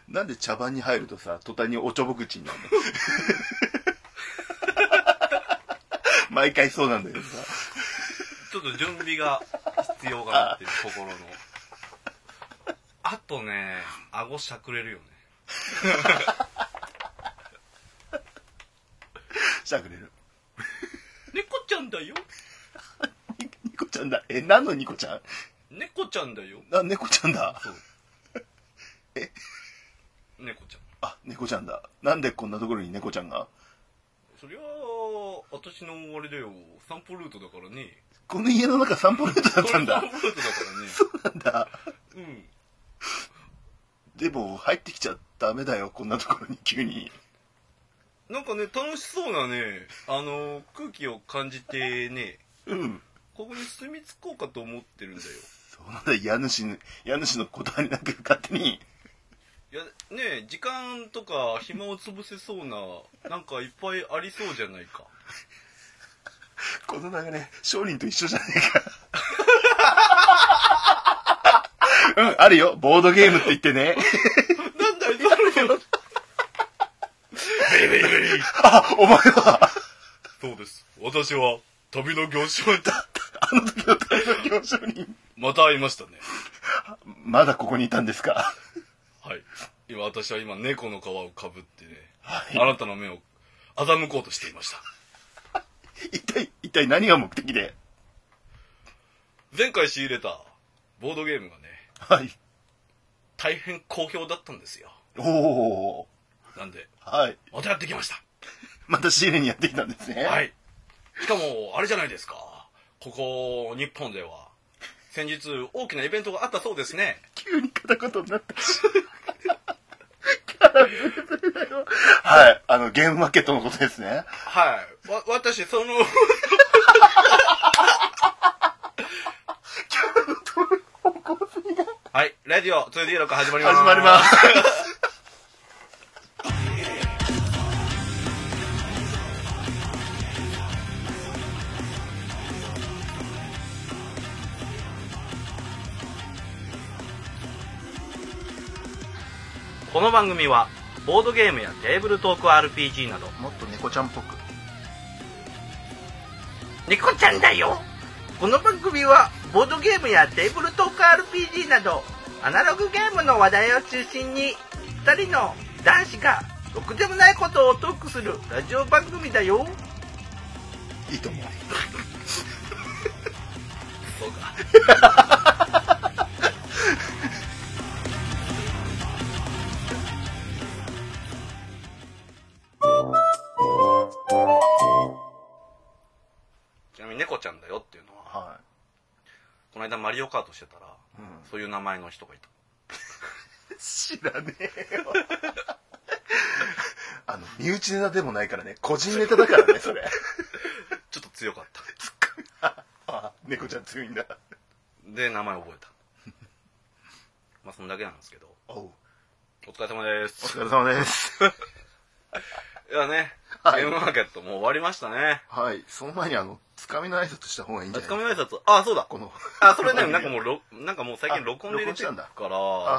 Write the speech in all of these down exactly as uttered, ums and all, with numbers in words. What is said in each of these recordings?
なんで茶番に入るとさ、途端におちょぼ口になるの毎回そうなんだけどさ。 ちょっと準備が必要かなっていう心の。あとね、顎しゃくれるよね。 しゃくれる。 猫ちゃんだよ。 ニコちゃんだ。え、何のニコちゃん？ 猫ちゃんだよ。 あ、猫ちゃんだ。 そう。 え？ 猫ちゃん。 あ、猫ちゃんだ。なんでこんなところに猫ちゃんが？ そりゃあ、私のあれだよ。散歩ルートだからね。 この家の中散歩ルートだったんだ。 散歩ルートだからね。 そうなんだ。 うん。 でも入ってきちゃダメだよ、こんなところに急に。 なんかね、楽しそうなね、あの、空気を感じてね、 うん。 ここに住み着こうかと思ってるんだよ。 そうなんだ、家主の、家主のことになんか勝手に。 いや、ね、時間とか暇を潰せそうな、なんかいっぱいありそうじゃないか。 この流れ、商人と一緒じゃねえか。うん、あるよ。ボードゲームって言ってね。 なんだい、それよ。ベリベリベリ。 あ、お前は。 そうです。私は旅の行商人。 あの時の旅の行商人。 また会いましたね。 まだここにいたんですか。 はい。今、私は今、猫の皮をかぶってね、 はい、 あなたの目を欺こうとしていました。 一体、一体何が目的で？ 前回仕入れたボードゲームがね、 はい。 大変好評だったんですよ。 おお。 なんで、 はい。 またやってきました。 また仕入れにやってきたんですね。 はい。しかも、あれじゃないですか。ここ、日本では、先日大きなイベントがあったそうですね。 急に片言になったし。はい。あの、ゲームマーケットのことですね。 はい。わ、私、その、はい。ラジオ ツーディーろく 始まります。 始まります。 この番組はボードゲームやテーブルトーク アールピージー などもっと猫ちゃんっぽく。 猫ちゃんだよ。この番組はボードゲームやテーブルトーク アールピージー などアナログゲームの話題を中心にふたりの男子がろくでもないことをトークするラジオ番組だよ。 いいと思う。 そうか。ちなみに猫ちゃんだよっていうのは、はい、この間マリオカートしてたら、うん、そういう名前の人がいた。 知らねえよ。あの身内ネタでもないからね、個人ネタだからね、それ。 ちょっと強かった。 ああ、猫ちゃん強いんだ。 で名前覚えた。まあそんだけなんですけど。 おう、 お疲れ様です。 お疲れ様です。 いやね、 はい、 ゲームマーケットもう終わりましたね。 はい。その前にあのつかみの挨拶した方がいいんじゃないですか。 つかみの挨拶、あ、そうだ。 このあ、それね、なんかもうろなんかもう最近録音で入れてるから、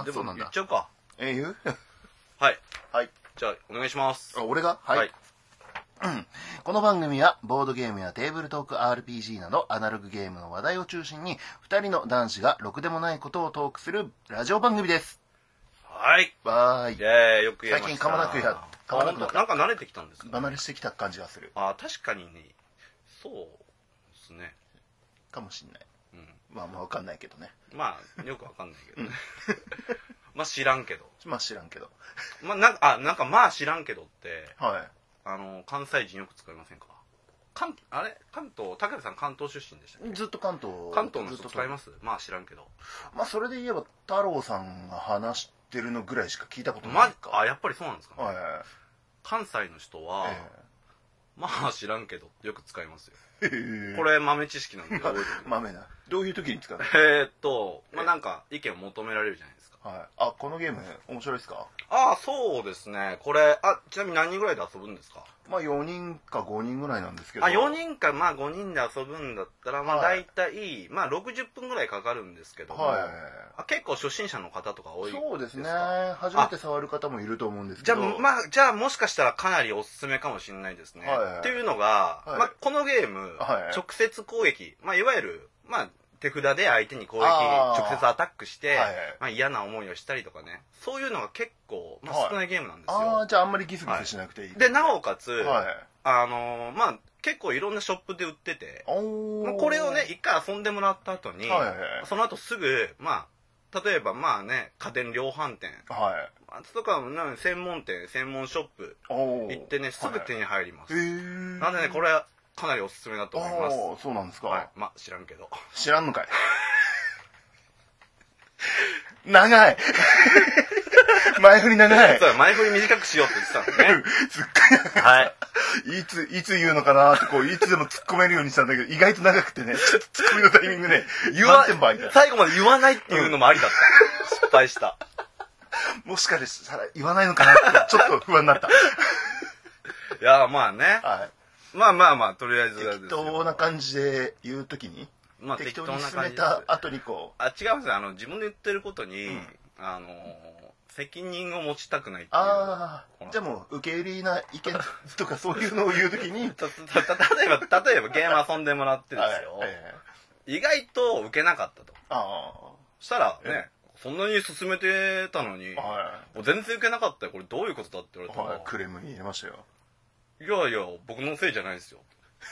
でも言っちゃうか。 えー、言う？ はい。 はい。 じゃあお願いします。 あ、俺が？はい。はい、うん、この番組はボードゲームやテーブルトーク アールピージー などアナログゲームの話題を中心にふたりの男子がろくでもないことをトークするラジオ番組です。 はい。 わーい。 イェーイ、よく言えました。 最近噛まなくや、噛まなくなった。 なんか慣れてきたんですか？ 離れしてきた感じがする。 あ、確かにね、そうですね。 かもしんない。 うん。 まあまあわかんないけどね。 まあ、よくわかんないけどね。まあ知らんけど。 まあ知らんけど。 まあなんか、あ、なんかまあ知らんけどって、 はい。 あの、関西人よく使いませんか？関、あれ関東、高橋さん関東出身でしたっけ？ ずっと関東。 関東の人使います？まあ知らんけど。 まあそれで言えば太郎さんが話してるのぐらいしか聞いたことないか。 まあ、やっぱりそうなんですかね。 はい。 関西の人は、えー、まあ知らんけどよく使いますよ。 えー、 これ豆知識なんで覚えてる。 豆な。どういう時に使うの？ えーっと、まあなんか意見を求められるじゃないですか。 はい。あ、このゲーム面白いですか？ ああ、そうですね。これ、あ、ちなみに何人ぐらいで遊ぶんですか？ まあよにんかごにんぐらいなんですけど。 あ、よにんか、まあごにんで遊ぶんだったら、まあはい大体、まあろくじゅっぷんぐらいかかるんですけども、 はい。 あ結構初心者の方とか多いですか？ そうですね。初めて触る方もいると思うんですじゃあ、 けど。 まあ、じゃあもしかしたらかなりおすすめかもしれないですね。 はいっていうのが、 はいまあこのゲーム、 はい直接攻撃、まあいわゆる、まあ手札で相手に攻撃、 あー直接アタックして、 はいまあ嫌な思いをしたりとかね、そういうのが結構、まはいあ少ないゲームなんですよ。 ああ、じゃああんまりギスギスしなくていい。 で、なおかつ、 はい。 あのーまあ結構いろんなショップで売ってて、 おーまあこれをね、一回遊んでもらった後に、 はいはいその後すぐ、まあ、例えばまあね、家電量販店、 はい。 あとか、なんか専門店、専門ショップおー行ってね、すぐ手に入ります。 へー。 なんでね、これかなりおすすめだと思います。 あーそうなんですか。 はい。まあ、知らんけど。 知らんのかい。長い。前振り長い。 そうだ、前振り短くしようって言ってたのね。 すっごい。 はい。 いつ、いつ言うのかなって、こう、いつでも突っ込めるようにしたんだけど、意外と長くてね、ちょっと突っ込みのタイミングね、 言わ満点倍だ、 最後まで言わないっていうのもありだった。失敗した。 もしかしたら言わないのかなって、ちょっと不安になった。 いや、まあね。 はまあまあまあ、とりあえずい。 ですよ適当な感じで言うときに、 まあ適当適当なに進め感じですた後にこう、 あ、違いますよ。あの、自分で言ってることに、 うんあのー、責任を持ちたくないっていう。 ああ、じゃあもう、受け入れな意見とかそういうのを言うときに、 たたた例えば、例えばゲーム遊んでもらってですよ。 はいはい意外と受けなかったと。 あしたらね、そんなに進めてたのに、 あ、はもう全然受けなかったよ。これどういうことだって言わい。 れたら、 はい、クレームに入れましたよ。 いやいや、僕のせいじゃないですよ。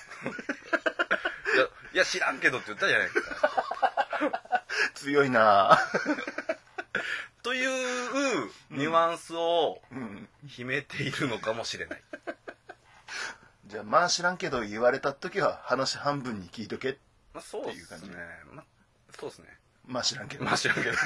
いや、いや知らんけどって言ったじゃないですか。 強いなというニュアンスをうん。 秘めているのかもしれない。 じゃあ、まあ知らんけど言われたときは話半分に聞いとけ。 まあそうですねっていう感じ。 まあ、そうですね。 まあ知らんけど。 まあ知らんけど。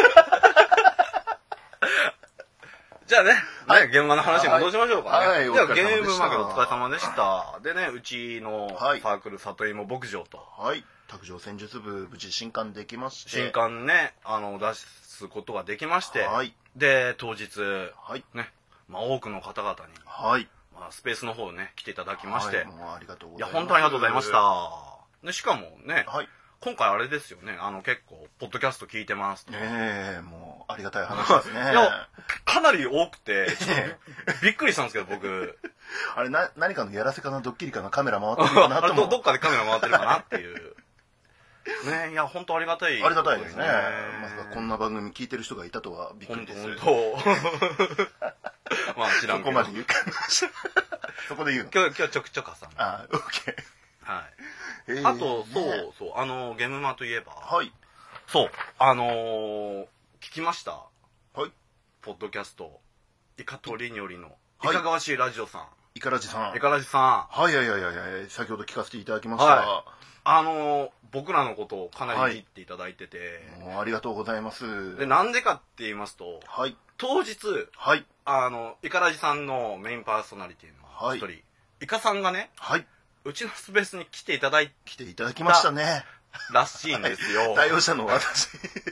じゃあね、 はいね現場の話に戻しましょうかね。 はいはいじゃあお疲れ様でしたゲームマーケットお疲れ様でした。でね、うちのサはいークル里芋牧場と、 はい。卓上戦術部、無事新刊できまして。 新刊ね、あの、出すことができまして、 はい。 で、当日、 はい。 ね、まあ多くの方々に、 はい。 まあスペースの方をね、来ていただきまして、 はい、もうありがとうごいや、 ざいます。 本当にありがとうございました。で、しかもね、 はい。 今回あれですよね、あの結構、ポッドキャスト聞いてますと。 ええもう、ありがたい話ですね。 いや、かなり多くて、ちょっとびっくりしたんですけど、僕。 あれ、な、何かのやらせかな、ドッキリかな、カメラ回ってるかなあれど、 と思う。 どっかでカメラ回ってるかなっていう。ねいや、本当ありがたい、 ありがたいですね。まさかこんな番組聞いてる人がいたとはびっくり本です。 当本当まあ知らんけど。 そこまで言うか。そこで言うの。 今日、今日ちょくちょかさん。 あ、オッケはい。 ー。 あと、そうね、 そう、あの、ゲームマといえば、 はい。 そう、あのー、聞きました。 はい。 ポッドキャスト、イカとりにょりの、いはいかがわしいラジオさん。 イカラジさん。 イカラジさん。 はい、はい、はい、はい、先ほど聞かせていただきました。 はあのー、僕らのことをかなりいじっていただいてて、 もうありがとうございます。 で、なんでかって言いますと、 はい。 当日、 はい。 あの、イカラジさんのメインパーソナリティの一人、 はいイカさんがね、 はい。 うちのスペースに来ていただい来ていただきましたね。 たらしいんですよ。 対応者の私。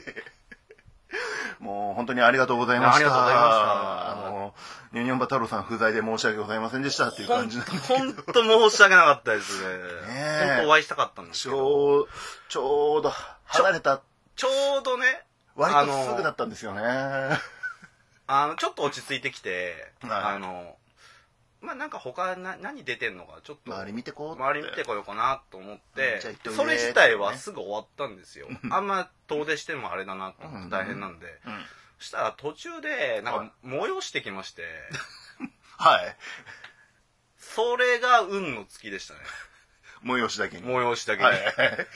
もう本当にありがとうございました。 ありがとうございましたあの、ニョニョンバ太郎さん不在で申し訳ございませんでしたっていう感じなんですけど。 ほんと申し訳なかったですね。 ねえ本当お会いしたかったんですちけど。 ょう、ちょうど離れた、 ちょうどね、 割あのとすぐだったんですよね。 あの、ちょっと落ち着いてきて、 はいあの、まあ、なんか他な何出てんのかちょっと周り見てこうって。 周り見てこようかなと思ってじゃあ行っといでそれ自体はすぐ終わったんですよ。あんま遠出してもあれだなと思って大変なんで、 うん。 そしたら途中でなんか催してきまして、 はい。 それが運の尽きでしたね。 催しだけに。 催しだけに、 はい。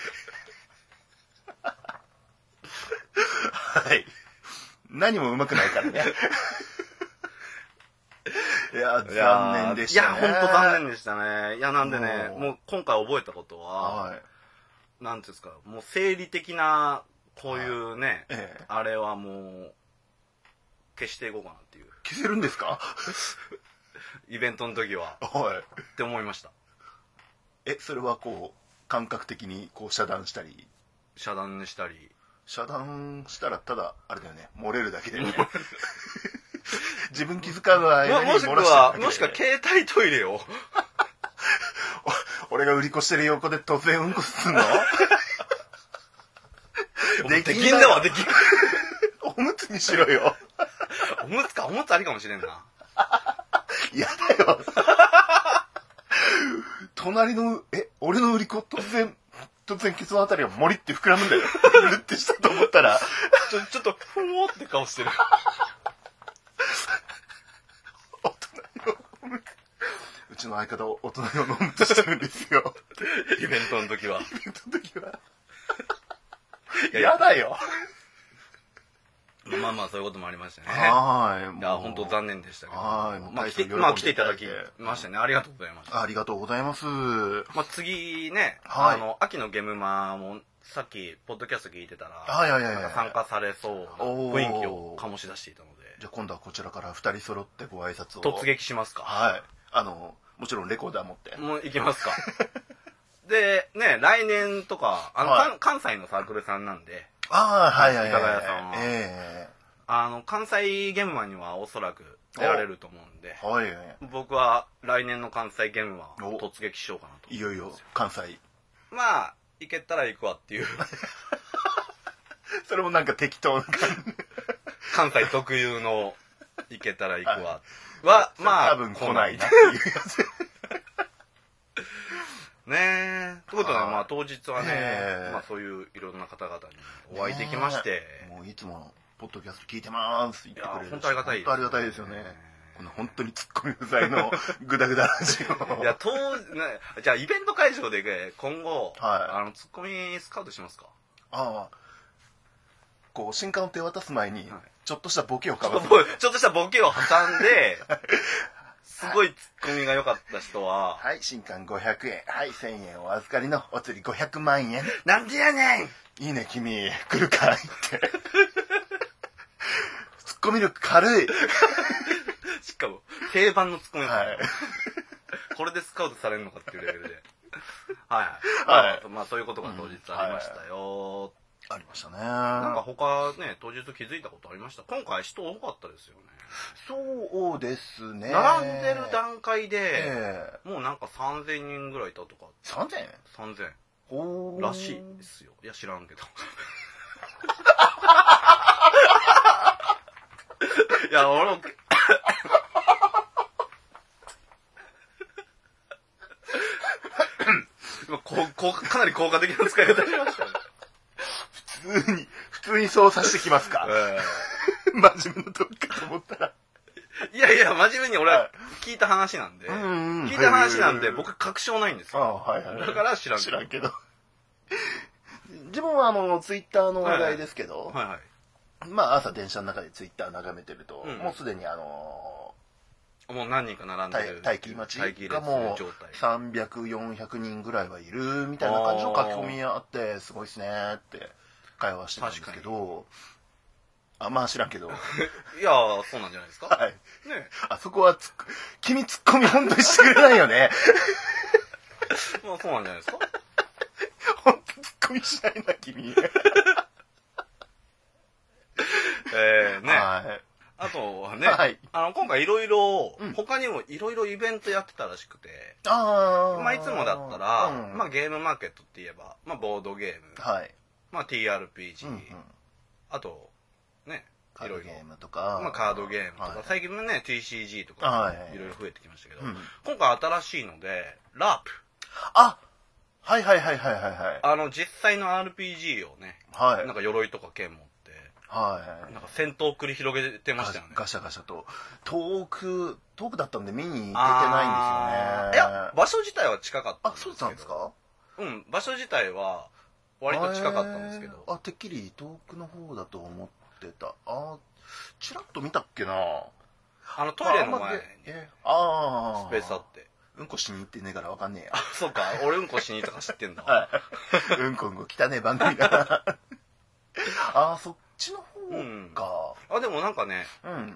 はい。何もうまくないからね。いや、残念でしたね。 いや、ほんと残念でしたね。いや、なんでね、 もうもう今回覚えたことは、 はい。 なんていうんですか、もう生理的な、こういうね、 ええ。 あれはもう、消していこうかなっていう。 消せるんですか？ イベントの時は、 はい。 って思いました。 え、それはこう、感覚的にこう遮断したり。 遮断したり。 遮断したらただあれだよね、漏れるだけで、ね、自分気づかない間に漏らしてるだけで、 もしくはもしくは携帯トイレを俺が売り子してる横で突然うんこすんのできんだわ、できん。 おむつにしろよ。 おむつか、おむつありかもしれんな。 やだよ。隣の、え、俺の売り子突然、突然ケツのあたりがモリって膨らむんだよ。ぬってしたと思ったら。 ちょ、ちょっと、ふおーって顔してる。 大人用おむつ。うちの相方、大人用のおむつしてるんですよ。 イベントの時は。 イベントの時は。いや、やだよ。 まあまあそういうこともありましたね。 はい。 いや、本当残念でしたけど。 はい。 まあ来て、まあ来ていただきましたね。ありがとうございました。 ありがとうございます。 まあ次ね、 はい、 あの、秋のゲームマも、さっき、ポッドキャスト聞いてたら、 はいはいはいはい、 参加されそうな雰囲気を醸し出していたので。 じゃあ今度はこちらから二人揃ってご挨拶を。 突撃しますか。 はい。あの、もちろんレコーダー持って。 もう行きますか。で、ね、来年とか、あの、はい、関西のサークルさんなんで、 ああ、はいはいはい。 いかがやさんは。 ええー。 あの、関西ゲームマンにはおそらく出られると思うんで、 はい、 僕は来年の関西ゲームマンを突撃しようかなと。 いよいよ、関西。 まあ、行けたら行くわっていう。 それもなんか適当な関西特有の行けたら行くわは、まあ、 多分来ないなっていうやつ。 ねえ。ということで、まあ当日はね、まあそういういろんな方々にお会いできまして。 もういつも、ポッドキャスト聞いてまーす言ってくれる。 本当ありがたいです。 本当ありがたいですよね。この本当にツッコミ不在のグダグダラジオ。 いや、当、ね、じゃあイベント会場で今後、 はい、 あの、ツッコミスカウトしますか？ ああ。こう、新刊を手渡す前に、ちょっとしたボケをかます。 ちょっとしたボケを挟んで、すごいツッコミが良かった人は、 はい、新刊ごひゃくえん。はい、せんえんお預かりのお釣りごひゃくまんえん。 なんでやねん！ いいね、君。来るかいって。ツッコミ力軽い。 しかも、定番のツッコミ。 はい。 これでスカウトされるのかっていうレベルで。はい。 はい。 まあ、そういうことが当日ありましたよ。 ありましたね。 なんか他ね、当日気づいたことありました？今回人多かったですよね。 そうですね。 並んでる段階で、もうなんかさんぜんにんぐらいいたとか。 さんぜん？ さんぜん。 ほー。 らしいですよ。いや、知らんけど。いや、俺も、ここかなり効果的な使い方しましたね。 普通に、普通にそうさせてきますか。 えー、真面目なとこかと思ったら。 いやいや、真面目に俺は聞いた話なんで、聞いた話なんで僕確証ないんですよ。 あ、はいはい、 だから知らん知らんけど。自分はあの、ツイッターの話題ですけど、 はいはい、 まあ朝電車の中でツイッター眺めてると、うん、もうすでにあのー、もう何人か並んでる待機待ちがもうさんびゃく、よんひゃくにんぐらいはいるみたいな感じの書き込みあって、すごいっすねって会話してたんですけど、あ、まあ知らんけど。 いやー、そうなんじゃないですか。 はい。 ね、 あそこはつ、君ツッコミ本当にしてくれないよね。 まあそうなんじゃないですか。 本当ツッコミしないな、君。 えー、ね。 はい。 あとはね、 はい、 あの、今回いろいろ、他にもいろいろイベントやってたらしくて、 あまあいつもだったら、うん、まあゲームマーケットって言えば、まあボードゲーム、 はい、 まあ ティーアールピージー、うんうん、あと、ね、 いろいろ。カードゲームとか。 まあカードゲームとか、はい、最近もね、ティーシージー とか、いろいろ増えてきましたけど、 うん、 今回新しいので、ラープ。 あ、はいはいはいはいはいはい。 あの、実際の アールピージー をね、 はい。 なんか鎧とか剣持って、 はい。 なんか戦闘を繰り広げてましたよね。 ガシャガシャと。遠く、遠くだったんで見に行けてないんですよね。 いや、場所自体は近かったんですけど。 あ、そうなんですか？ うん、場所自体は割と近かったんですけど。 あ、てっきり遠くの方だと思ってた。あ、チラッと見たっけな。 あのトイレの前にあスペースあって。 うんこしに行ってねえからわかんねえや。 あ、そうか。俺うんこしに行ったか知ってんだ。 はい。うんこうんこ汚ねえ番組だな。あ、そっちの方か、 うん。あ、でもなんかね、 うん。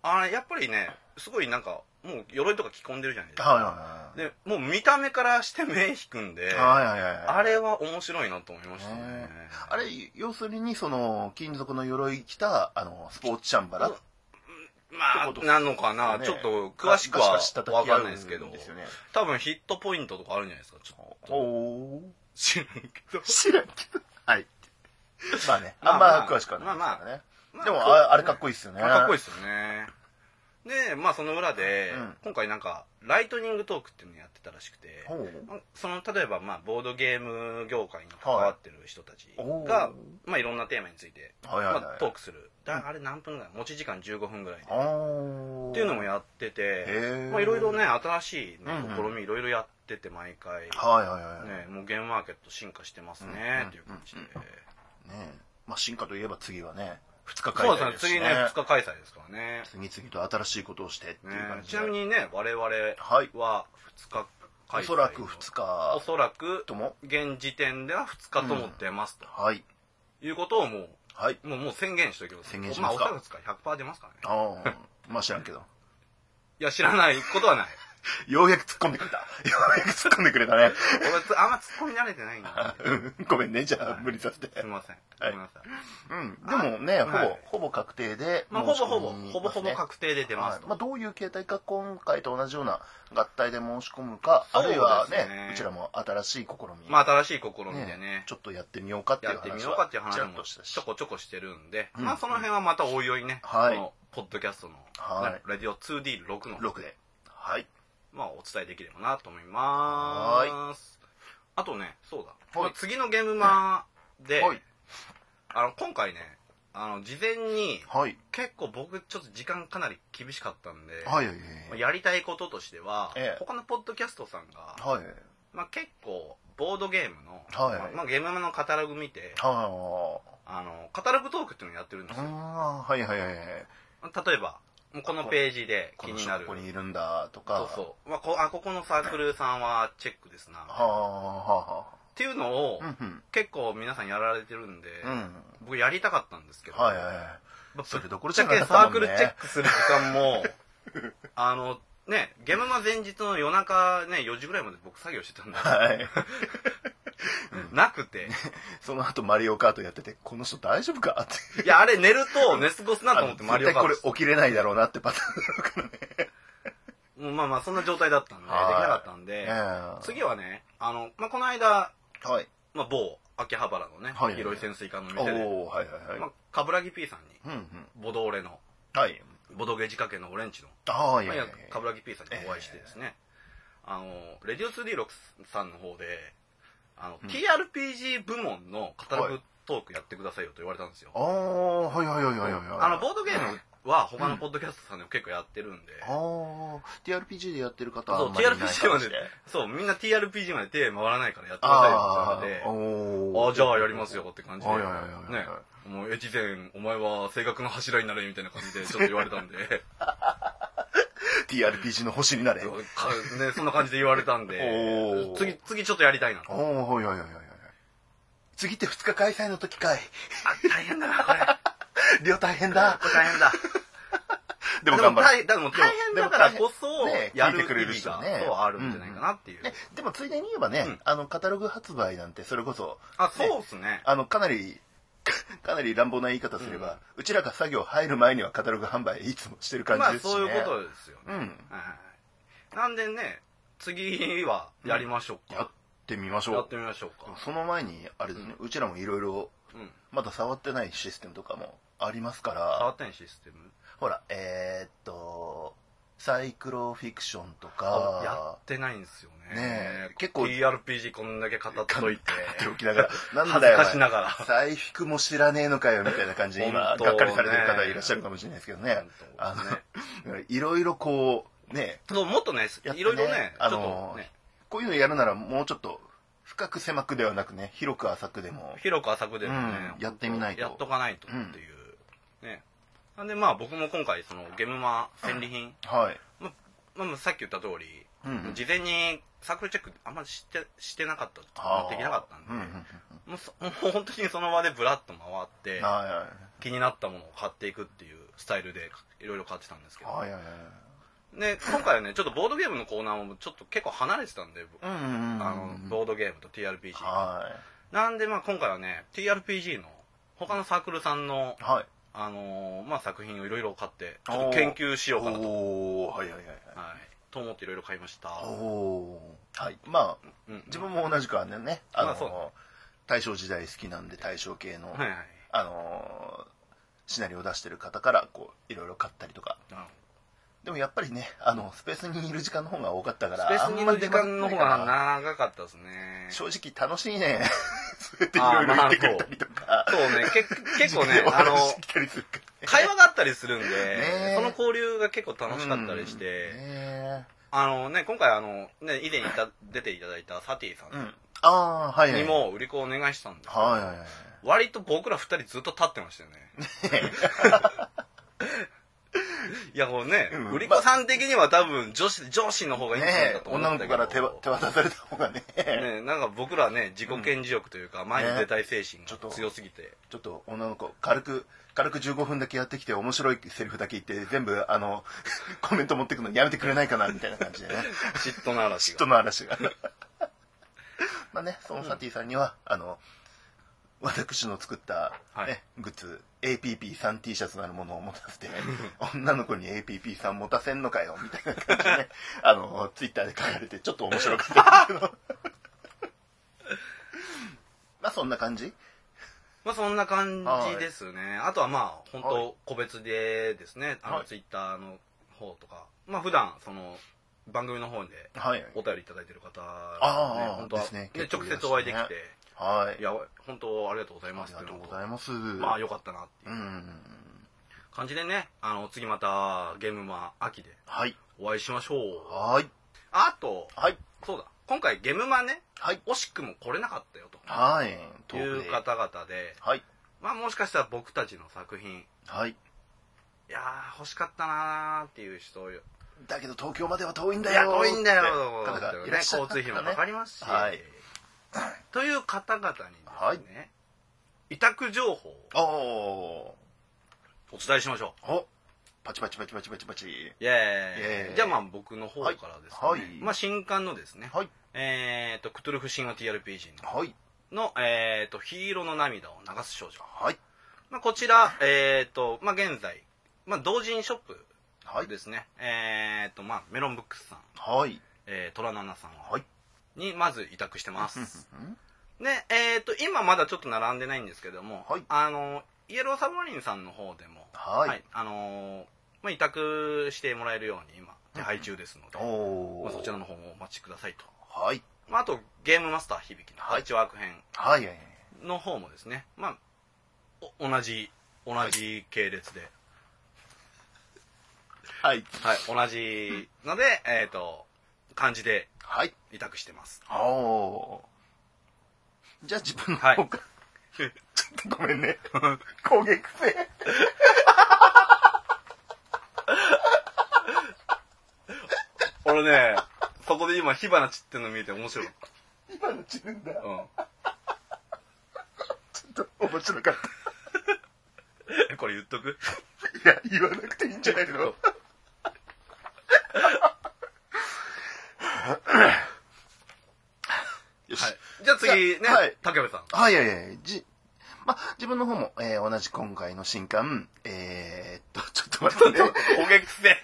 あれやっぱりねすごいなんかもう鎧とか着込んでるじゃないですか、 はいはいはい、 でもう見た目からして目引くんで、 はいはいはい、 あれは面白いなと思いましたね。 あれ要するにその金属の鎧着たあのスポーツチャンバラ、 まあなのかな、ね、ちょっと詳しくは分かんないですけど、ですよね、多分ヒットポイントとかあるんじゃないですか。ちょっとお知らんけど知らんけどはいまあね、あんま詳しくはないですからね。まあまあ、でもああれかっこいいっすよね。 かっこいいっすよね。でまあその裏で、うん、今回なんかライトニングトークっていうのをやってたらしくて、その例えばまあボードゲーム業界に関わってる人たちが、はい、まあいろんなテーマについて、はいはいはい、まあ、トークする。だあれ何分ぐらい、持ち時間じゅうごふんぐらいでっていうのもやってて、まあいろいろね新しい、ね、試みいろいろやってて毎回、はいはいはい、ね、もうゲームマーケット進化してますねっていう感じで、 ね、まあ進化といえば次はねふつか開催ですね。そうですね、 次ねふつか開催ですからね。 次々と新しいことをしてっていう感じで、 ね、ちなみにね我々はふつか開催、 おそらくふつかおそらくとも現時点ではふつかとも出ますと、うん、はい、いうことをもう、はい、もうもう宣言しておきます。 宣言しますか。 まあおそらくふつか ひゃくパーセント 出ますからね。 ああまあ知らんけどいや知らないことはないようやく突っ込んでくれた。ようやく突っ込んでくれたね。 俺あんま突っ込み慣れてないんだ。 ごめんね、じゃあ無理させて。 すみません。ごめんなさい。 うん。でもね、ほぼほぼ確定で、 まあほぼほぼほぼほぼ確定で出ます。 まあどういう形態か今回と同じような合体で申し込むか、あるいはね、うちらも新しい試み。 まあ新しい試みでね、 ちょっとやってみようかっていう話。 やってみようかっていう話もちょこちょこしてるんで、まあその辺はまたおいおいね、このポッドキャストのラディオ ツーディーろく のろくで、はい。 まあお伝えできればなと思います。あとね、そうだ、まあ、次のゲームマで、はい、あの今回ね、あの事前に、はい、結構僕ちょっと時間かなり厳しかったんで、はいはいはい、やりたいこととしては、ええ、他のポッドキャストさんが、はい、まあ、結構ボードゲームの、はい、まあ、ゲームマのカタログ見て、はい、あのカタログトークっていうのをやってるんですよ。はいはいはい、例えばこのページで気になる、 ここにいるんだとか、 そうそう、まあ、こ, あここのサークルさんはチェックですな、はあはあ、っていうのを、うんうん、結構皆さんやられてるんで、うん、僕やりたかったんですけど、はいはいはい、まあ、それどころじゃなかったもんね。サークルチェックする時間もあのね、ゲームマ前日の夜中ねよじぐらいまで僕作業してたんで、はい、なくてその後マリオカートやってて、この人大丈夫かって、 いやあれ寝ると寝過ごすなと思ってマリオカート、 絶対これ起きれないだろうなってパターンだろうからねもうまあまあそんな状態だったんでできなかったんで、次はね、あの、まあ、この間、はい、まあ、某秋葉原のね、はいはい、広い潜水艦の店で、はいはいはい、まあ、冠城 P さんに、うんうん、ボドオレの、はい、ボドゲ仕掛けのオレンジの、あ、いやいやいや、冠城 P さんにお会いしてですね、えー、あのレディオ ツーディーろく さんの方であの、うん、ティーアールピージー 部門のカタログトークやってくださいよと言われたんですよ。ああ、はいはいはいはいはい。あのボードゲームは他のポッドキャストさんでも結構やってるんで、うん、ああ、ティーアールピージー でやってる方はあんまりいないかもしれない。そう、ティーアールピージー まで、そう、みんな ティーアールピージー まで手回らないからやってくださいよって言われて、ああ、じゃあやりますよって感じで、ね、もう越前お前は性格の柱になれみたいな感じでちょっと言われたんでティーアールピージー の星になれ、ね、 そんな感じで言われたんで次次ちょっとやりたいなと。 おお、はいはいはいはい。次ってふつか開催の時かい。 あ、大変だなこれ量大変だ、 これ大変だでも頑張る。でも大変だからこそやる意味がそうあるんじゃないかなっていう。 でもついでに言えばね、あのカタログ発売なんてそれこそ、 あ、そうですね。 あのかなりかなり乱暴な言い方すれば、うちらが作業入る前にはカタログ販売いつもしてる感じですしね。 まあそういうことですよね。なんでね、次はやりましょうか。 やってみましょう。 やってみましょうか。 その前にあれですね、うちらもいろいろまだ触ってないシステムとかもありますから。 触ってないシステム。 ほら、えー、っとサイクロフィクションとかやってないんですよね。 ね、結構ティーアールピージー こんだけ語っといておきながらなんだよ恥ずかしながらサイフィクも知らねえのかよみたいな感じで今がっかりされてる方いらっしゃるかもしれないですけどね。あのいろいろこうね、 そうもっとねいろいろね、あのねこういうのやるならもうちょっと深く狭くではなくね、広く浅くでも広く浅くでもね、 やってみないと、 やっとかないとっていうね。なんでまあ僕も今回そのゲームマ戦利品、はい、ままあさっき言った通り、うん、事前にサークルチェックあんまりしてしてなかった、できなかったんで、うんうんうん、もうもう本当にその場でブラッと回って、はいはい、気になったものを買っていくっていうスタイルでいろいろ買ってたんですけど、 はいはいはい。 ね、今回はねちょっとボードゲームのコーナーもちょっと結構離れてたんで、 うんうんうん、 あのボードゲームと ティーアールピージー、 はい、 なんでまあ今回はね ティーアールピージー の他のサークルさんの、 はい、 あのー、まあ作品をいろいろ買ってちょっと研究しようかなと、 おー、はいはいはい、はい、 と思っていろいろ買いました。 おー、はい、まあ、うん、自分も同じくはね、あのーまあ、大正時代好きなんで大正系の、はいはい、あのー、シナリオを出してる方からこういろいろ買ったりとか、うん、でもやっぱりね、あのスペースにいる時間の方が多かったから、 スペースにいる時間の方が長かったですね。 正直楽しいね。そうやっていろいろ言ってくれたりとか、 そうね、結構ね、あの会話があったりするんで、ね、その交流が結構楽しかったりして、うんね、あのね今回あのね以前にた出ていただいたサティさん、うん、あはいはい、にも売り子をお願いしたんですけど、はいはいはい、割と僕らふたりずっと立ってましたよね。いやもうね、うん、売り子さん的には多分女子上司の方がいいんだと思うんだけど、 ね、女の子から手, 手渡された方がねね、なんか僕らね自己顕示欲というか、うん、前に出たい精神が強すぎて、ね、 ちょっと女の子軽く軽くじゅうごふんだけやってきて面白いセリフだけ言って全部あのコメント持ってくのやめてくれないかなみたいな感じでね嫉妬の嵐が嫉妬の嵐がまあね、そのサティさんには、うん、あの私の作った、ね、はい、グッズ エーピーピーさん T シャツなるものを持たせて女の子に エーピーピーさん 持たせんのかよみたいな感じでねあのツイッターで書かれてちょっと面白かったんですけどまあそんな感じまあそんな感じですね、はい、あとはまあ本当個別でですね、はい、あのツイッターの方とか、まあ普段その番組の方でお便りいただいてる方、ね、はい、本当は、ね、直接お会いできて、はい、いや本当ありがとうございます。 ありがとうございます。 まあ良かったなっていう感じでね、あの次またゲームマ秋でお会いしましょう。はい。あと、はい、そうだ今回ゲームマね、はい、惜しくも来れなかったよと、はい、いう方々で、はい、まあもしかしたら僕たちの作品、はい、いやー欲しかったなーっていう人だけど東京までは遠いんだよ。 いや遠いんだよ。交通費もかかりますし。はい。という方々にですね、はい、委託情報をお伝えしましょう。 おパチパチパチパチパチパチ。イエーイ。じゃあまあ僕の方からですね、はい、まあ新刊のですね、はい、えっとクトゥルフ神話 ティーアールピージー の、はい、のえっとヒーローの涙を流す少女。はい。まあこちらえっとまあ現在まあ同人ショップですね、はい、えっとまあメロンブックスさん、はい、えー、トラナナさんにまず委託してます。で、えっと今まだちょっと並んでないんですけども、はい、あのイエローサブマリンさんの方でも、はい、はい、あのまあ委託してもらえるように今手配中ですので、うん、まあ、そちらの方もお待ちくださいと。はい。まああとゲームマスター響きのパッチワーク編の方もですね、まあ同じ同じ系列で。はい、はい、同じので、えっと、感じで、はい、委託してます。おー。じゃあ自分の方が、はい、ちょっとごめんね。攻撃性。 俺ね、そこで今火花散ってんの見えて面白い。 火花散るんだ。うん。ちょっと面白かった。 これ言っとく？ いや、言わなくていいんじゃないの？ よし、はい、じゃあ次ね、はい、竹部さん。 はいはいはい。じ、まあ、自分の方も、えー、同じ今回の新刊、えー、っと、ちょっと待ってね。 攻撃性。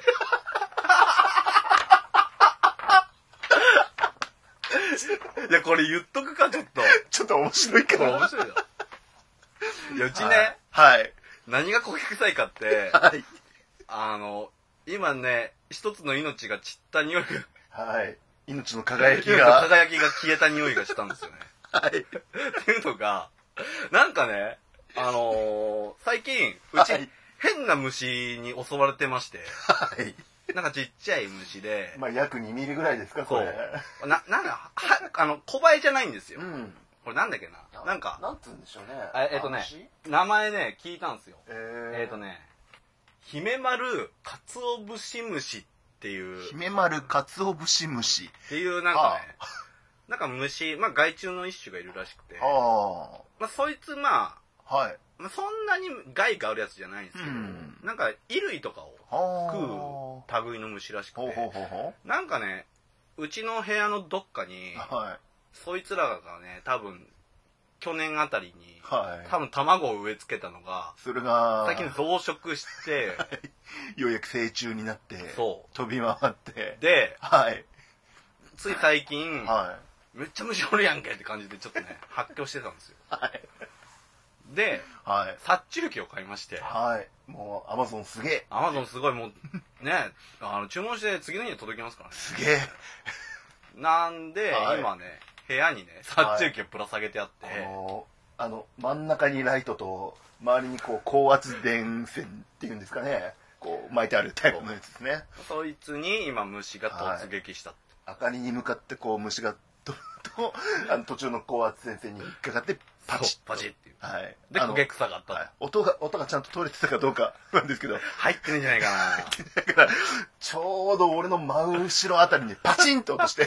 いや、これ言っとくか、ちょっと。 ちょっと面白いから。 面白いよ。いや、うちね、 はい。はい、 何が焦げ臭いかって、はい。あの、今ね、一つの命が散った匂いが。はい。命の輝きが。 輝きが消えた匂いがしたんですよね。はい。っていうのが、なんかね、あのー、最近、うち、はい、変な虫に襲われてまして。はい。なんかちっちゃい虫で。 まあ約にミリぐらいですか、これ。 な、なんか、は、あの、小バエじゃないんですよ。うん。これなんだっけな。なんか。 なんつうんでしょうね。 えっとね、名前ね、聞いたんですよ。えー、えっとね、ヒメマルカツオブシムシっていう。 ヒメマルカツオブシムシ。 っていうなんかね、なんか虫、まあ害虫の一種がいるらしくて。あまあそいつまあ、はい。 そんなに害があるやつじゃないんですけど、うん、なんか衣類とかを食う類の虫らしくて、ほうほうほうほう、なんかね、うちの部屋のどっかに、はい、そいつらがね、多分去年あたりに、はい、多分卵を植え付けたのが、 それが最近増殖して、 はい、ようやく成虫になって、そう飛び回って、 で、はい、つい最近、はい、めっちゃ虫おるやんけって感じでちょっとね、発狂してたんですよ。はい、で、はい、殺虫機を買いまして、 はい、もうアマゾンすげえ。 アマゾンすごいもうね、あの注文して次の日に届きますからね。 すげえ。 なんで、はい、今ね、部屋にね、殺虫機をぶら下げてあって、はい、 あのあの真ん中にライトと周りにこう高圧電線っていうんですかね、こう巻いてあるタイプのやつですね。 そいつに今虫が突撃した、はい、 明かりに向かってこう虫がととあの途中の高圧電線に引っかかってパチッパチッっていう、 はい、 で焦げ臭かった、はい、 音が音がちゃんと取れてたかどうかなんですけど、 入ってないんじゃないかな。入ってないからちょうど俺の真後ろあたりにパチンと落として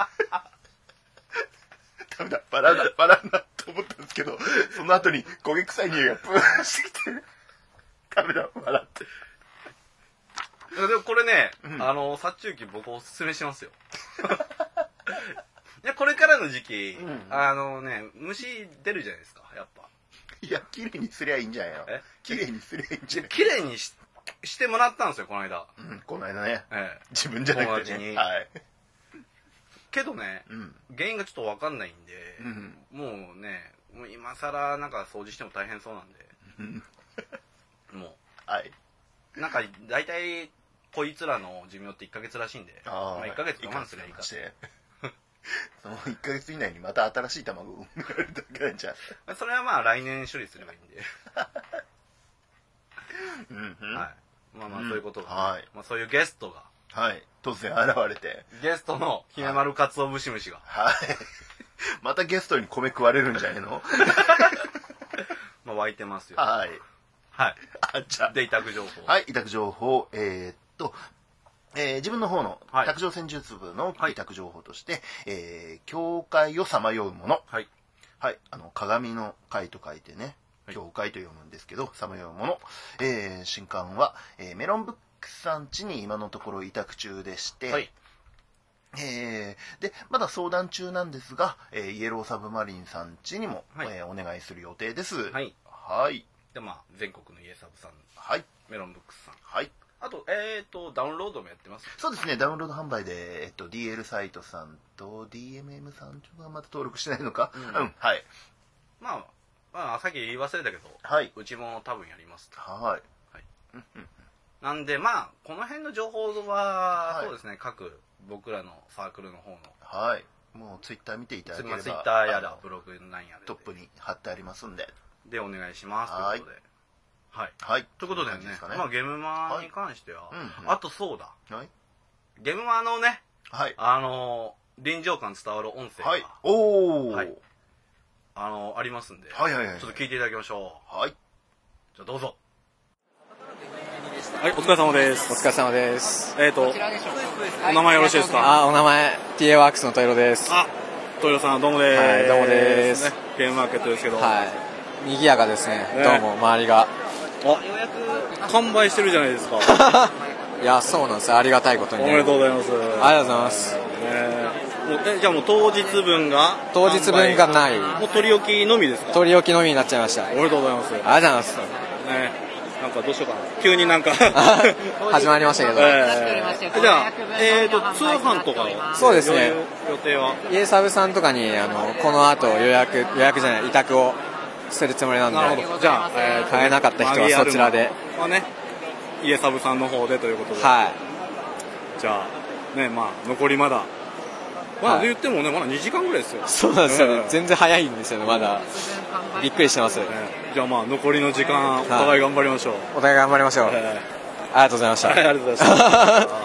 ダメだバラだバラだと思ったんですけど、その後に焦げ臭い匂いがプーンしてきてダメだ笑って。 でもこれね、うん、あの殺虫機僕おすすめしますよ。いやこれからの時期、うん、あのね虫出るじゃないですかやっぱ。 いや綺麗にすりゃいいんじゃないの。え綺麗にすりゃいいんじゃない。 綺麗に し, してもらったんですよこの間。 うん、この間ね、ええ、自分じゃなくてね、友達に、はい、 けどね、うん、原因がちょっと分かんないんで、うん、もうねもう今更なんか掃除しても大変そうなんでもう、はい、なんか大体こいつらの寿命っていっかげつらしいんで、あ、まあ、いっかげつ我慢すればいいかって。 そのいっかげつ以内にまた新しい卵を産められるだけなんじゃん。 それはまあ来年処理すればいいんでうんうん、はい、まあまあそういうことが、ね、うん、はい、まあ、そういうゲストが、 はい、突然現れて、 ゲストの姫丸かつお節虫が、 はい、またゲストに米食われるんじゃないの。 まあ湧いてますよ。 はいはい。あ、じゃあで委託情報、 はい、委託情報、えー、っとえー、自分の方の卓上戦術部の委託情報として、はい、えー、教会をさまようもの、はい、はい、あの鏡の会と書いてね、はい、教会と読むんですけど、さまようもの、えー、新刊は、えー、メロンブックスさん家に今のところ委託中でして、はい、えー、でまだ相談中なんですが、えー、イエローサブマリンさん家にも、はい、えー、お願いする予定です。はい、はい、 でまあ全国のイエサブさん、 はい、 メロンブックスさん、 はい、 あと、えっ、ー、と、ダウンロードもやってます？ そうですね、ダウンロード販売で、えっと、ディーエル サイトさんと ディーエムエム さんはまだ登録してないのか、うん、うん、はい。 まあ、まあ、さっき言い忘れたけど、はい、うちも多分やりますと。はい。はい。なんで、まあ、この辺の情報は、はい、そうですね、各、僕らのサークルの方の。 はい。もう、ツイッター見ていただければ、 ツイッターやら、ブログなんやら。 トップに貼ってありますんで。 で、お願いします。ということで。はい。 はい。 ということでね、まあゲームマに関しては、あとそうだ。はい。ゲームマのね、はい。あの、臨場感伝わる音声が、はい。おー。はい。あの、ありますんで、はいはいはい。ちょっと聞いていただきましょう。はい。じゃあどうぞ。はい、お疲れ様です。 お疲れ様です。 えっと、お名前よろしいですか？ あ、お名前、ティーエー ワークスのトイロです。 あ、トイロさん、どうもです。 はい、どうもです。 ゲームマーケットですけど。 はい。賑やかですね。どうも、周りが。 あ、完売してるじゃないですか。 いや、そうなんですよ。ありがたいことに、ね。 おめでとうございます。ありがとうございます。 えー、えじゃあもう当日分が当日分がない。 もう取り置きのみですか？ 取り置きのみになっちゃいました。 おめでとうございます。ありがとうございます。 ね、なんかどうしようかな。急になんか始まりましたけど。 えー、じゃあ、えーと、通販とかそうですね。 予定はイエサブさんとかに、あの、この後予約、予約じゃない、委託をするつもりなんで。 なるほど。じゃあ、 えー、買えなかった人はそちらで。 まあね、イエサブさんの方でということで。 はい。 じゃあ、ね、まあ、残りまだ、まあ、言ってもね、まだにじかんぐらいですよ。 そうなんですよね。全然早いんですよね、まだ。びっくりしてます。 じゃあまあ、残りの時間、お互い頑張りましょう。 お互い頑張りましょう。ありがとうございました。 はい、ありがとうございました。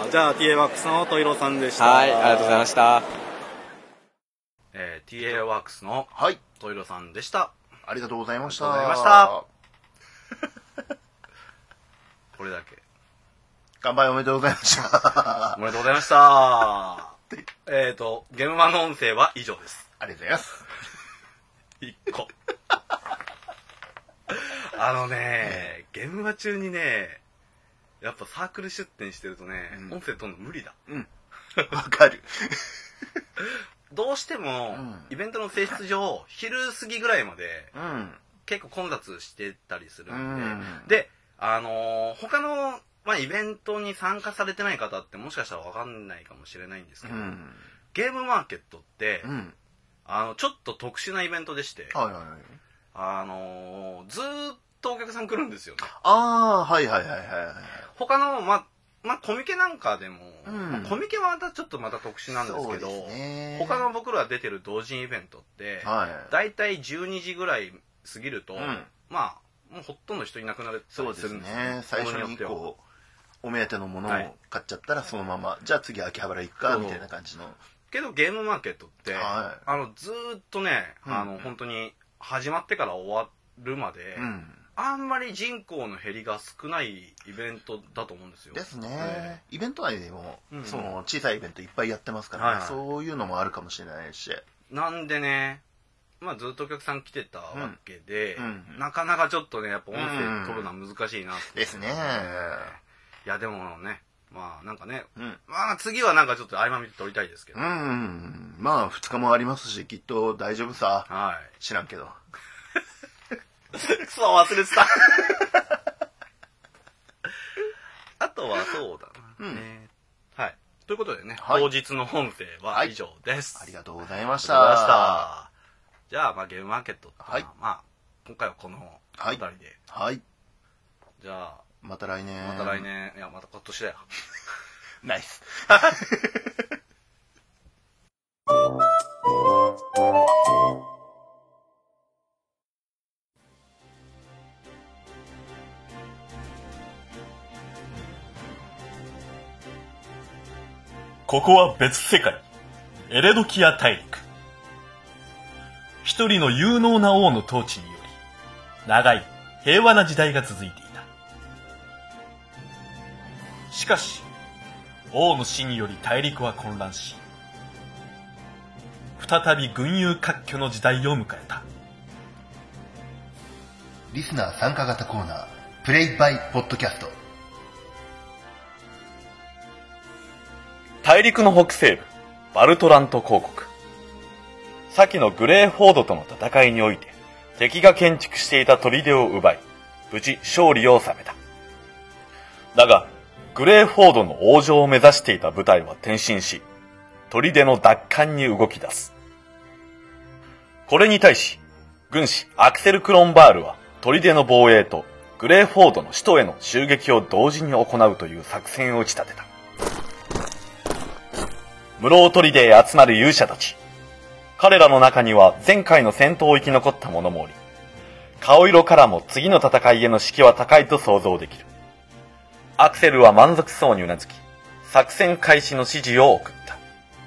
じゃあ、ティーエー ワークスのトイロさんでした。 はい、ありがとうございました。 えー、ティーエー ワークスのトイロさんでした。 ありがとうございました。 ありがとうございました。これだけ。 乾杯おめでとうございました。 おめでとうございました。えっと、ゲームマの音声は以上です。 ありがとうございます。 いっこ。 あのね、ゲーム話中にね、やっぱサークル出展してるとね、うん、音声取るの無理だ。 うん。わかる。 どうしても、うん、イベントの性質上、昼過ぎぐらいまで、うん、結構混雑してたりするんで、うん、で、あのー、他の、まあ、イベントに参加されてない方ってもしかしたらわかんないかもしれないんですけど、うん、ゲームマーケットって、うん、あの、ちょっと特殊なイベントでして、はいはいはい、あのー、ずーっとお客さん来るんですよね。 ああ、はいはいはいはい。 他の、ま、まあ、コミケなんかでも、うん、まあ、コミケはまたちょっとまた特殊なんですけど、ね、他の僕ら出てる同人イベントって、はい、だいたいじゅうにじぐらい過ぎると、うん、まあ、もうほとんど人いなくなるったりするんですよね。 最初にこう、お目当てのものを買っちゃったらそのまま、はい、じゃあ次秋葉原行くか、みたいな感じの。 けどゲームマーケットって、はい、あの、ずーっとね、うん、あの、本当に始まってから終わるまで、うんあんまり人口の減りが少ないイベントだと思うんですよ。 ですね。えー、イベント内でも、うんうん、その小さいイベントいっぱいやってますから、ねはいはい、そういうのもあるかもしれないし。 なんでね、まあずっとお客さん来てたわけで、うんうん、なかなかちょっとね、やっぱ音声取るのは難しいなって、 うん、ですね。 いやでもね、まあなんかね、うん、まあ次はなんかちょっと合間見て撮りたいですけど。 うん、うん、まあふつかもありますし、きっと大丈夫さ。はい。知らんけど。 くそ忘れてたあとはそうだな、うんね、はいということでね、はい、当日の本編は以上です、 はい、ありがとうございました。ありがとうございました。 じゃあ、まあ、ゲームマーケットって、はい、まあ今回はこのあたりで、 はい、はい、 じゃあまた来年また来年いやまた今年だよナイスここは別世界、エレドキア大陸。一人の有能な王の統治により、長い平和な時代が続いていた。しかし、王の死により大陸は混乱し、再び群雄割拠の時代を迎えた。 リスナー参加型コーナー、プレイバイポッドキャスト。 大陸の北西部、バルトラント公国。先のグレーフォードとの戦いにおいて、敵が建築していた砦を奪い、無事勝利を収めた。だが、グレーフォードの王城を目指していた部隊は転身し、砦の奪還に動き出す。これに対し、軍師アクセル・クロンバールは砦の防衛とグレーフォードの首都への襲撃を同時に行うという作戦を打ち立てた。室尾砦へ集まる勇者たち。彼らの中には前回の戦闘を生き残った者もおり、顔色からも次の戦いへの士気は高いと想像できる。アクセルは満足そうにうなずき、作戦開始の指示を送った。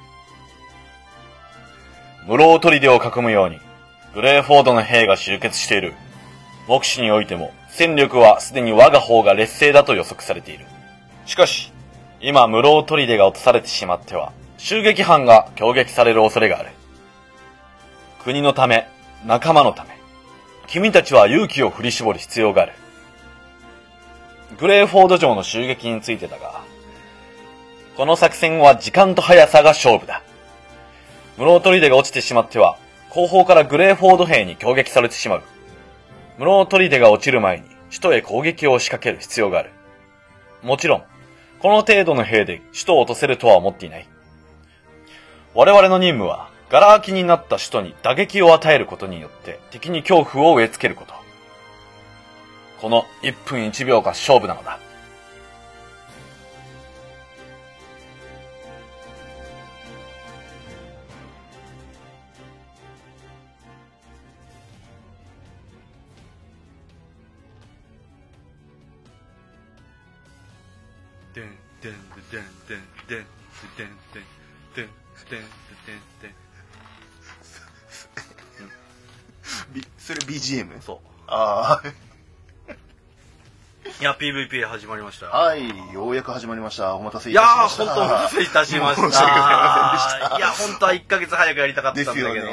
室尾砦を囲むように、グレーフォードの兵が集結している。目視においても、戦力はすでに我が方が劣勢だと予測されている。しかし、今室尾砦が落とされてしまっては、襲撃犯が攻撃される恐れがある。国のため、仲間のため、君たちは勇気を振り絞る必要がある。グレーフォード城の襲撃についてだが、この作戦は時間と速さが勝負だ。室尾砦が落ちてしまっては、後方からグレーフォード兵に攻撃されてしまう。室尾砦が落ちる前に首都へ攻撃を仕掛ける必要がある。もちろん、この程度の兵で首都を落とせるとは思っていない。我々の任務は、ガラ空きになった首都に打撃を与えることによって敵に恐怖を植え付けること。このいっぷんいちびょうが勝負なのだ。 でんでんでんでんでんでんでんでんでんでんでんでんそれ ビージーエム？ そう。 ああ。 いや、ピーブイピー 始まりました。 はい、ようやく始まりました。お待たせいたしました。 いやー、本当お待たせいたしました。申し訳ございませんでした。いや、本当はいっかげつ早くやりたかったんだけどね。 ですよね。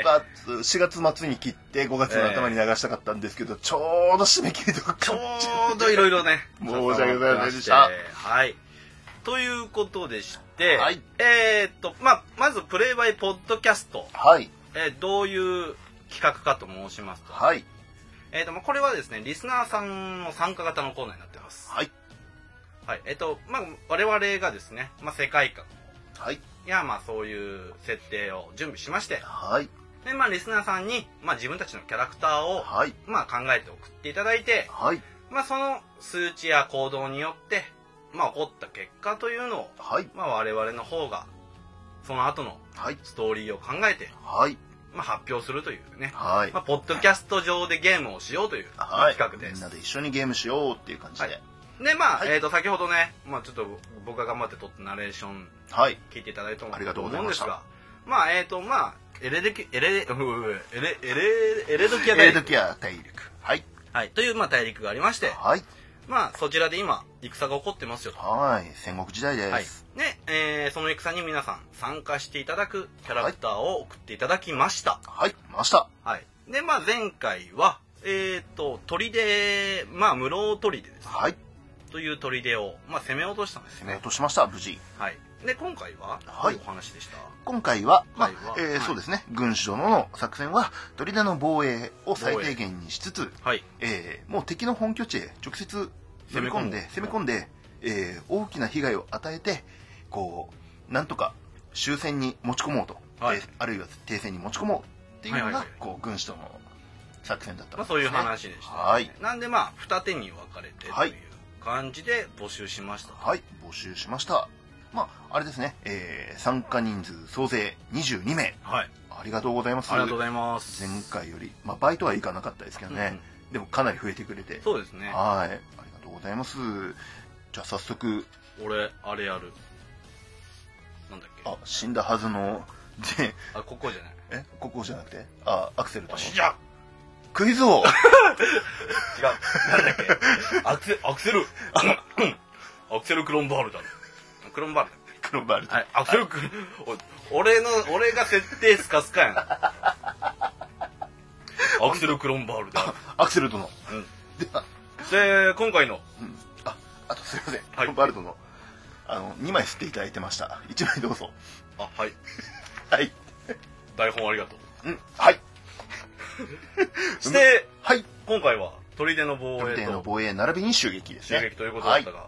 がつ、しがつ末に切ってごがつの頭に流したかったんですけど、ちょうど締め切りとかちょうどいろいろね。 申し訳ございませんでした。 はい。ということでして、 はい、 えー、っと、まあ、まず、プレイバイポッドキャスト。 はい。 えー、どういう企画かと申しますと。 はい。 えー、っと、これはですね、リスナーさんの参加型のコーナーになってます。 はい。 はい。えー、っと、まあ、我々がですね、まあ、世界観。 はい。 いや、まあ、そういう設定を準備しまして。 はい。 で、まあ、リスナーさんに、まあ、自分たちのキャラクターを、 はい。 まあ、考えて送っていただいて、 はい。 まあ、その数値や行動によって、まあ、起こった結果というのを、 はい、 まあ、我々の方がその後のストーリーを考えて、 はい、 まあ、発表するというね、 はい、 まあ、ポッドキャスト上でゲームをしようという、はい、企画です。 みんなで一緒にゲームしようっていう感じで、はい、 でまあ、はい、えーと先ほどね、まあ、ちょっと僕が頑張って撮ったナレーション聞いていただいたと思うんですが、まあえーとまあエレデキエレエレエレエレドキア大陸、エレドキア大陸、はい、はい、というまあ大陸がありまして、はい。まあ、そちらで今、戦が起こってますよと。 はい。戦国時代です。はい。 で、えー、その戦に皆さん参加していただくキャラクターを送っていただきました。 はい、ました。 はい。で、まあ、前回は、えーと、砦、まあ、室砦ですね。はい。という砦を、まあ、攻め落としたんですね。 攻め落としました、無事。はい。 で、今回は、どういうお話でした？はい、 今回は、まあ、えーはい、そうですね、軍師殿の作戦は、砦の防衛を最低限にしつつ、はい。えー、もう敵の本拠地へ直接、攻め込んで、攻め込んで、えー、大きな被害を与えて、こう、なんとか終戦に持ち込もうと、はい、あるいは停戦に持ち込もうっていうのが、はいはいはい、こう、軍師との作戦だったんですね。 まあ、そういう話でした、ね。はい。なんでまあ、二手に分かれてという感じで募集しました。 はい、募集しました。まあ、あれですね、えー、参加人数総勢にじゅうにめい。はい。ありがとうございます。 ありがとうございます。 前回より、まあ、倍とはいかなかったですけどね。うんうん、でもかなり増えてくれて。 そうですね。 はい。ございます。じゃあ早速俺あれやる。なんだっけ。 あ、死んだはずので、 あ、ここじゃない。 え、ここじゃなくて、あ、アクセルと。 じゃクイズ王。違う。 なんだっけ。アクセアクセル。アクセルクロンバールだ。クロンバール。 クロンバール。 はい。アクセルク。俺の俺が設定スカスカやん。アクセルクロンバールだ。 アクセル殿。うん。 では。で、今回の、 うん、あ、あとすいません、はい、バルトの、あの、にまい吸っていただいてました。いちまいどうぞ。 あ、はい。 はい。 台本ありがとう。うん、はい。 して、はい。今回は、砦の防衛と。 砦の防衛並びに襲撃ですね。 襲撃ということだったが、はい、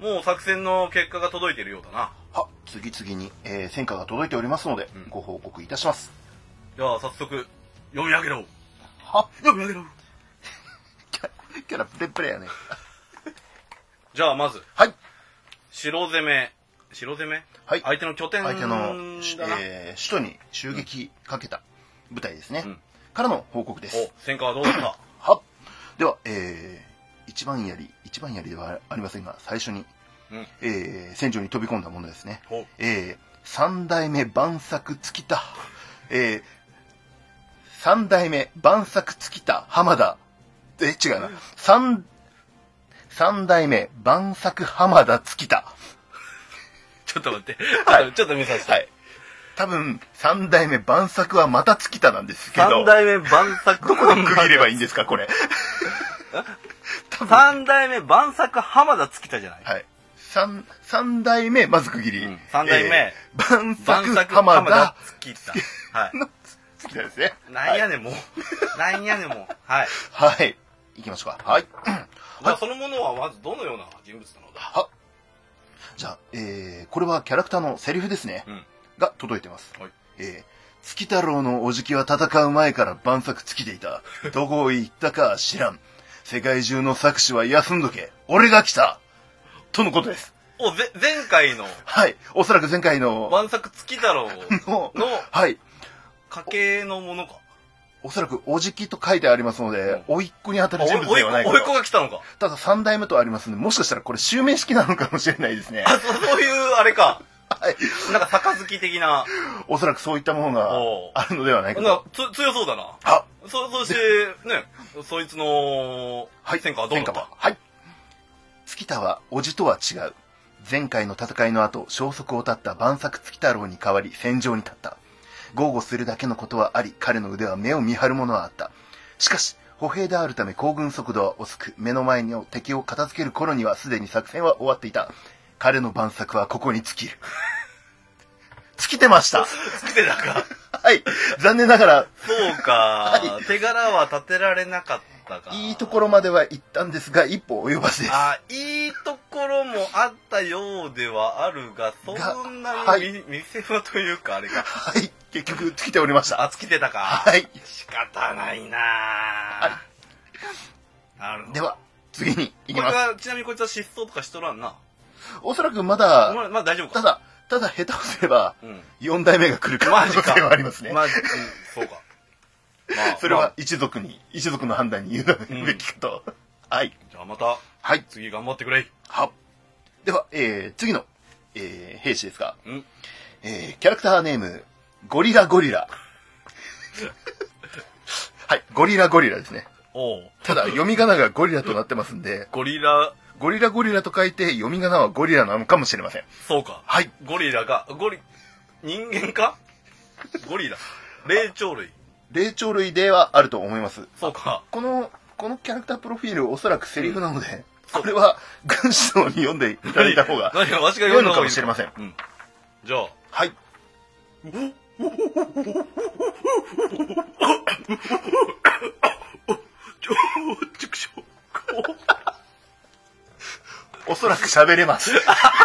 もう作戦の結果が届いているようだな。 は、次々に、えー、戦果が届いておりますので、うん、ご報告いたします。 では、早速、読み上げろ。 は読み上げろ。 キャラプレプレやね。 じゃあまず、 はい。 城攻め、城攻め、 はい。 相手の拠点、 相手の、えー、首都に襲撃かけた部隊ですね。うん、からの報告です。 お、戦果はどうだった？ は。では、えー、一番槍、一番槍ではありませんが、最初に、うん、えー、戦場に飛び込んだものですね。えー、三代目万作尽きた、えー、三代目万作尽きた浜田。え、違うな。三、三代目、万作浜田月田。 ちょっと待って。はい、ちょっと見させて。はい。 多分、三代目万作はまた月田なんですけど。 三代目万作どこで区切ればいいんですか、これ。 三代目万作浜田月田じゃない？ はい。三、三代目、まず区切り。うん、 三代目、 えー、万作浜田月田。はい。 月田ですね。 なんやねん、もう。なんやねん、もう。はい。 はい。行きましょうか。はい。 じゃあそのものはまずどのような人物なのだ？ は。じゃあ、えー、これはキャラクターのセリフですね。うん、が届いてます。はい。えー、月太郎のおじきは戦う前から万作尽きていた。どこへ行ったか知らん。世界中の作詞は休んどけ。俺が来たとのことです。 お、ぜ、前回の。 はい。おそらく前回の。 万作月太郎の、の、 はい。 家系のものか。 おそらくおじきと書いてありますので、おいっ子に当たる人物ではないかと。 おいっ子が来たのか。 ただ三代目とありますので、もしかしたらこれ襲名式なのかもしれないですね。 あ、そう、そういう、あれか。 はい。 なんか、杯的な。 おそらくそういったものがあるのではないかと。 なんか、つ、強そうだな。 はそ、そして、ね、そいつの、はい。戦果はどうだった？ はい。月田は、おじとは違う。前回の戦いの後、消息を絶った万作月太郎に代わり戦場に立った。 豪語するだけのことはあり、彼の腕は目を見張るものはあった。しかし、歩兵であるため行軍速度は遅く、目の前の敵を片付ける頃にはすでに作戦は終わっていた。彼の晩作はここに尽きる。尽きてました。 尽きてたか。 はい。残念ながら。 そうか、はい。手柄は立てられなかったか。 いいところまでは行ったんですが、一歩及ばずです。 あ、いいところもあったようではあるが、そんなに、はい、見せ場というかあれか。 はい。結局尽きておりました。 あ、尽きてたか。 はい。 仕方ないなぁ。はい。なるほど。 では、次に行きます。 これは、ちなみにこいつは失踪とかしとらんな。 おそらくまだ、 まあ大丈夫か。 ただ、ただ下手をすれば、よん代目が来る可能性はありますね。 マジか。そうか。 まあ、それは一族に、一族の判断に委ねるべきかと。うん、はい。 じゃあまた、はい。次頑張ってくれ。 は。では、えー、次の、えー、兵士ですが、 うん、 えー、キャラクターネーム、ゴリラゴリラ。はい、ゴリラゴリラですね。 おう。 ただ、読み仮名がゴリラとなってますんで、 ゴリラ、 ゴリラゴリラと書いて、読み仮名はゴリラなのかもしれません。 そうか。 はい。 ゴリラが、ゴリ、人間かゴリラ。霊長類。 霊長類ではあると思います。 そうか。 この、このキャラクタープロフィール、おそらくセリフなので、うん、これは、軍師匠に読んでいただいた方が、 何が、わしが読むのかもしれません。 うん。じゃあ。 はい。おそらく喋れます。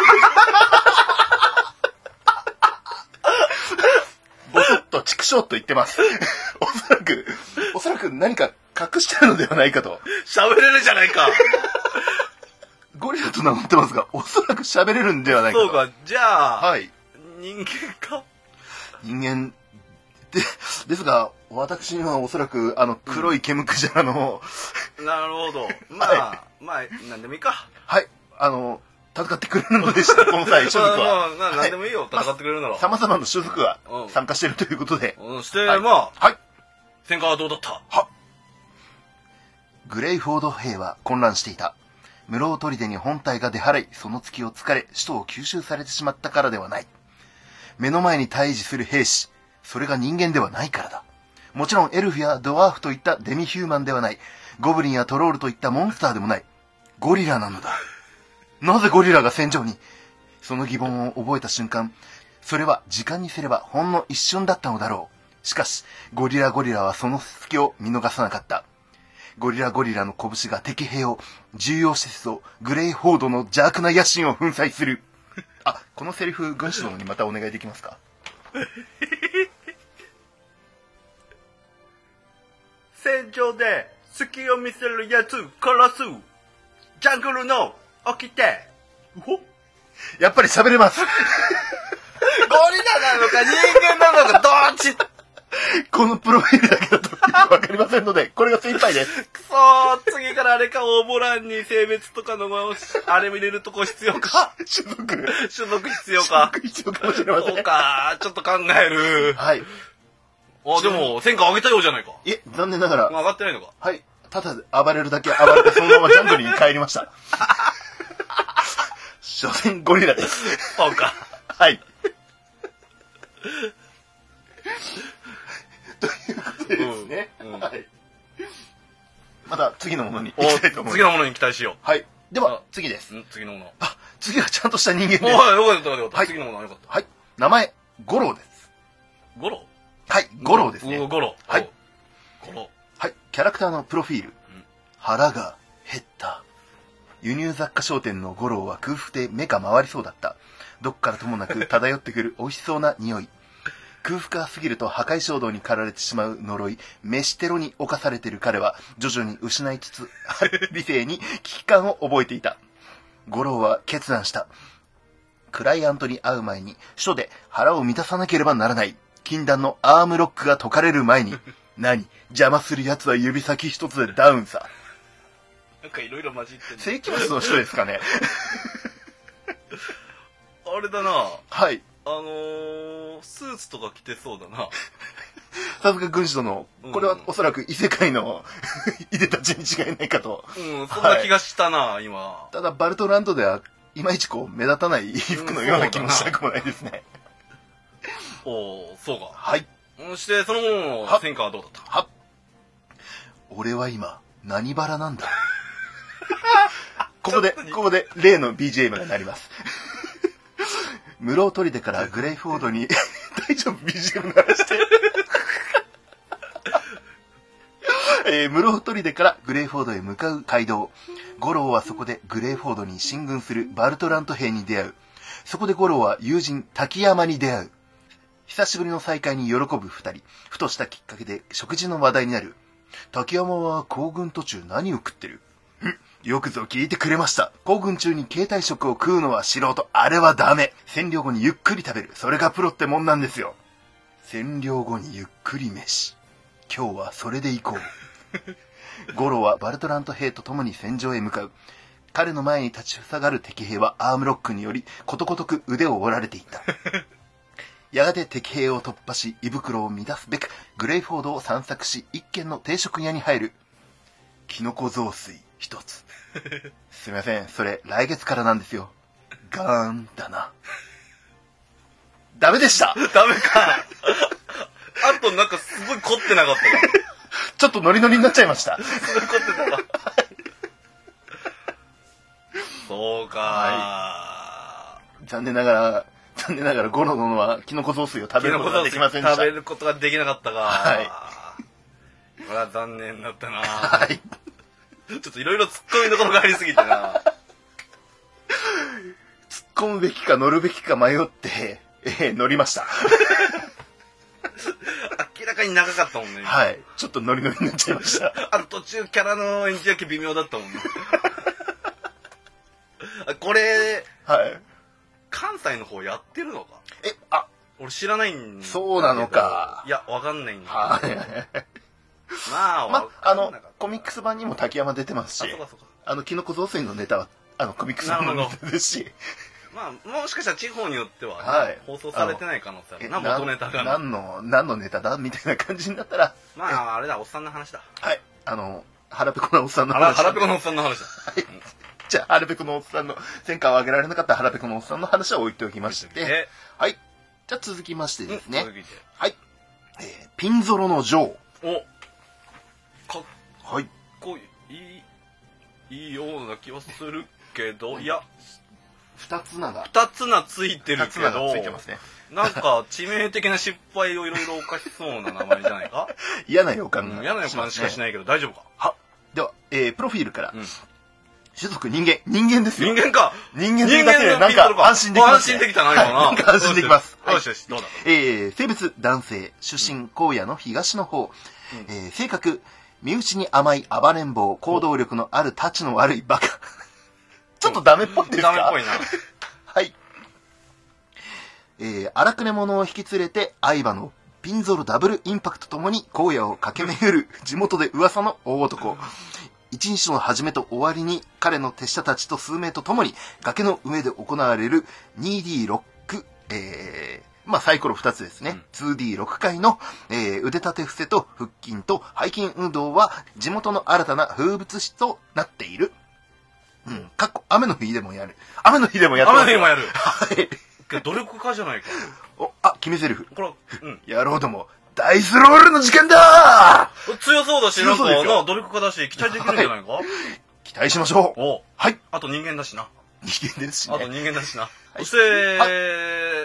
ボソッと畜生と言ってます。おそらく、おそらく何か隠してるのではないかと。 喋れるじゃないか。 ゴリラと名乗ってますが、おそらく喋れるんではないかと。 そうか、じゃあ、 はい。 人間か。 人間で、ですが、私にはおそらく、あの、黒い毛むくじゃらの、 うん、なるほど。まあ、はい、まあ、なんでもいいか。 はい。あの、戦ってくれるのでした、この際、種族は。 まあ、まあ、なんでもいいよ、はい、戦ってくれるなら。 様々な種族が参加しているということで。 うん、して、はい、まあ、 はい。 戦果はどうだった？ は。グレイフォード兵は混乱していた。室尾砦に本体が出払い、その隙を突かれ、首都を吸収されてしまったからではない。目の前に対峙する兵士、それが人間ではないからだ。もちろんエルフやドワーフといったデミヒューマンではない。ゴブリンやトロールといったモンスターでもない。ゴリラなのだ。なぜゴリラが戦場に？その疑問を覚えた瞬間、それは時間にすればほんの一瞬だったのだろう。しかし、ゴリラゴリラはその隙を見逃さなかった。ゴリラゴリラの拳が敵兵を、重要施設を、グレイフォードの邪悪な野心を粉砕する。あ、このセリフ、軍師殿にまたお願いできますか？ 戦場で隙を見せるやつ殺す。ジャングルの起きて。 やっぱり喋れます。 ゴリラなのか人間なのかどっち？ このプロフィールだけだとわかりませんので、これが精一杯です。 くそー、次からあれか、応募欄に性別とかの、あれ見れるとこ必要か。 種族。 種族必要か。 種族必要かもしれません。 そうか、ちょっと考える。 はい。 あ、でも、戦果上げたようじゃないか。 いえ、残念ながら。 上がってないのか。 はい。ただ暴れるだけ暴れて、そのままジャングルに帰りました。所詮ゴリラです。 そうか。 はい。ということでですね。うんうん、はい。また次のものに行きたいと思います。 次のものに期待しよう。 はい。では、次です。 次のもの。 あ、次はちゃんとした人間です。 おい、よかったよかった。はい、次のものはよかった。 はい。名前、ゴロウです。 ゴロウ？ はい、ゴロウですね。 ゴロウ。 はい。 ゴロウ。 はい。キャラクターのプロフィール。うん、腹が減った。輸入雑貨商店のゴロウは空腹で目が回りそうだった。どっからともなく漂ってくる美味しそうな匂い。空腹が過ぎると破壊衝動に駆られてしまう呪い、飯テロに侵されている彼は徐々に失いつつ、理性に危機感を覚えていた。ゴロウは決断した。クライアントに会う前に、首都で腹を満たさなければならない。禁断のアームロックが解かれる前に、何？邪魔する奴は指先一つでダウンさ。 なんかいろいろ混じってる。 世紀末の人ですかね。 あれだな。 はい。 あのー、スーツとか着てそうだな。 さすが軍師殿、これはおそらく異世界のいでたちに違いないかと。 うん、そんな気がしたな、はい、今。 ただ、バルトランドではいまいちこう、目立たない衣服のような気もしたくもないですね。 おー、そうか。 はい。 そしてその後の戦果はどうだった？ は俺は今何バラなんだここでここで例の ビージーエム が鳴ります室砦からグレイフォードに大丈夫 ビージーエム 鳴らしてえー、室砦からグレイフォードへ向かう街道。ゴローはそこでグレイフォードに進軍するバルトラント兵に出会う。そこでゴローは友人滝山に出会う。久しぶりの再会に喜ぶ二人。ふとしたきっかけで食事の話題になる。滝山は行軍途中何を食ってる？んよくぞ聞いてくれました。行軍中に携帯食を食うのは素人。あれはダメ。占領後にゆっくり食べる。それがプロってもんなんですよ。占領後にゆっくり飯。今日はそれで行こう。ゴロはバルトラント兵と共に戦場へ向かう。彼の前に立ちふさがる敵兵はアームロックによりことごとく腕を折られていった。やがて敵兵を突破し胃袋を乱すべくグレイフォードを散策し一軒の定食屋に入る。キノコ雑炊一つ。すみません、それ来月からなんですよ。ガーンだな。ダメでした。 ダメか。あとなんかすごい凝ってなかったか。 ちょっとノリノリになっちゃいました。 すごい凝ってたか。そうか、 はい、残念ながら残念ながらゴロ殿はキノコ雑炊を食べることができませんでした。 食べることができなかったか。 はい。 これは残念だったな。 はい。 ちょっといろいろ突っ込みどころがありすぎてな。 突っ込むべきか乗るべきか迷って、えー、乗りました。 明らかに長かったもんね。 はい。ちょっとノリノリになっちゃいました。 あの途中キャラの演じ分け微妙だったもんね。これ、 はい。 関西の方やってるのか？ え、あ、 俺知らないんだ。 そうなのか。 いや、わかんないんだ。 はい。 まあ、 ま、あの、コミックス版にも滝山出てますし、 あ、そうかそうか。 あの、キノコ雑炊のネタは、あの、コミックス版のネタですし。 まあ、もしかしたら地方によっては、ね、 はい、 放送されてない可能性あるな、元ネタが。 何の、何のネタだみたいな感じになったら。 まあ、あれだ、おっさんの話だ。 はい。あの、腹ペコなおっさんの話だ。 腹ペコのおっさんの話だ。 はい。じゃあ、腹ペコのおっさんの、戦果を上げられなかった腹ペコのおっさんの話は置いておきまして、はい。じゃあ続きましてですね。はい。えー、ピンゾロのジョー。 おかっはい。 こいい、いいような気はするけど、いや、 二つ名が。 二つ名ついてるけど、 ついてますね。 なんか、致命的な失敗をいろいろ犯しそうな名前じゃないか。 嫌な予感が、 うん。嫌な予感しかしないけど、大丈夫か。 は。では、えー、プロフィールから。うん、種族人間。人間ですよ。 人間か。 人間というだけでなんか安心できます、 ね。安心できたな、今な。 なんか安心できます。 よしよし、どうだ。 えー、性別、男性。出身、荒野の東の方。うん、えー、性格、身内に甘い暴れん坊。行動力のあるタチの悪いバカ。ちょっとダメっぽいですか？ ダメっぽいな。 はい。えー、荒くれ者を引き連れて、相葉のピンゾロダブルインパクトともに荒野を駆け巡る地元で噂の大男。一日の始めと終わりに彼の手下たちと数名と共に崖の上で行われる ツーディー ロック、えー、まあサイコロふたつですね。うん、ツーディーろく 回の、えー、腕立て伏せと腹筋と背筋運動は地元の新たな風物詩となっている。うん。かっこ、雨の日でもやる。雨の日でもやってます。 雨の日もやる。 はい。 努力家じゃないか。 お、あ、決め台詞。 これ、うん。 やろうども。ダイスロールの時間だー強そうだし、なんかな、努力家だし、期待できるんじゃないか、はい、 期待しましょう。 おはい。 あと人間だしな。 人間ですしね。 あと人間だしな。はい、そして、はい、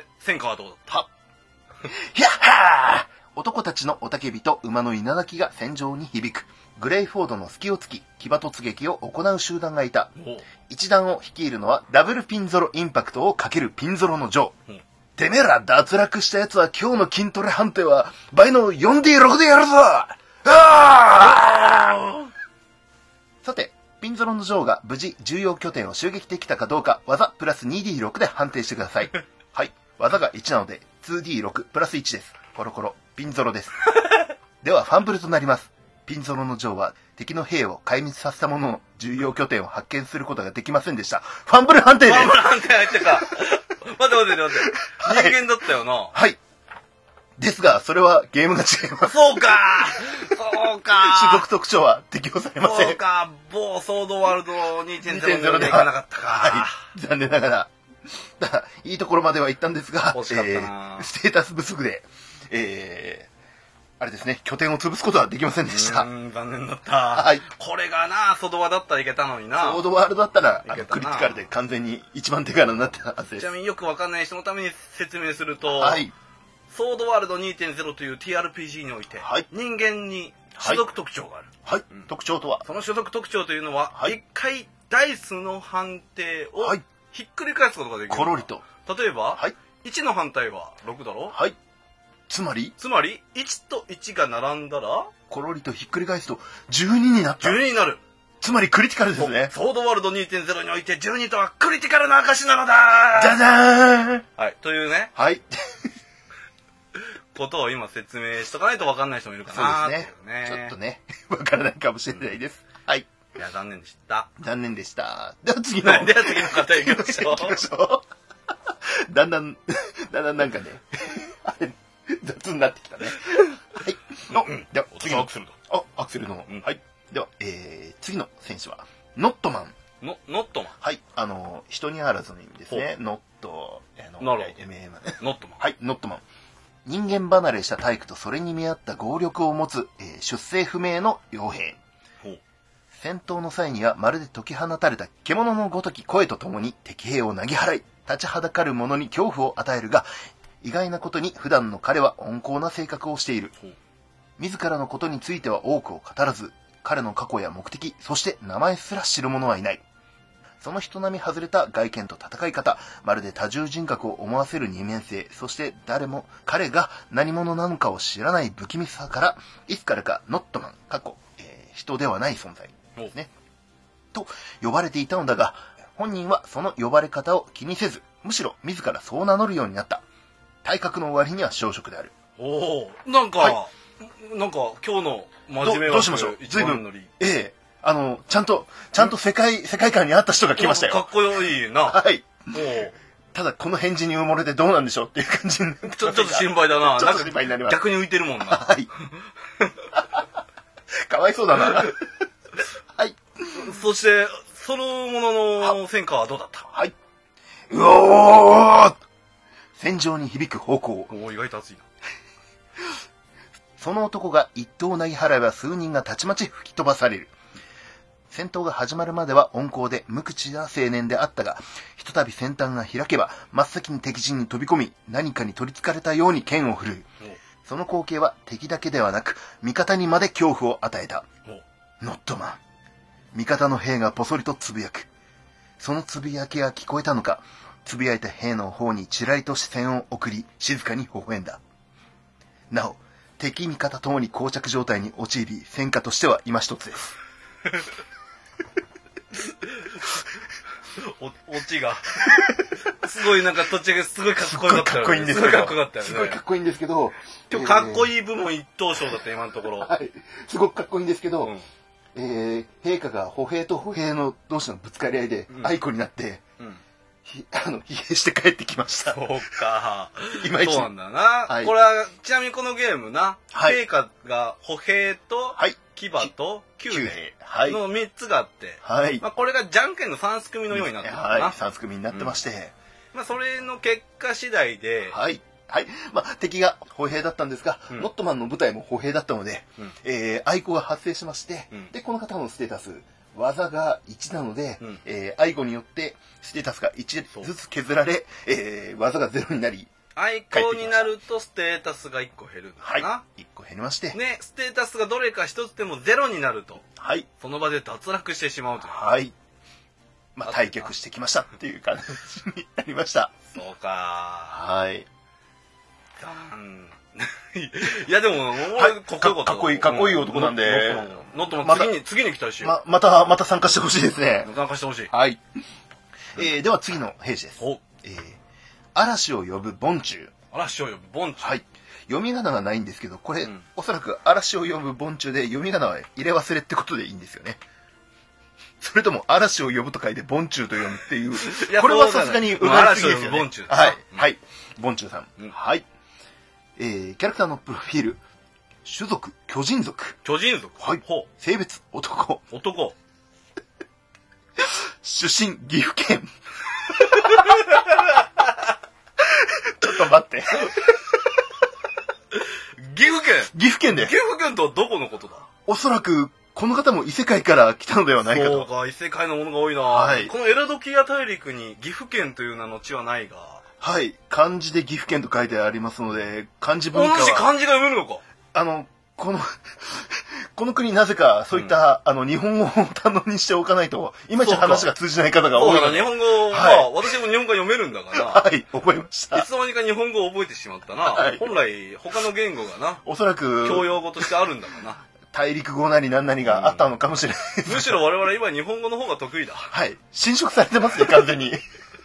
戦果はどうだったはひゃっはー男たちの雄たけびと馬の稲鳴きが戦場に響く。グレイフォードの隙を突き、騎馬突撃を行う集団がいた。一団を率いるのはダブルピンゾロインパクトをかけるピンゾロのジョー。てめえら脱落した奴は今日の筋トレ判定は倍の よんディーろく でやるぞあさて、ピンゾロのジョーが無事重要拠点を襲撃できたかどうか技プラス ツーディーろく で判定してください。はい。技がいちなので ツーディーろく プラスいちです。コロコロ、ピンゾロです。ではファンブルとなります。ピンゾロのジョーは敵の兵を壊滅させたものの重要拠点を発見することができませんでした。ファンブル判定です。 ファンブル判定入ってた。待って待って待って。人間だったよな。 はい。ですが、それはゲームが違います。 そうかそうか種族特徴は適用されません。 そうか某ソードワールド にてんゼロ でいかなかったか。 はい。残念ながら。だいいところまでは行ったんですが、 惜しかったな、 えー、ステータス不足で、えあれですね、拠点を潰すことはできませんでした。 うーん、残念だった。 はい。 これがな、ソドワだったらいけたのにな。 ソードワールドだったら、あのいけたなクリティカルで完全に一番手柄になってたはずです。 ちなみによくわかんない人のために説明すると、 はい。 ソードワールド にてんゼロ という ティーアールピージー において、はい、人間に所属特徴がある。 はい。うん、特徴とはその所属特徴というのは、はい、一回ダイスの判定をひっくり返すことができる。 コロリと。 例えば、 はい、 いちの反対はろくだろ。 はい。つまりつまり、いちといちが並んだら、 コロリとひっくり返すとじゅうにになった。 じゅうにになる。 つまりクリティカルですね。 ソードワールド にてんゼロ においてじゅうにとはクリティカルな証なのだ。 じゃじゃーん。 はい。というね。 はい。 ことを今説明しとかないと分かんない人もいるかな。 そうですね。ちょっとね、分からないかもしれないです。うん、はい。 いや、残念でした。 残念でした。では次の。 では次の方行きましょう。 行きましょう。だんだん、だんだんなんかね、あれ、雑になってきたね。はい。の、うん、では次の。 アクセルだ。 あ、アクセルの。うん、はい。では、えー、次の選手は、ノットマン。 の、ノットマン。 はい。あの、人にあらずの意味ですね。ノット、 あの、なるほど。 エムエーエム。 ノットマン。 はい、ノットマン。人間離れした体躯とそれに見合った合力を持つ、えー、出生不明の傭兵。戦闘の際にはまるで解き放たれた獣のごとき声とともに敵兵を投げ払い、立ちはだかる者に恐怖を与えるが、意外なことに普段の彼は温厚な性格をしている。自らのことについては多くを語らず、彼の過去や目的、そして名前すら知る者はいない。その人並み外れた外見と戦い方、まるで多重人格を思わせる二面性、そして誰も彼が何者なのかを知らない不気味さから、いつからかノットマン、過去、えー、人ではない存在ですね。と呼ばれていたのだが、本人はその呼ばれ方を気にせず、むしろ自らそう名乗るようになった。体格の割には小食である。 おお、なんか、はい、なんか今日の真面目はどうしましょう。随分、ええ。あの、ちゃんと、ちゃんと世界、世界観に合った人が来ましたよ。 かっこいいな。 はい。ただ、この返事に埋もれてどうなんでしょうっていう感じに。 ちょっと心配だな。 ちょっと心配になります。 逆に浮いてるもんな。 はい。かわいそうだな。はい。 そして、そのものの戦果はどうだった？ はい。うおー！戦場に響く方向。 おー、意外と熱いな。 その男が一刀投げ払えば数人がたちまち吹き飛ばされる。戦闘が始まるまでは温厚で無口な青年であったが、ひとたび先端が開けば真っ先に敵陣に飛び込み、何かに取りつかれたように剣を振るう。その光景は敵だけではなく、味方にまで恐怖を与えた。ノットマン。味方の兵がぽそりとつぶやく。そのつぶやきが聞こえたのか、つぶやいた兵の方にちらりと視線を送り、静かに微笑んだ。なお、敵味方ともに膠着状態に陥り、戦果としては今一つです。 お、オチが。すごいなんか途中がすごいかっこよかったよね。 すごいかっこいいんですけど。すごいかっこよかったよね。 すごいかっこいいんですけど。 今日かっこいい部門一等賞だった今のところ。 はい。すごくかっこいいんですけど、 うん、 えー、陛下が歩兵と歩兵の同士のぶつかり合いで、愛子になって、うん、ひあの疲弊して帰ってきました。 そうか。 いまいち。 そうなんだな。はい、これは、ちなみにこのゲームな、はい、陛下が歩兵と、はい、騎馬と弓兵のみっつがあって、はい、まあこれがじゃんけんのさん組のようになってるのかな。 はい、さん組になってまして、 うん、まあそれの結果次第で、 はい。はい。まあ、敵が歩兵だったんですが、うん、ノットマンの部隊も歩兵だったので、うん、えー、愛子が発生しまして、うん、で、この方のステータス、技がいちなので、うん、えー、愛子によってステータスがいちずつ削られ、えー、技がゼロになり、 愛子になるとステータスがいっこ減るのかな。 はい。いっこ減りまして。 ね、ステータスがどれかひとつでもゼロになると、 はい。 その場で脱落してしまうという。 はい。まあ、退却してきましたっていう感じになりました。 そうか。 はい。 いやでも、俺、かっこよかった。 かっこいい、かっこいい男なんで。 ノットマン、次に、次に期待しよう。 ま、また、また参加してほしいですね。 参加してほしい。 はい。えー、では次の兵士です。おえー、嵐を呼ぶ凡虫。 嵐を呼ぶ凡虫。 はい。読み仮名がないんですけど、これ、うん、おそらく嵐を呼ぶ凡虫で読み仮名は入れ忘れってことでいいんですよね。それとも嵐を呼ぶと書いて凡虫と読むっていう。これはさすがにうがりすぎですよね。 嵐を呼ぶ凡虫。 はい。はい。凡虫さん。うん、はい。えー、キャラクターのプロフィール。種族、巨人族。 巨人族はい。ほう。性別、男。 男。 出身、岐阜県。ちょっと待って。 岐阜県岐岐阜県で岐阜県とはどこのことだ？ おそらく、この方も異世界から来たのではないかと。 そうか、異世界のものが多いな、 はい、 このエラドキア大陸に岐阜県という名の地はないが。 はい。漢字で岐阜県と書いてありますので、漢字文化は。 同じ漢字が読めるのか？ あの、この、この国なぜか、そういった、うん、あの、日本語を堪能にしておかないと、いまいち話が通じない方が多いので。 そうだ、日本語は、はい、私も日本語読めるんだから。 はい、覚えました。 いつの間にか日本語を覚えてしまったな。はい、本来、他の言語がな。 おそらく、 教養語としてあるんだからな。 大陸語なり何なりがあったのかもしれない、 うん、むしろ我々今日本語の方が得意だ。 はい。侵食されてますね、完全に。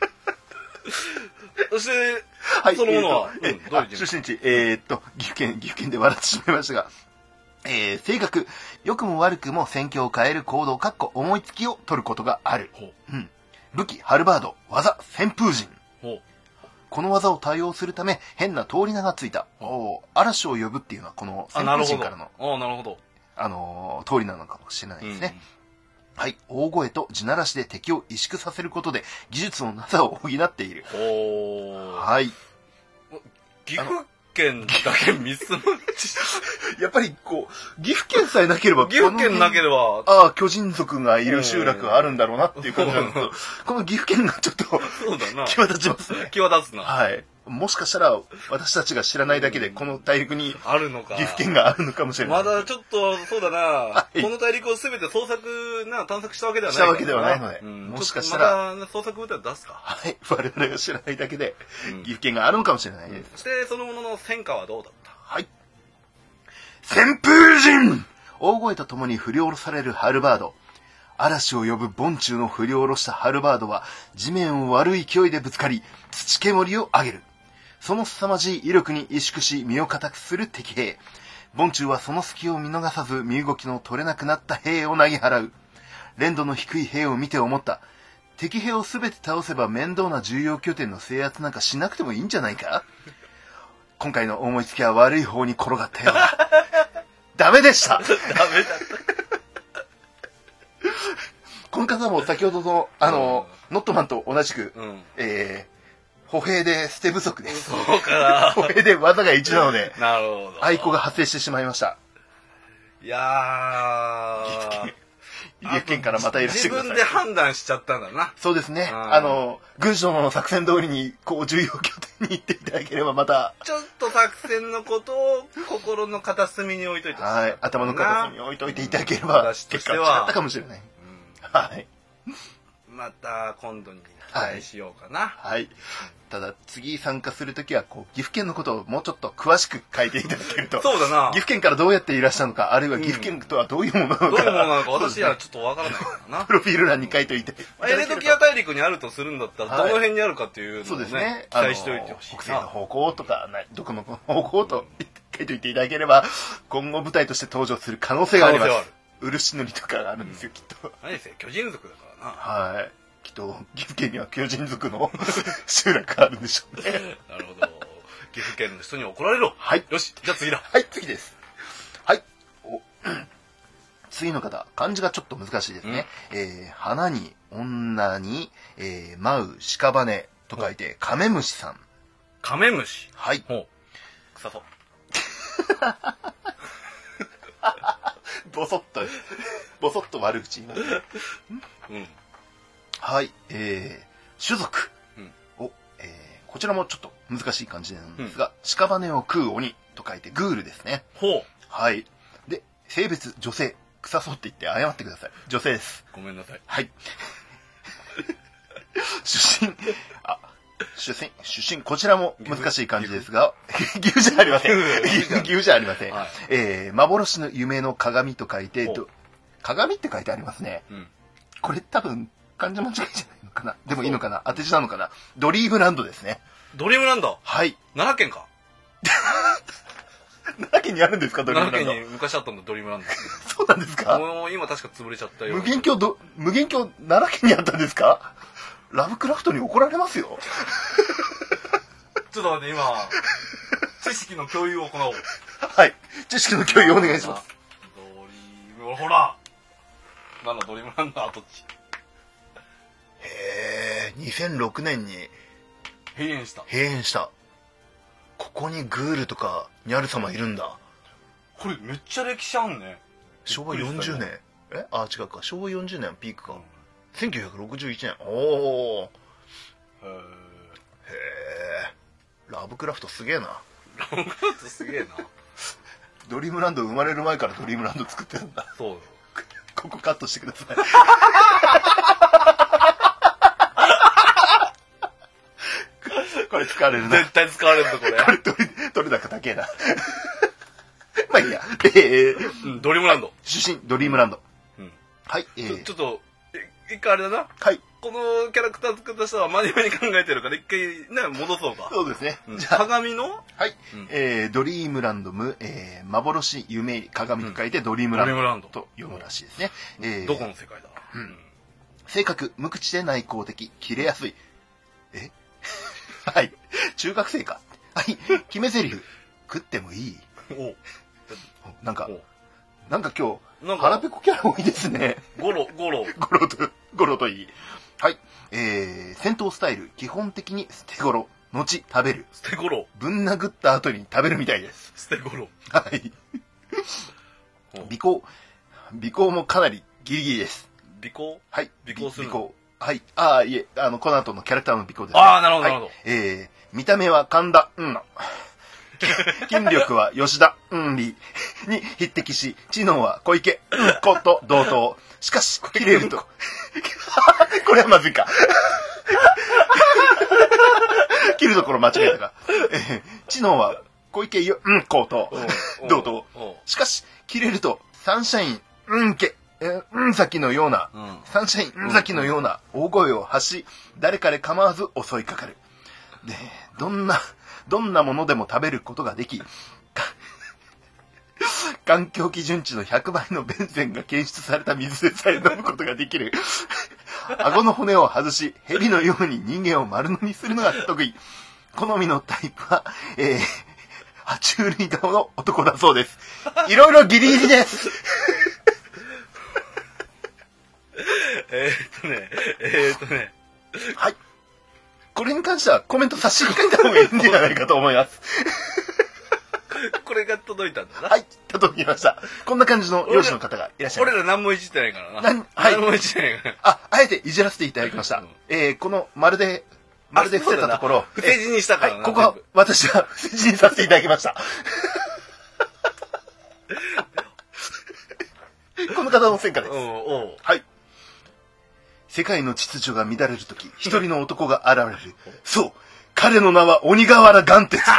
そして、 はい、 そのものは、 えーうん、どういう出身地、えー、っと、岐阜県、岐阜県で笑ってしまいましたが、えー、性格、良くも悪くも戦況を変える行動、かっこ思いつきを取ることがある。うん。武器、ハルバード、技、旋風陣。この技を対応するため、変な通り名がついた。お嵐を呼ぶっていうのは、この旋風陣からの、 あ、なるほど。 あのー、通りなのかもしれないですね。うん、はい。大声と地ならしで敵を萎縮させることで、技術のなさを補っている。はい。 岐阜県だけ三つのやっぱりこう、岐阜県さえなければ、 岐阜県なければ、 ああ、巨人族がいる集落があるんだろうなっていう感じなんですけど、この岐阜県がちょっと、そうだな。際立ちますね。 際立つな。 はい。もしかしたら、私たちが知らないだけで、この大陸に、 あるのか。 岐阜県があるのかもしれない。 まだちょっと、そうだな、はい、この大陸をすべて捜索な、探索したわけではない。 したわけではないので、うん、もしかしたら、 まだ捜索部隊を出すか。 はい。我々が知らないだけで、うん、岐阜県があるのかもしれないです。 そして、そのものの戦果はどうだった？ はい。旋風陣！大声とともに振り下ろされるハルバード。嵐を呼ぶ盆中の振り下ろしたハルバードは、地面を割る勢いでぶつかり、土煙を上げる。その凄まじい威力に萎縮し身を固くする敵兵。盆中はその隙を見逃さず身動きの取れなくなった兵を投げ払う。連度の低い兵を見て思った。敵兵をすべて倒せば面倒な重要拠点の制圧なんかしなくてもいいんじゃないか？今回の思いつきは悪い方に転がったようだ。ダメでした。ダメだった。この方も先ほどの、あの、うん、ノットマンと同じく、うん、えー、歩兵で捨て不足です。 そうかな。 歩兵で技がいちなので、 なるほど。 愛子が発生してしまいました。 いやー。 岐阜県からまたいらしてください。 自分で判断しちゃったんだな。 そうですね。あの、軍師殿の作戦通りに、こう、重要拠点に行っていただければまた。 ちょっと作戦のことを心の片隅に置いといて。 はい。頭の片隅に置いといていただければ、結果は違ったかもしれない。うん、はい。 また今度に期待しようかな。 はい。はいただ、次参加するときは、こう、岐阜県のことをもうちょっと詳しく書いていただけると。 そうだな。 岐阜県からどうやっていらっしゃるのか、あるいは岐阜県とはどういうものなのか。 どういうものなのか、私はちょっとわからないからな。 プロフィール欄に書いておいて。 エレドキア大陸にあるとするんだったら、どの辺にあるかっていうのをね、そうですね、期待しておいてほしいな。 北西の方向とか、どこの方向と書いておいていただければ、今後舞台として登場する可能性があります。漆塗りとかがあるんですよ、きっと。 何せ、巨人族だからな。はい。きっと、岐阜県には巨人族の集落があるんでしょうね。 なるほど。岐阜県の人に怒られろ。 はい。 よし、じゃあ次だ。 はい、次です。はい。お次の方、漢字がちょっと難しいですね。えー、花に、女に、えー、舞う、屍と書いて、カメムシさん。 カメムシはい。 ほう。臭そう。 ボソッと、ボソッと悪口言いますね。うん。はい、えー、種族を、うんえー、こちらもちょっと難しい感じなんですが、うん、屍を食う鬼と書いてグールですね。 ほう。 はい。で、性別、女性、臭そうって言って謝ってください。女性です。 ごめんなさい。 はい。出身、あ、出身、出身、こちらも難しい感じですが、岐阜じゃありません。岐阜じゃありません。はい、えー、幻の夢の鏡と書いて、鏡って書いてありますね。うん、これ多分、漢字間違いじゃないのかなでもいいのかな当て字なのかなドリームランドですね。 ドリームランドはい。 奈良県か奈良県にあるんですかドリームランド。 奈良県に昔あったんだ、ドリームランド。 そうなんですかもう今確か潰れちゃったよ。 無限鏡ど、無限鏡奈良県にあったんですかラブクラフトに怒られますよ。 ちょっと待って、今、知識の共有を行おう。 はい。知識の共有お願いします。 ドリーム、ほらなんだドリームランド跡地。 へえ、にせんろくねんに閉園した。 閉園した。ここにグールとかニャル様いるんだ。 これめっちゃ歴史あんね。 しょうわよんじゅうねん。えあ、違うか。しょうわよんじゅうねんピークか。うん、せんきゅうひゃくろくじゅういちねん。おー。へー。へー。ラブクラフトすげえな。 ラブクラフトすげえな。 ドリームランド生まれる前からドリームランド作ってるんだ。 そうよ。 ここカットしてください。これ使われるな。 絶対使われるぞ、これ。 これ取り、取れ高高えな。まあいいや。えー、うん、ドリームランド。 出身、ドリームランド。うん。はい、 えー、ちょっと、一回あれだな。 はい。 このキャラクター作った人は真面目に考えてるから、一回ね、戻そうか。 そうですね。 うん、じゃあ、鏡のはい。うん、えー、ドリームランドム、えー、幻、夢、鏡と書いてドリームランド。ドリームランド。と読むらしいですね。 うん、えー、どこの世界だ。うん。 性格、無口で内向的、切れやすい。えはい。中学生か。はい。決め台詞。食ってもいい？おなんか、なんか今日、腹ペコキャラ多いですね。 ゴロ、ゴロ。 ゴロと、ゴロといい。はい。えー、戦闘スタイル、基本的に捨てゴロ。後、食べる。 捨てゴロ。 ぶん殴った後に食べるみたいです。 捨てゴロ。 はい。尾行。尾行もかなりギリギリです。 尾行？ はい。 尾行する。 尾行。はい。ああ、いえ、あの、この後のキャラクターの尾行です、ね。 ああ、なるほど、なるほど。 えー、見た目は神田、うん。筋力は吉田、うんりに匹敵し、知能は小池、うんこと同等。しかし、切れると。これはまずいか。切るところ間違えたか。えー、知能は小池ゆ、うんこと同等。しかし、切れると、サンシャイン、うんけ。えうんざきのような、うん、サンシャインうんざきのような大声を発し、誰かで構わず襲いかかる。で、どんな、どんなものでも食べることができ、環境基準値のひゃくばいのベンゼンが検出された水でさえ飲むことができる。顎の骨を外し、蛇のように人間を丸飲みするのが得意。好みのタイプは、えー、爬虫類顔の男だそうです。いろいろギリギリです。 えーっとね、えーっとね。 はい。これに関してはコメント差し控えた方がいいんじゃないかと思います。 これが届いたんだな。 はい、届きました。こんな感じの漁師の方がいらっしゃいます。 俺ら何もいじってないからな。 はい。 何もいじってないから。 あ、あえていじらせていただきました。うん、えー、このまるで、まるで伏せたところ。 伏せ字にしたからな。 はい、ここは私は伏せ字にさせていただきました。この方の戦果です。はい。世界の秩序が乱れるとき、一人の男が現れる。そう、彼の名は鬼瓦岩鉄。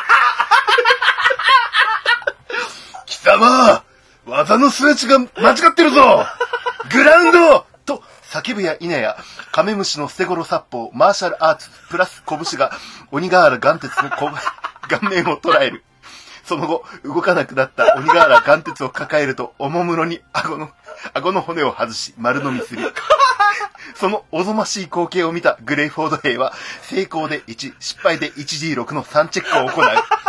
貴様、技の数値が間違ってるぞグラウンドと叫ぶや否や、カメムシの捨て頃殺法、マーシャルアーツ、プラス拳が鬼瓦岩鉄の顔面を捉える。その後、動かなくなった鬼瓦岩鉄を抱えると、おもむろに顎の、顎の骨を外し、丸飲みする。そのおぞましい光景を見たグレイフォード兵は、成功でいち、失敗で いちディーろく のさんチェックを行う。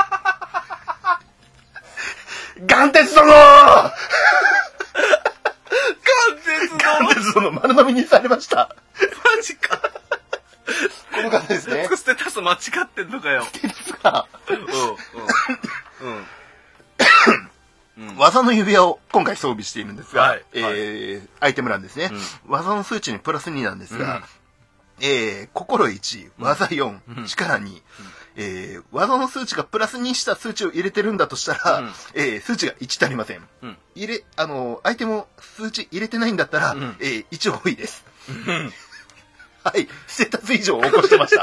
岩鉄殿岩鉄殿岩鉄殿丸飲みにされました。 マジか。 この方ですね。 ステータス間違ってんのかよ。 ステータスが。 うん。うん。 うん。技の指輪を今回装備しているんですが、 はい、 えーはい、アイテム欄ですね、うん。技の数値にプラスになんですが、うん、えー、心いち、技よん、うん、力に、うんえー、技の数値がプラスにした数値を入れてるんだとしたら、うんえー、数値がいち足りません。うん、入れ、あの、アイテムを数値入れてないんだったら、うんえー、いち多いです。うんはい、ステータス以上を起こしてました。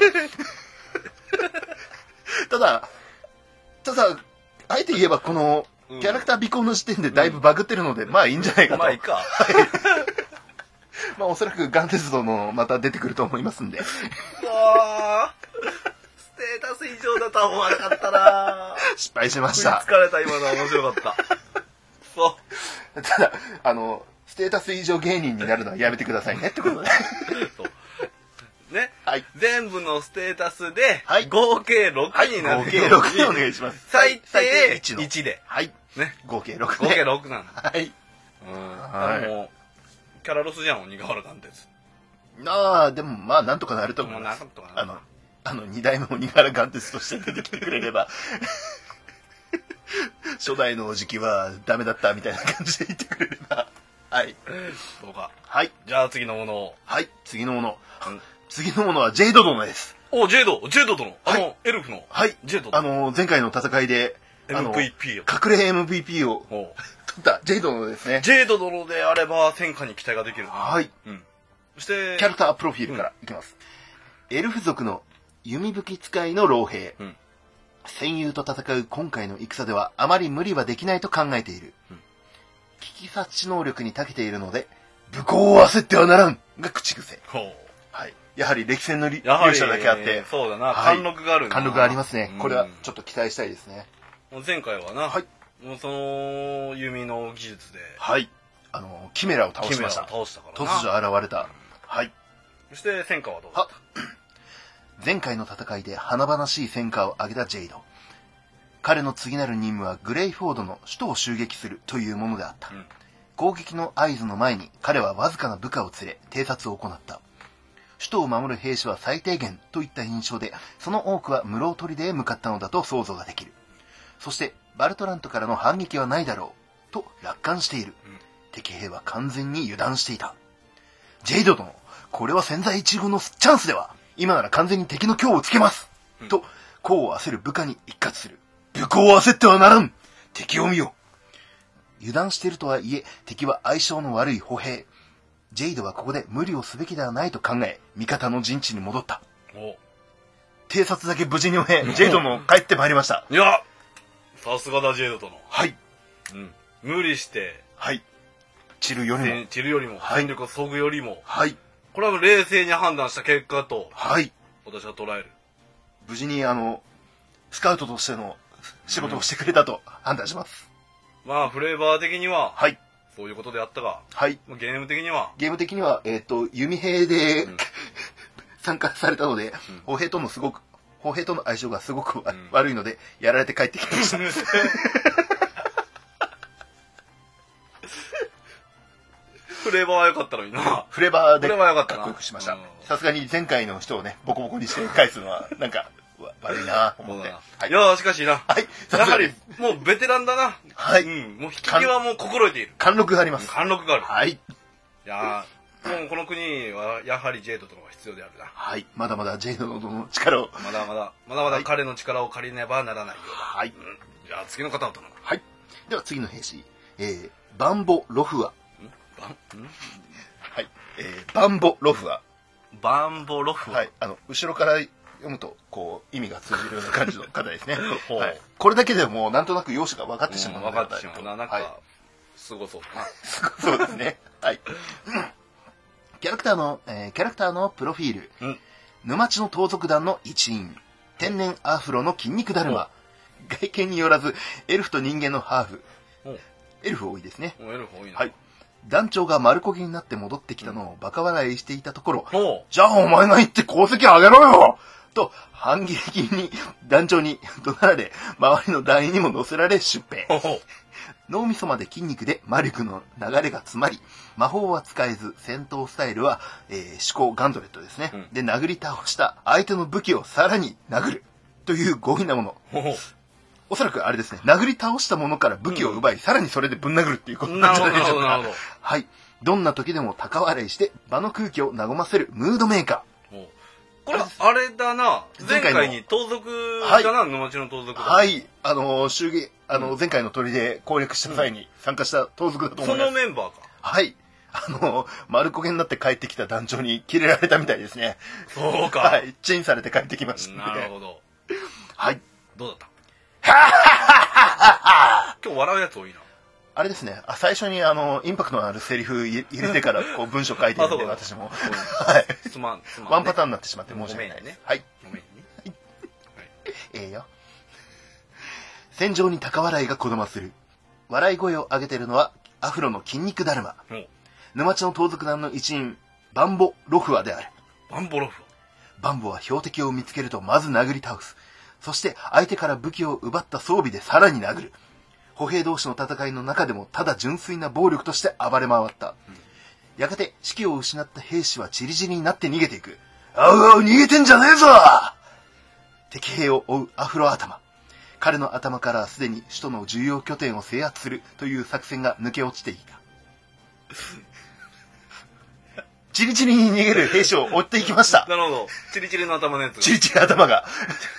ただ、ただ、あえて言えばこの、キャラクター尾行の時点でだいぶバグってるので、うん、まあいいんじゃないかと。 まあいいか。 はい、まあおそらくガン鉄道のまた出てくると思いますんで。 ステータス以上だとは思わなかったな失敗しました。 疲れた今のは面白かった。 そう。ただ、あの、ステータス以上芸人になるのはやめてくださいねってことで。そうね、 はい、 全部のステータスで合計ろくになる、 はい、合計ろくでお願いします。 最低いち, いちで、 はいね、 合計ろくで合計ろくなの。 はい。 うん。はい、もうキャラロスじゃん鬼瓦なんです。 ああでもまあなんとかなると思います。あのあの二代目鬼瓦ガンテスとして出てきてくれれば初代のおじきはダメだったみたいな感じで言ってくれれば。はい。 そうか。 はい。 じゃあ次のものを。 はい。次のもの。うん、次のものはジェイド殿です。 お、ジェイド、ジェイド殿。あの、はい、エルフの。 はい。 ジェイド殿。あの、前回の戦いで、 エムブイピー を。 隠れ エムブイピー を取ったジェイド殿ですね。 ジェイド殿であれば戦果に期待ができるな。 はい。 うん。そして、 キャラクタープロフィールからいきます。うん、エルフ族の弓吹き使いの老兵。うん、戦友と戦う今回の戦ではあまり無理はできないと考えている。うん、危機察知能力に長けているので、武功を焦ってはならんが口癖。ほう。はい。やはり歴戦の勇者だけあって。 そうだな、はい、貫禄があるな。 貫禄がありますね。これはちょっと期待したいですね。 前回はな、はい。もうその弓の技術で。 はい。あの、キメラを倒しました。 キメラを倒したからな。突如現れた。はい。 そして戦果はどうだった？ 前回の戦いで華々しい戦果を挙げたジェイド。彼の次なる任務はグレイフォードの首都を襲撃するというものであった。うん、攻撃の合図の前に彼はわずかな部下を連れ偵察を行った。首都を守る兵士は最低限といった印象で、その多くは室戸砦へ向かったのだと想像ができる。そしてバルトラントからの反撃はないだろうと楽観している。うん、敵兵は完全に油断していた。ジェイド殿、これは千載一遇のチャンスでは、今なら完全に敵の強をつけます、うん、と功を焦る部下に一括する。武功を焦ってはならん。敵を見よ。油断しているとはいえ、敵は相性の悪い歩兵。ジェイドはここで無理をすべきではないと考え、味方の陣地に戻った。お偵察だけ無事に終え、ジェイドも帰ってまいりました。 いや、さすがだジェイド殿。 はい。 うん。無理して、 はい。散るよりも、 散るよりも、戦力を削ぐよりも、 はい。 これは冷静に判断した結果と、 はい。 私は捉える。 無事にあのスカウトとしての仕事をしてくれたと判断します。 うん、まあフレーバー的には、 はい。 そういうことであったが、 はい。 ゲーム的には、 ゲーム的にはえっ、ー、と弓兵で、うん、参加されたので、うん、歩兵とのすごく歩兵との相性がすごく、うん、悪いのでやられて帰ってきました。 フレーバーは良かったのにな。 フレーバーでかっこよくしました。さすがに前回の人をね、ボコボコにして返すのは、なんか、悪いなぁ、思って。 はい、いやしかしな。 はい。 やはり、もうベテランだな。 はい。 うん。もう引き際も心得ている。 貫禄があります。 貫禄がある。 はい。 いやー、もうこの国は、やはりジェイド殿が必要であるな。 はい。まだまだジェイド殿の力を。 まだまだ、まだまだ彼の力を借りねばならないようだ。 はい。うん、 じゃあ次の方を頼む。 はい。では次の兵士。えー、バンボ・ロフア。んバン、んはい、えー、バンボ・ロフア。 バンボ・ロフア。 はい、あの後ろから読むとこう意味が通じるような感じの方ですね。はい、これだけでもうなんとなく容姿が分かってしまう。 分かってしまうな。なんか、はい、すごそうだな。 すごそうですね。はい。キャラクターの、えー、キャラクターのプロフィール。うん、沼地の盗賊団の一員。天然アフロの筋肉だるま。外見によらずエルフと人間のハーフ。エルフ多いですね。 エルフ多いな。 はい。団長が丸焦げになって戻ってきたのをバカ笑いしていたところ、うん、じゃあお前が行って功績上げろよと反撃に団長に怒鳴られ、周りの団員にも乗せられ出兵。脳みそまで筋肉で魔力の流れが詰まり、魔法は使えず戦闘スタイルは、えー、思考ガンドレットですね、うん、で殴り倒した相手の武器をさらに殴るという強引なもの。おそらくあれですね、殴り倒したものから武器を奪い、うん、さらにそれでぶん殴るっていうことなんじゃないでしょうか。はい。どんな時でも高笑いして場の空気を和ませるムードメーカー。 これあれだな、前回に盗賊だな、沼地の盗賊だ。 はい、あの襲撃、あの前回の砦で攻略した際に参加した盗賊だと思います。 そのメンバーか。 はい。あの丸焦げになって帰ってきた団長にキレられたみたいですね。 そうか。 はい。チェインされて帰ってきました、 ね。なるほど。 はい。 どうだった？今日笑うやつ多いな。 あれですね、あ最初にあのインパクトのあるセリフ入れてからこう文章書いてるんで私も、はい、 すまんすまん、ね、 ワンパターンになってしまって申し訳ないです。ね、はい。ごめんね。はい、ええよ。戦場に高笑いがこだまする。笑い声を上げてるのはアフロの筋肉だるま。沼地の盗賊団の一員バンボ・ロフアである。 バンボ・ロフア。バンボは標的を見つけるとまず殴り倒す。そして相手から武器を奪った装備でさらに殴る。歩兵同士の戦いの中でもただ純粋な暴力として暴れ回った。うん、やがて士気を失った兵士はチリチリになって逃げていく。あうあう逃げてんじゃねえぞ。敵兵を追うアフロ頭。 彼の頭からすでに首都の重要拠点を制圧するという作戦が抜け落ちていた。チリチリに逃げる兵士を追っていきました。 なるほど。チリチリの頭のやつ。 チリチリ頭が。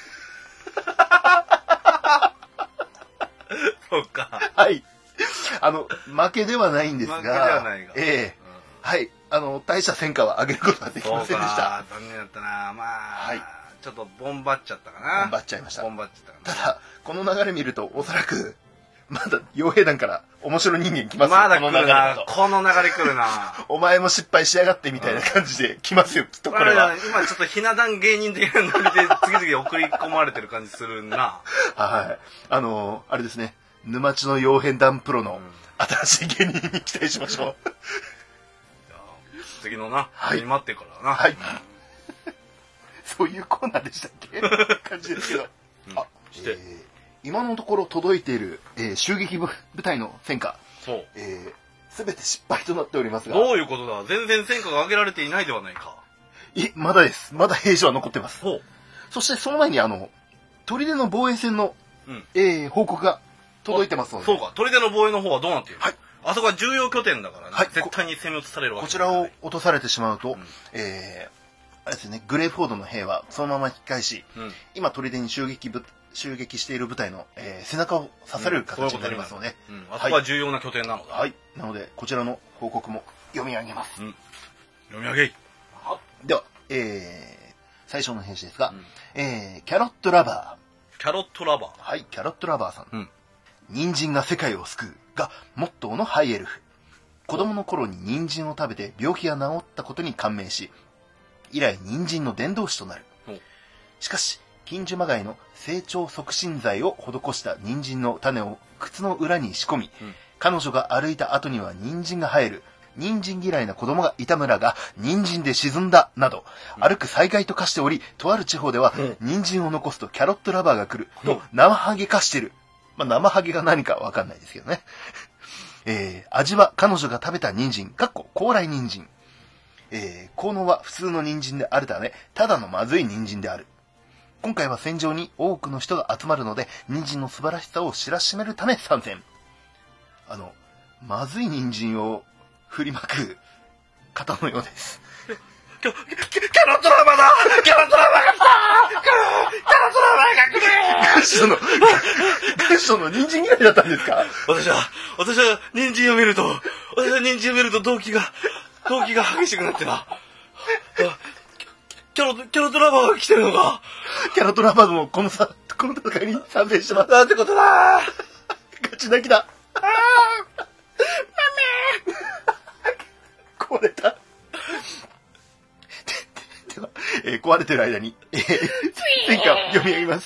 そうか。 はい。あの、負けではないんですが、 負けではないが。 ええ、うん、はい。あの、大した戦果は上げることができませんでした。 残念だったな。まあ、 はい。 ちょっとボンバっちゃったかな。 ボンバっちゃいました。 ボンバっちゃったかな。ただ、この流れ見ると、おそらく、まだ、傭兵団から面白人間来ますよ。 まだ来るな。この流れ来るな。 お前も失敗しやがってみたいな感じで来ますよ、きっとこれは。 今ちょっとひな壇芸人的なノリで次々送り込まれてる感じするな。 はい。あのー、あれですね。沼地の傭兵団プロの新しい芸人に期待しましょう。 次のな、 はい。 待ってるからな。 はい。そういうコーナーでしたっけ感じですけど。うん、あ、して、えー、今のところ届いている、えー、襲撃部隊の戦果。そう。えー、すべて失敗となっておりますが。 どういうことだ？全然戦果が上げられていないではないか。 い、まだです。まだ兵士は残ってます。そう。そしてその前にあの、砦の防衛戦の、うん、えー、報告が届いてますので。 そうか。砦の防衛の方はどうなっている？はい。あそこは重要拠点だからね。はい。絶対に攻め落とされるわけです。こちらを落とされてしまうと、うん、えー、あれですね、グレイフォードの兵はそのまま引き返し、うん、今砦に襲撃部、襲撃している部隊の、えー、背中を刺される形になりますので、 うんうん、あそこは重要な拠点なのだ。 はい。なので、こちらの報告も読み上げます。うん、 読み上げい。 では、えー、最初の兵士ですが、うん、えー、キャロットラバー。キャロットラバー。 はい、キャロットラバーさん。うん、人参が世界を救うがモットーのハイエルフ。子供の頃に人参を食べて病気が治ったことに感銘し、以来人参の伝道師となる。しかし、金樹まがいの成長促進剤を施した人参の種を靴の裏に仕込み、うん、彼女が歩いた後には人参が生える。人参嫌いな子供がいた村が人参で沈んだなど、うん、歩く災害と化しており、とある地方では、うん、人参を残すとキャロットラバーが来ると生ハゲ化してる。まあ、生ハゲが何かわかんないですけどね。えー、味は彼女が食べた人参、かっこ高麗人参。えー、効能は普通の人参であるため、ただのまずい人参である。今回は戦場に多くの人が集まるので、人参の素晴らしさを知らしめるため参戦。あの、まずい人参を振りまく方のようです。 キャ、キャ、キャロットラバーだキャロットラバーが来たキャロットラバーが来るガッシュの、ガッシュの人参嫌いだったんですか？ 私は、私は人参を見ると、私は人参を見ると動機が、動機が激しくなってな。キャロ、キャロットラバーが来てるのか。 キャロットラバーもこのさ、この戦いに参戦します。 なんてことだガチ泣きだ。あーマメー壊れた。では、えー、壊れてる間に、えー、戦果を読み上げます。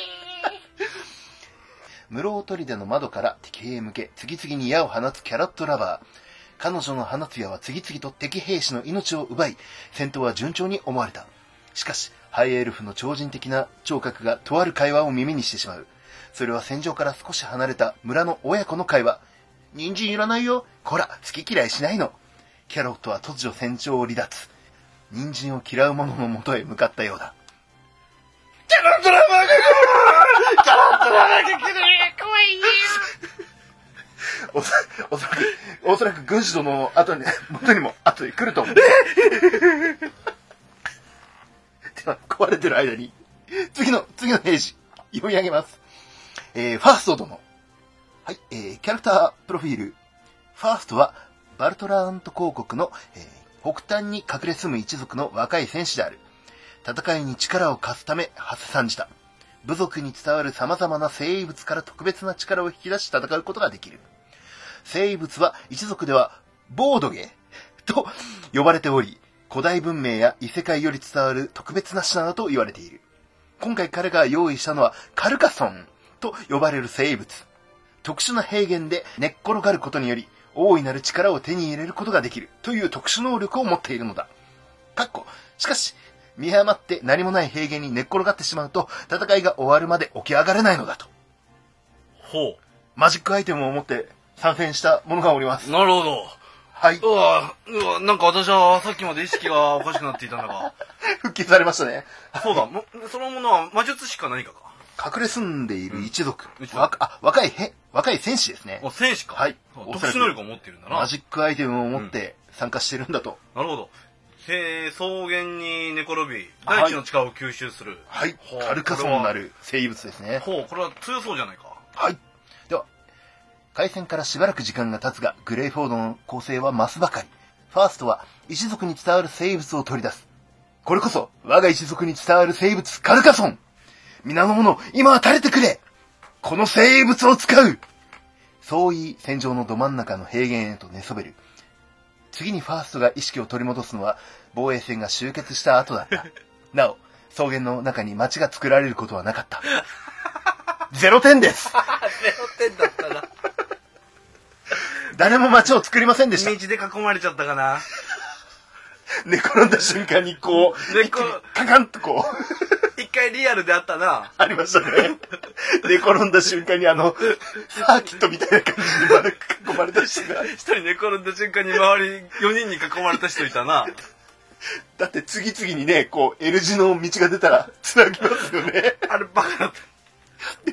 室尾砦の窓から敵兵へ向け、次々に矢を放つキャロットラバー。彼女の放つ矢は次々と敵兵士の命を奪い、戦闘は順調に思われた。しかし、ハイエルフの超人的な聴覚がとある会話を耳にしてしまう。それは戦場から少し離れた村の親子の会話。人参いらないよ。こら、好き嫌いしないの。キャロットは突如戦場を離脱。人参を嫌う者のもとへ向かったようだ。 キャロットラバーが来るキャロットラバーが来る怖いよおそ、おそらく、おそらく軍師殿の後に、元にも後で来ると思う。では、壊れてる間に、次の、次のページ、読み上げます。えー、ファースト殿。はい、えー、キャラクタープロフィール。ファーストは、バルトラント公国の、えー、北端に隠れ住む一族の若い戦士である。戦いに力を貸すため、はせ参じた。部族に伝わる様々な生物から特別な力を引き出し戦うことができる。生物は一族ではボードゲと呼ばれており、古代文明や異世界より伝わる特別な品だと言われている。今回彼が用意したのはカルカソンと呼ばれる生物。特殊な平原で寝っ転がることにより大いなる力を手に入れることができるという特殊能力を持っているのだ。かっこ、しかし、見誤って何もない平原に寝っ転がってしまうと戦いが終わるまで起き上がれないのだと。 ほう。 マジックアイテムを持って参戦した者がおります。 なるほど。 はい。 うわ、うわ、なんか私はさっきまで意識がおかしくなっていたんだが。 復帰されましたね。 そうだ、そのものは魔術師か何かか。 隠れ住んでいる一族。 うん、一族わあ、若いへ、若い戦士ですね。 お、戦士か。 はい。 特殊能力を持っているんだな。 マジックアイテムを持って参加してるんだと。 うん、なるほど。へえ、草原に寝転び、大地の力を吸収する。 はい。はい、カルカソンなる生物ですね。 ほう、これは強そうじゃないか。 はい。では、開戦からしばらく時間が経つが、グレイフォードの構成は増すばかり。ファーストは一族に伝わる生物を取り出す。これこそ、我が一族に伝わる生物、カルカソン。皆の者、今は垂れてくれ。この生物を使う。そう言い、戦場のど真ん中の平原へと寝そべる。次にファーストが意識を取り戻すのは、防衛戦が終結した後だった。なお、草原の中に町が作られることはなかった。ゼロてんです。 ゼロてんだったな。 誰も町を作りませんでした。 道で囲まれちゃったかな。 寝転んだ瞬間にこう、 寝転カカンとこう。一回リアルであったな。 ありましたね。寝転んだ瞬間にあの、サーキットみたいな感じに丸く囲まれた人が。 一人寝転んだ瞬間に周りよにんに囲まれた人いたな。 だって次々にね、こう、L 字の道が出たら繋ぎますよね。 あれバカだった。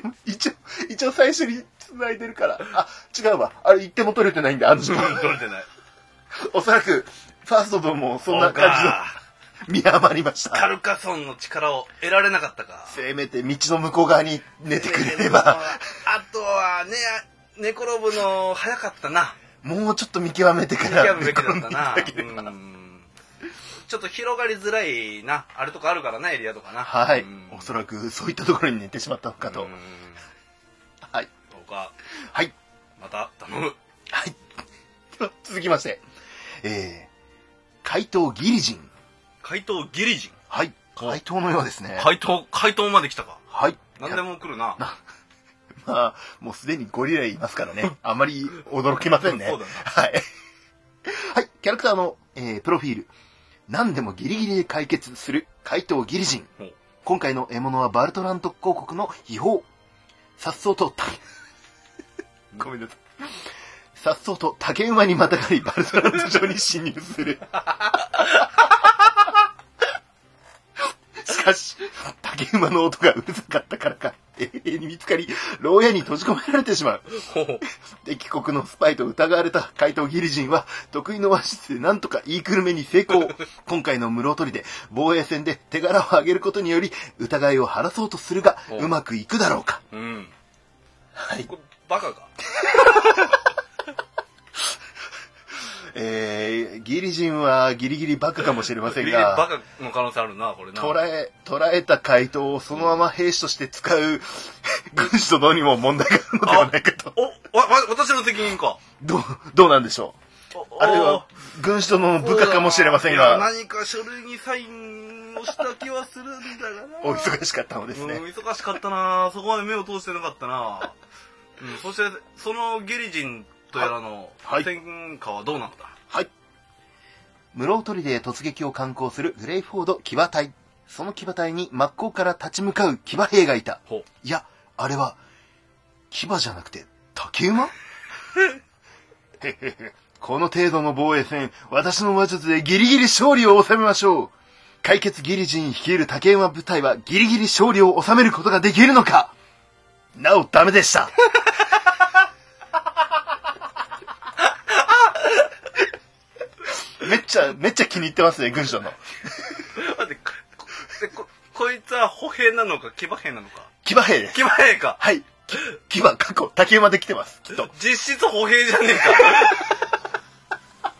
でも一応、一応最初に繋いでるから。あ、違うわ。あれ一点も取れてないんで、あの人。 取れてない。 おそらく、ファーストともそんな感じの見余りました。 カルカソンの力を得られなかったか。 せめて道の向こう側に寝てくれれば。 あとはね、寝転ぶの早かったな。 もうちょっと見極めてから見極めべきだったな。うんちょっと広がりづらいな。あるとこあるからな、エリアとかな。 はい。おそらくそういったところに寝てしまったのかと。はい。 どうか。 はい。 また頼む。 はい。では続きまして。えー、怪盗ギリジン。 怪盗ギリジン。 はい。怪盗のようですね。 怪盗、怪盗まで来たか。 はい。 何でも来るな。 なまあ、もうすでにゴリラいますからね。あまり驚きませんね。 そうだな。 はい。はい。キャラクターの、えー、プロフィール。何でもギリギリで解決する怪盗ギリジン。今回の獲物はバルトラント公国の秘宝。さっそうと、ごめんなさい。さっそうと竹馬にまたがりバルトラント城に侵入する。しかし、竹馬の音がうるさかったからか、永遠に見つかり、牢屋に閉じ込められてしまう。敵国のスパイと疑われた怪盗ギリジンは、得意の話術でなんとか言いくるめに成功。今回の室取りで防衛戦で手柄を上げることにより、疑いを晴らそうとするが、うまくいくだろうか。 うん。 はい。 バカか。 えー、ギリジンはギリギリバカかもしれませんが、 ギリギリバカの可能性あるな、これな。 捉え、捉えた回答をそのまま兵士として使う軍師殿にも問題があるのではないかと。 お、わ、わ、私の責任か。 どう、どうなんでしょう。あるいは、軍師殿の部下かもしれませんが。 何か書類にサインをした気はするんだがな。 お忙しかったのですね。 うん、忙しかったな。そこまで目を通してなかったな。うん、そして、そのギリジンとやらの戦果はどうなんだ。 はい。室取りで突撃を敢行するグレイフォード騎馬隊。その騎馬隊に真っ向から立ち向かう騎馬兵がいた。いや、あれは、騎馬じゃなくて、竹馬へへへ。この程度の防衛戦、私の話術でギリギリ勝利を収めましょう。解決ギリジン率いる竹馬部隊はギリギリ勝利を収めることができるのか。なおダメでした。めっちゃ、めっちゃ気に入ってますね、軍将の。 待って、こ、こ、こいつは歩兵なのか騎馬兵なのか。 騎馬兵です。 騎馬兵か。 はい。騎馬、過去、竹馬で来てます、きっと。 実質歩兵じゃねえか。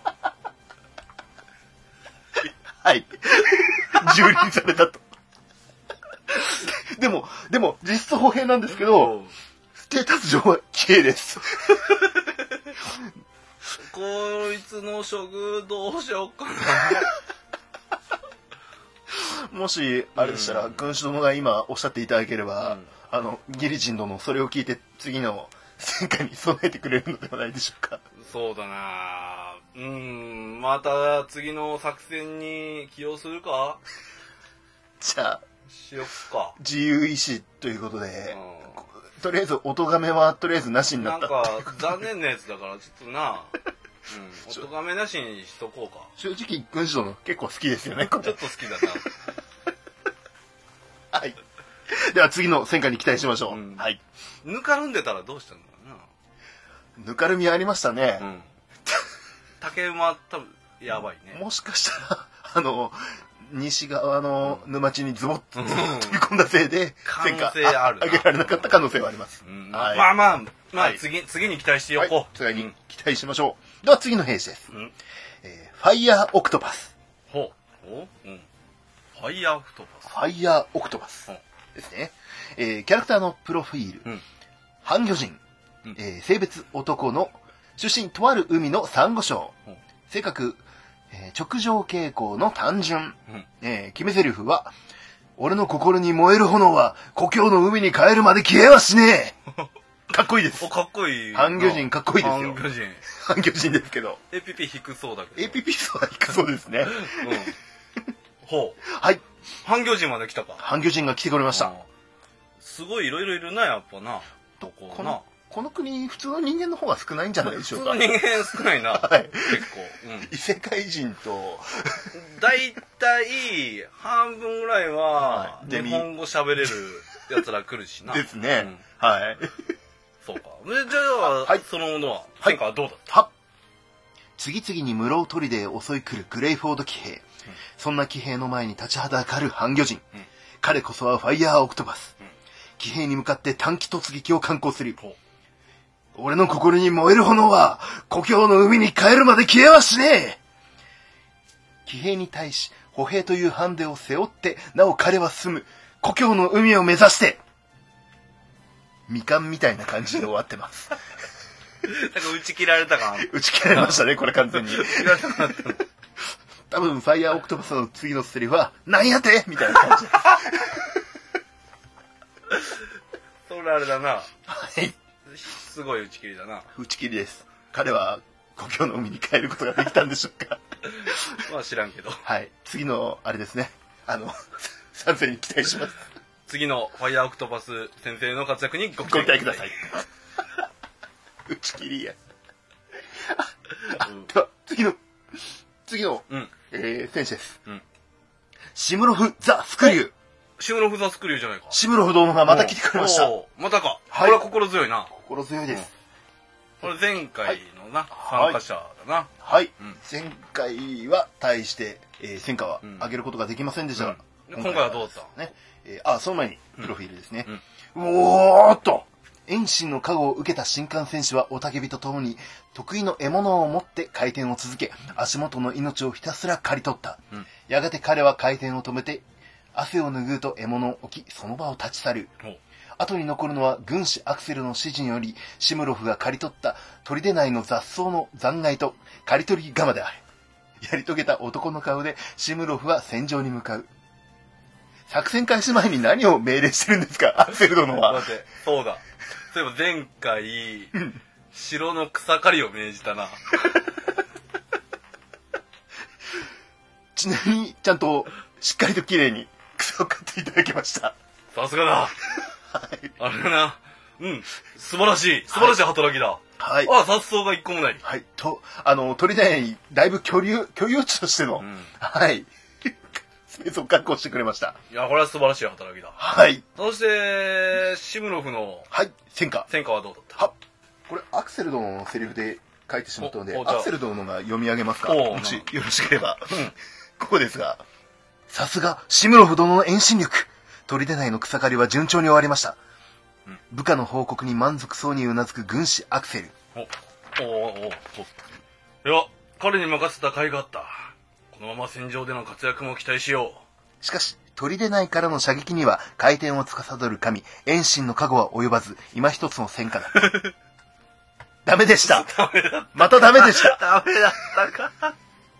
はい。蹂躙されたと。でも、でも、実質歩兵なんですけど、ステータス上は騎兵です。 こいつの処遇どうしようかな。もし、あれでしたら、うん、軍師殿が今おっしゃっていただければ、うん、あの、ギリジン殿、それを聞いて次の戦果に備えてくれるのではないでしょうか。 そうだなぁ。うん、また次の作戦に起用するかじゃあ、 しよっか。 自由意志ということで、うん、とりあえず、お咎めはとりあえずなしになった。 なんか、残念なやつだから、ちょっとなうん、お咎めなしにしとこうか。 正直、軍師殿結構好きですよね。 ちょっと好きだな。 はい。 では次の戦果に期待しましょう。うん、はい。 ぬかるんでたらどうしたんだろうな。ぬかるみありましたね。うん。 竹馬多分やばいね。 もしかしたら、あの、西側の沼地にズボッと飛び込んだせいで、 可能性あるな。 上げられなかった可能性はあります。 うんはい、まあまあ、まあ次、はい、次に期待しておこう。はい、 次に期待しましょう。では次の兵士です。うんえー、ファイヤーオクトパス。 ほう。ほう、うん、ファイヤーオクトパス。 ファイヤーオクトパスですね。えー、キャラクターのプロフィール。うん、半魚人、うんえー。性別男の出身とある海のサンゴ礁。うん、性格、えー、直上傾向の単純。うんえー、決め台詞は、俺の心に燃える炎は故郷の海に帰るまで消えはしねえかっこいいです。 お、かっこいい。 半魚人かっこいいですよ。 半魚人。 半魚人ですけど。 エーピーピー 低そうだけど。 エーピーピー そうは低そうですね。うん。 ほう。 はい。 半魚人まで来たか。 半魚人が来てくれました。 すごいいろいろいるな、やっぱな。 どここの、この国、普通の人間の方が少ないんじゃないでしょうか。 普通の人間少ないな。はい。結構。 うん、異世界人と。 だいたい半分ぐらいは、日本語喋れるやつら来るしな。 ですね。うん、はい。 そうか。じゃあ、はい、そのものは、戦果はどうだった、 はい、次々に室を砦へ襲い来るグレイフォード騎兵。うん、そんな騎兵の前に立ちはだかる半魚人。うん、彼こそはファイヤーオクトパス。うん、騎兵に向かって短期突撃を敢行する。俺の心に燃える炎は、故郷の海に帰るまで消えはしねえ。騎兵に対し、歩兵というハンデを背負って、なお彼は進む、故郷の海を目指して、みかんみたいな感じで終わってます。 なんか打ち切られたか打ち切られましたね、これ完全に。多分、ファイヤーオクトパスの次のセリフは、なんやてみたいな感じです。 それあれだな。 はい。 すごい打ち切りだな。 打ち切りです。彼は故郷の海に帰ることができたんでしょうか。 まあ知らんけど。 はい。次の、あれですね。あの、参戦に期待します。 次のファイヤーオクトパス先生の活躍にご期待ください。打ち切りや。あ、うん、では、次の、次の、うん、えー、選手です。うん、シムロフ・ザ・スクリュー。 シムロフ・ザ・スクリューじゃないか。 シムロフ殿がまた来てくれました。 またか。はい、これは心強いな。 心強いです。 うん、これ前回のな、はい、参加者だな。 はい。うん、前回は対して、えー、戦果は上げることができませんでしたが、 うん、今回はどうだったね。えー、あ、その前に、プロフィールですね。うんうん、おーっと遠心の加護を受けた新幹戦士は雄たけびとともに得意の獲物を持って回転を続け、足元の命をひたすら刈り取った。うん、やがて彼は回転を止めて、汗を拭うと獲物を置き、その場を立ち去る。後に残るのは軍師アクセルの指示により、シムロフが刈り取った砦内の雑草の残骸と刈り取り鎌である。やり遂げた男の顔でシムロフは戦場に向かう。作戦開始前に何を命令してるんですか、アクセル殿は。 待って、そうだ。そういえば前回、城の草刈りを命じたな。 ちなみに、ちゃんとしっかりと綺麗に草を刈っていただきました。 さすがだ。はい。あれだな。うん。素晴らしい。素晴らしい働きだ。はい。ああ、雑草が一個もない。 はい。と、あの、鳥ね、だいぶ居留、居留地としての、うん、はい。スペースを確保してくれました。 いや、これは素晴らしい働きだ。 はい。 そして、シムロフの、 はい、戦果。 戦果はどうだった？ はこれ、アクセル殿のセリフで書いてしまったので、アクセル殿が読み上げますか？もしよろしければ。うん。ここですが、さすが、シムロフ殿の遠心力。砦内の草刈りは順調に終わりました。うん、部下の報告に満足そうにうなずく軍師アクセル。 お、おおおお。いや、彼に任せた甲斐があった。このまま戦場での活躍も期待しよう。しかし、砦内からの射撃には回転を司る神、遠心の加護は及ばず、今一つの戦果だった。ダメでした。 ダメだった。 またダメでした。 ダメだったか。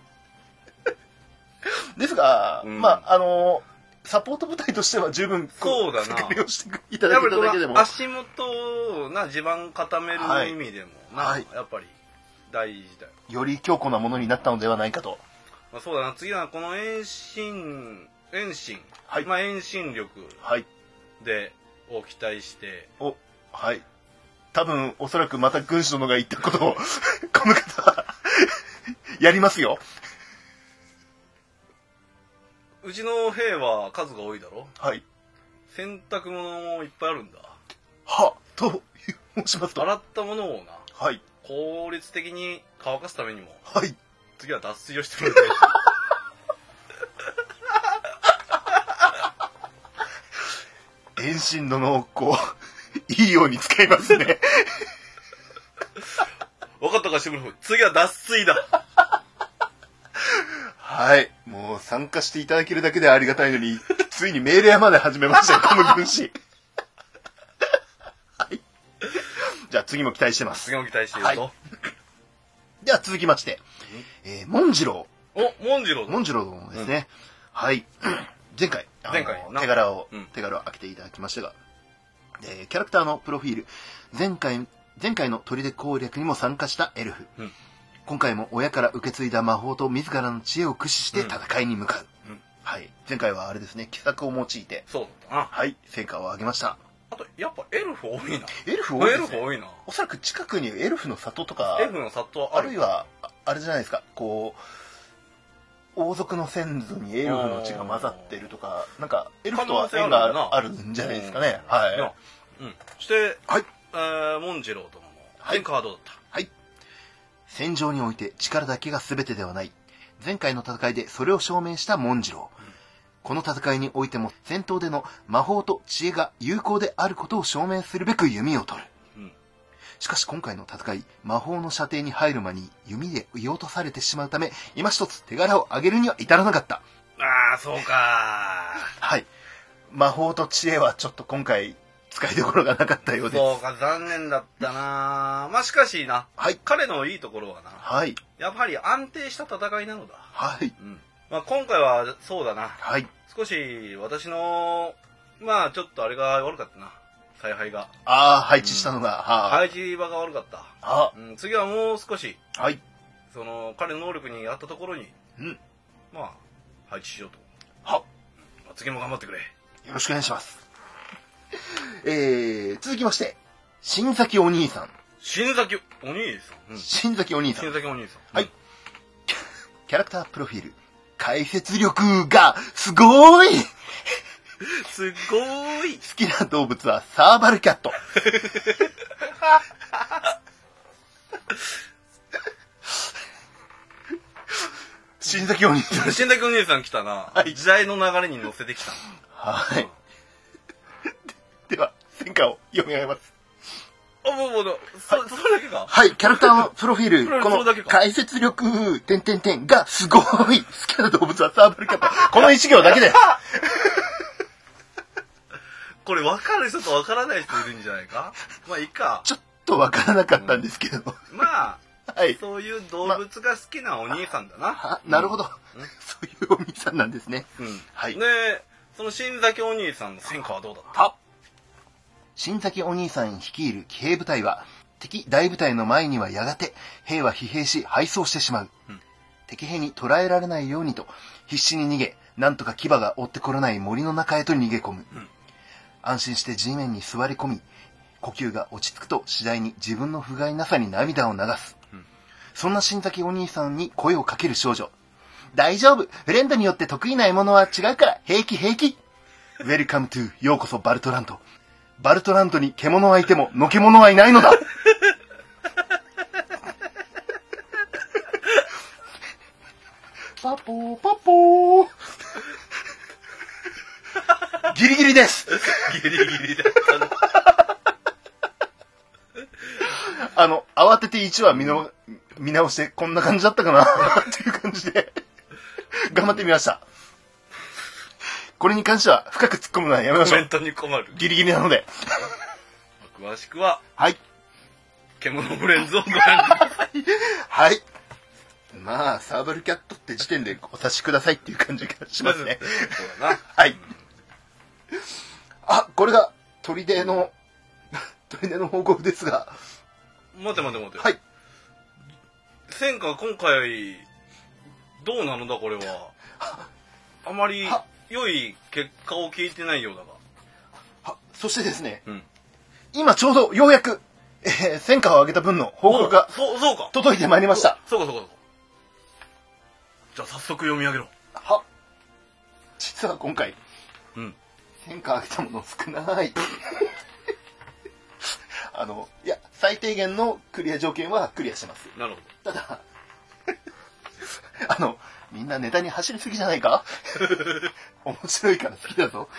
ですが、うん、まあ、あのー、サポート部隊としては十分、 そうだな。 草刈りをしていただけただけでも。 足元をな、地盤固める意味でもな、はい、やっぱり大事だよ。 より強固なものになったのではないかと。 まあ、そうだな。次はこの遠心、遠心。はい。まあ、遠心力。はい。で、を期待して。 お、はい。多分、おそらくまた軍師殿が言ったことを、この方は、やりますよ。 うちの兵は数が多いだろ？ はい。 洗濯物もいっぱいあるんだ。 はと申しますと。 洗ったものをな、 はい。 効率的に乾かすためにも、 はい。 次は脱水をしてもらって。 遠心ののこう、いいように使いますね。 分かったかしてくれ。次は脱水だ。 はい。もう参加していただけるだけでありがたいのに、ついに命令まで始めましたよ、この軍師。はい。じゃあ次も期待してます。 次も期待しているぞ。はい、 では続きまして、えー、モンジロー。お、モンジロー。 モンジローですね。うん、はい。前回、 前回手柄を、 うん、 手柄を開けていただきましたが、えー、キャラクターのプロフィール、前回、前回の砦攻略にも参加したエルフ。うん、今回も親から受け継いだ魔法と自らの知恵を駆使して戦いに向かう。うんうん、はい。前回はあれですね、奇策を用いて、 そうだな。 はい、成果を上げました。 あと、やっぱエルフ多いな。 エルフ多いですね。 エルフ多いな。 おそらく近くにエルフの里とか、 エルフの里ある。 あるいは、あれじゃないですか、こう、王族の先祖にエルフの血が混ざってるとか、なんか、エルフとは縁があるんじゃないですかね。はい。 うん。そして、 はい。 えー、モンジロー殿の変化はどうだった？ はい。戦場において力だけが全てではない。前回の戦いでそれを証明したモンジロー。うん、この戦いにおいても戦闘での魔法と知恵が有効であることを証明するべく弓を取る。うん、しかし今回の戦い、魔法の射程に入る間に弓で撃落とされてしまうため、今一つ手柄を上げるには至らなかった。 ああ、そうか。 はい。魔法と知恵はちょっと今回、使いどころがなかったようです。 そうか、残念だったな。まあしかしな、はい、彼のいいところはな、 はい、 やっぱり安定した戦いなのだ。 はい。 うん、まあ今回はそうだな。 はい。 少し私の、まあちょっとあれが悪かったな。采配が。 ああ、配置したのが。 うん、はあ、配置場が悪かった。 あ、 うん、次はもう少し、 はい。 その、彼の能力に合ったところに、 うん。 まあ、配置しようと。 は、 うん、次も頑張ってくれ。 よろしくお願いします。えー、続きまして、新崎お兄さん。 新崎お兄さん、 うん、新崎お兄さん。 新崎お兄さん。 はい。キャラクタープロフィール。解説力がすごーいすごーい。 好きな動物はサーバルキャット。新崎お兄さん。 新崎お兄さん来たな。はい、時代の流れに乗せてきた。 はい。うんでは、戦果を読み上げます。 あ、もう、もう、そ、はい、それだけかはい、キャラクターのプロフィール、この解説力、点々点がすごい。好きな動物はサーバルキャット。この一行だけです。 これ分かる人と分からない人いるんじゃないか。まあいいか。 ちょっと分からなかったんですけど。 うん、まあ、はい、そういう動物が好きなお兄さんだな。 ま、なるほど、うん。そういうお兄さんなんですね。 うん。 はい。 で、その新崎お兄さんの戦果はどうだった？は新崎お兄さん率いる騎兵部隊は、敵大部隊の前にはやがて、兵は疲弊し敗走してしまう。うん、敵兵に捕らえられないようにと、必死に逃げ、なんとか牙が追ってこれない森の中へと逃げ込む。うん、安心して地面に座り込み、呼吸が落ち着くと次第に自分の不甲斐なさに涙を流す。うん、そんな新崎お兄さんに声をかける少女。大丈夫、フレンドによって得意な獲物は違うから平気平気。ウェルカムトゥようこそバルトランド。バルトランドに獣はいてものけ者はいないのだ。パポーパポー。ギリギリです。 ギリギリだったの。 あの、慌てていちわ見の見直してこんな感じだったかなっていう感じで頑張ってみました。これに関しては深く突っ込むのはやめましょう。 コメントに困る。 ギリギリなので。 詳しくは、 はい。 獣フレンズをご覧ください。 はい。まあ、サーバルキャットって時点でお察しくださいっていう感じがしますね。 そうだな。 はい。あ、これが砦の、砦の報告ですが。 待て待て待て。 はい。 戦果今回、どうなのだこれは。あまり、良い結果を聞いてないようだが。 は、そしてですね、 うん、 今ちょうどようやく、えー、戦果を上げた分の報告がそうそうか届いてまいりました。 そうかそうかそうか。じゃあ早速読み上げろ。 は、実は今回、 うん、 戦果上げたもの少ない。あの、いや、最低限のクリア条件はクリアしてます。 なるほど。ただ、あの、みんなネタに走りすぎじゃないか面白いから好きだぞ。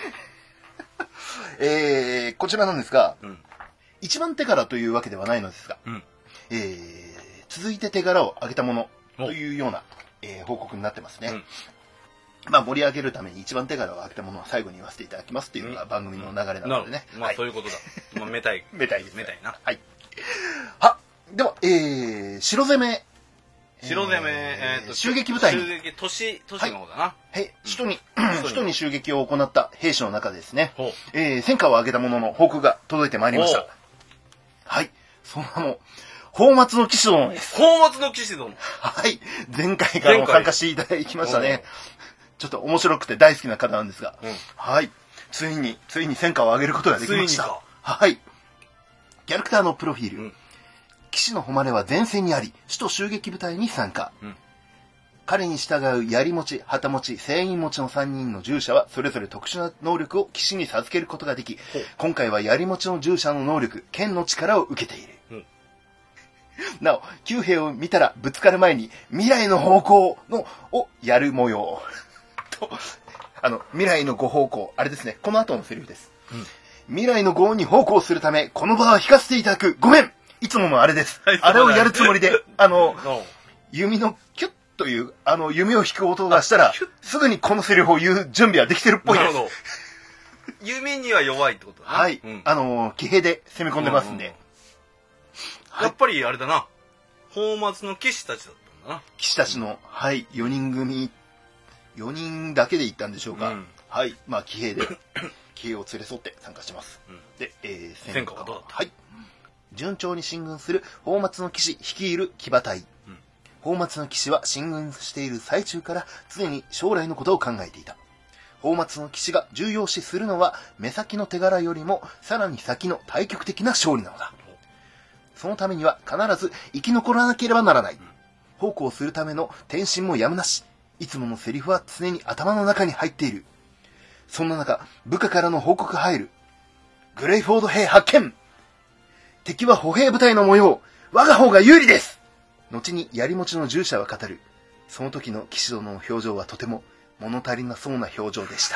えー、こちらなんですが、うん、一番手柄というわけではないのですが、うん、えー、続いて手柄を上げたものというような、えー、報告になってますね。うん、まあ盛り上げるために一番手柄を上げたものは最後に言わせていただきますっていうのが番組の流れなのでね。 うん、まあ、はい、そういうことだ。まあ、めたい。 めたいです、 ね。めたいな。 はい。は、では、えー、白攻め。 白攻め、えー、と襲撃部隊に。 襲撃、都市、都市の方だな。 はい。首都に、首都に襲撃を行った兵士の中でですね、えー、戦果を上げたものの報告が届いてまいりました。はい。その名も、宝末の騎士殿です。 宝末の騎士殿。 はい。前回からも参加していただきましたね。ちょっと面白くて大好きな方なんですが、うん、はい。ついに、ついに戦果を上げることができました。はい。キャラクターのプロフィール。うん、騎士の誉れは前線にあり、首都襲撃部隊に参加。うん、彼に従う槍持ち、旗持ち、船員持ちのさんにんの従者は、それぞれ特殊な能力を騎士に授けることができ、今回は槍持ちの従者の能力、剣の力を受けている。うん、なお、旧兵を見たらぶつかる前に、未来の方向の、をやる模様。と、あの、未来のご方向、あれですね、この後のセリフです。うん、未来のごに方向するため、この場は引かせていただく。ごめんいつものあれです。はい、あれをやるつもりで、あの、弓のキュッという、あの、弓を引く音がしたら、すぐにこのセリフを言う準備はできてるっぽいです。なるほど。 弓には弱いってことだな。 はい。うん、あの、騎兵で攻め込んでますんで。うんうんはい、やっぱりあれだな。宝末の騎士たちだったんだな。 騎士たちの、はい、よにん組、よにんだけで行ったんでしょうか。うん、はい。まあ、騎兵で、騎兵を連れ添って参加してます。うん、で、えー、 戦果はどうだった？ はい。順調に進軍する宝末の騎士率いる騎馬隊。うん、宝末の騎士は進軍している最中から常に将来のことを考えていた。宝末の騎士が重要視するのは目先の手柄よりもさらに先の対極的な勝利なのだ。そのためには必ず生き残らなければならない。奉公するための転身もやむなし。いつものセリフは常に頭の中に入っている。そんな中、部下からの報告入る。グレイフォード兵発見！敵は歩兵部隊の模様。我が方が有利です。後に槍持ちの従者は語る。その時の騎士殿の表情はとても物足りなそうな表情でした。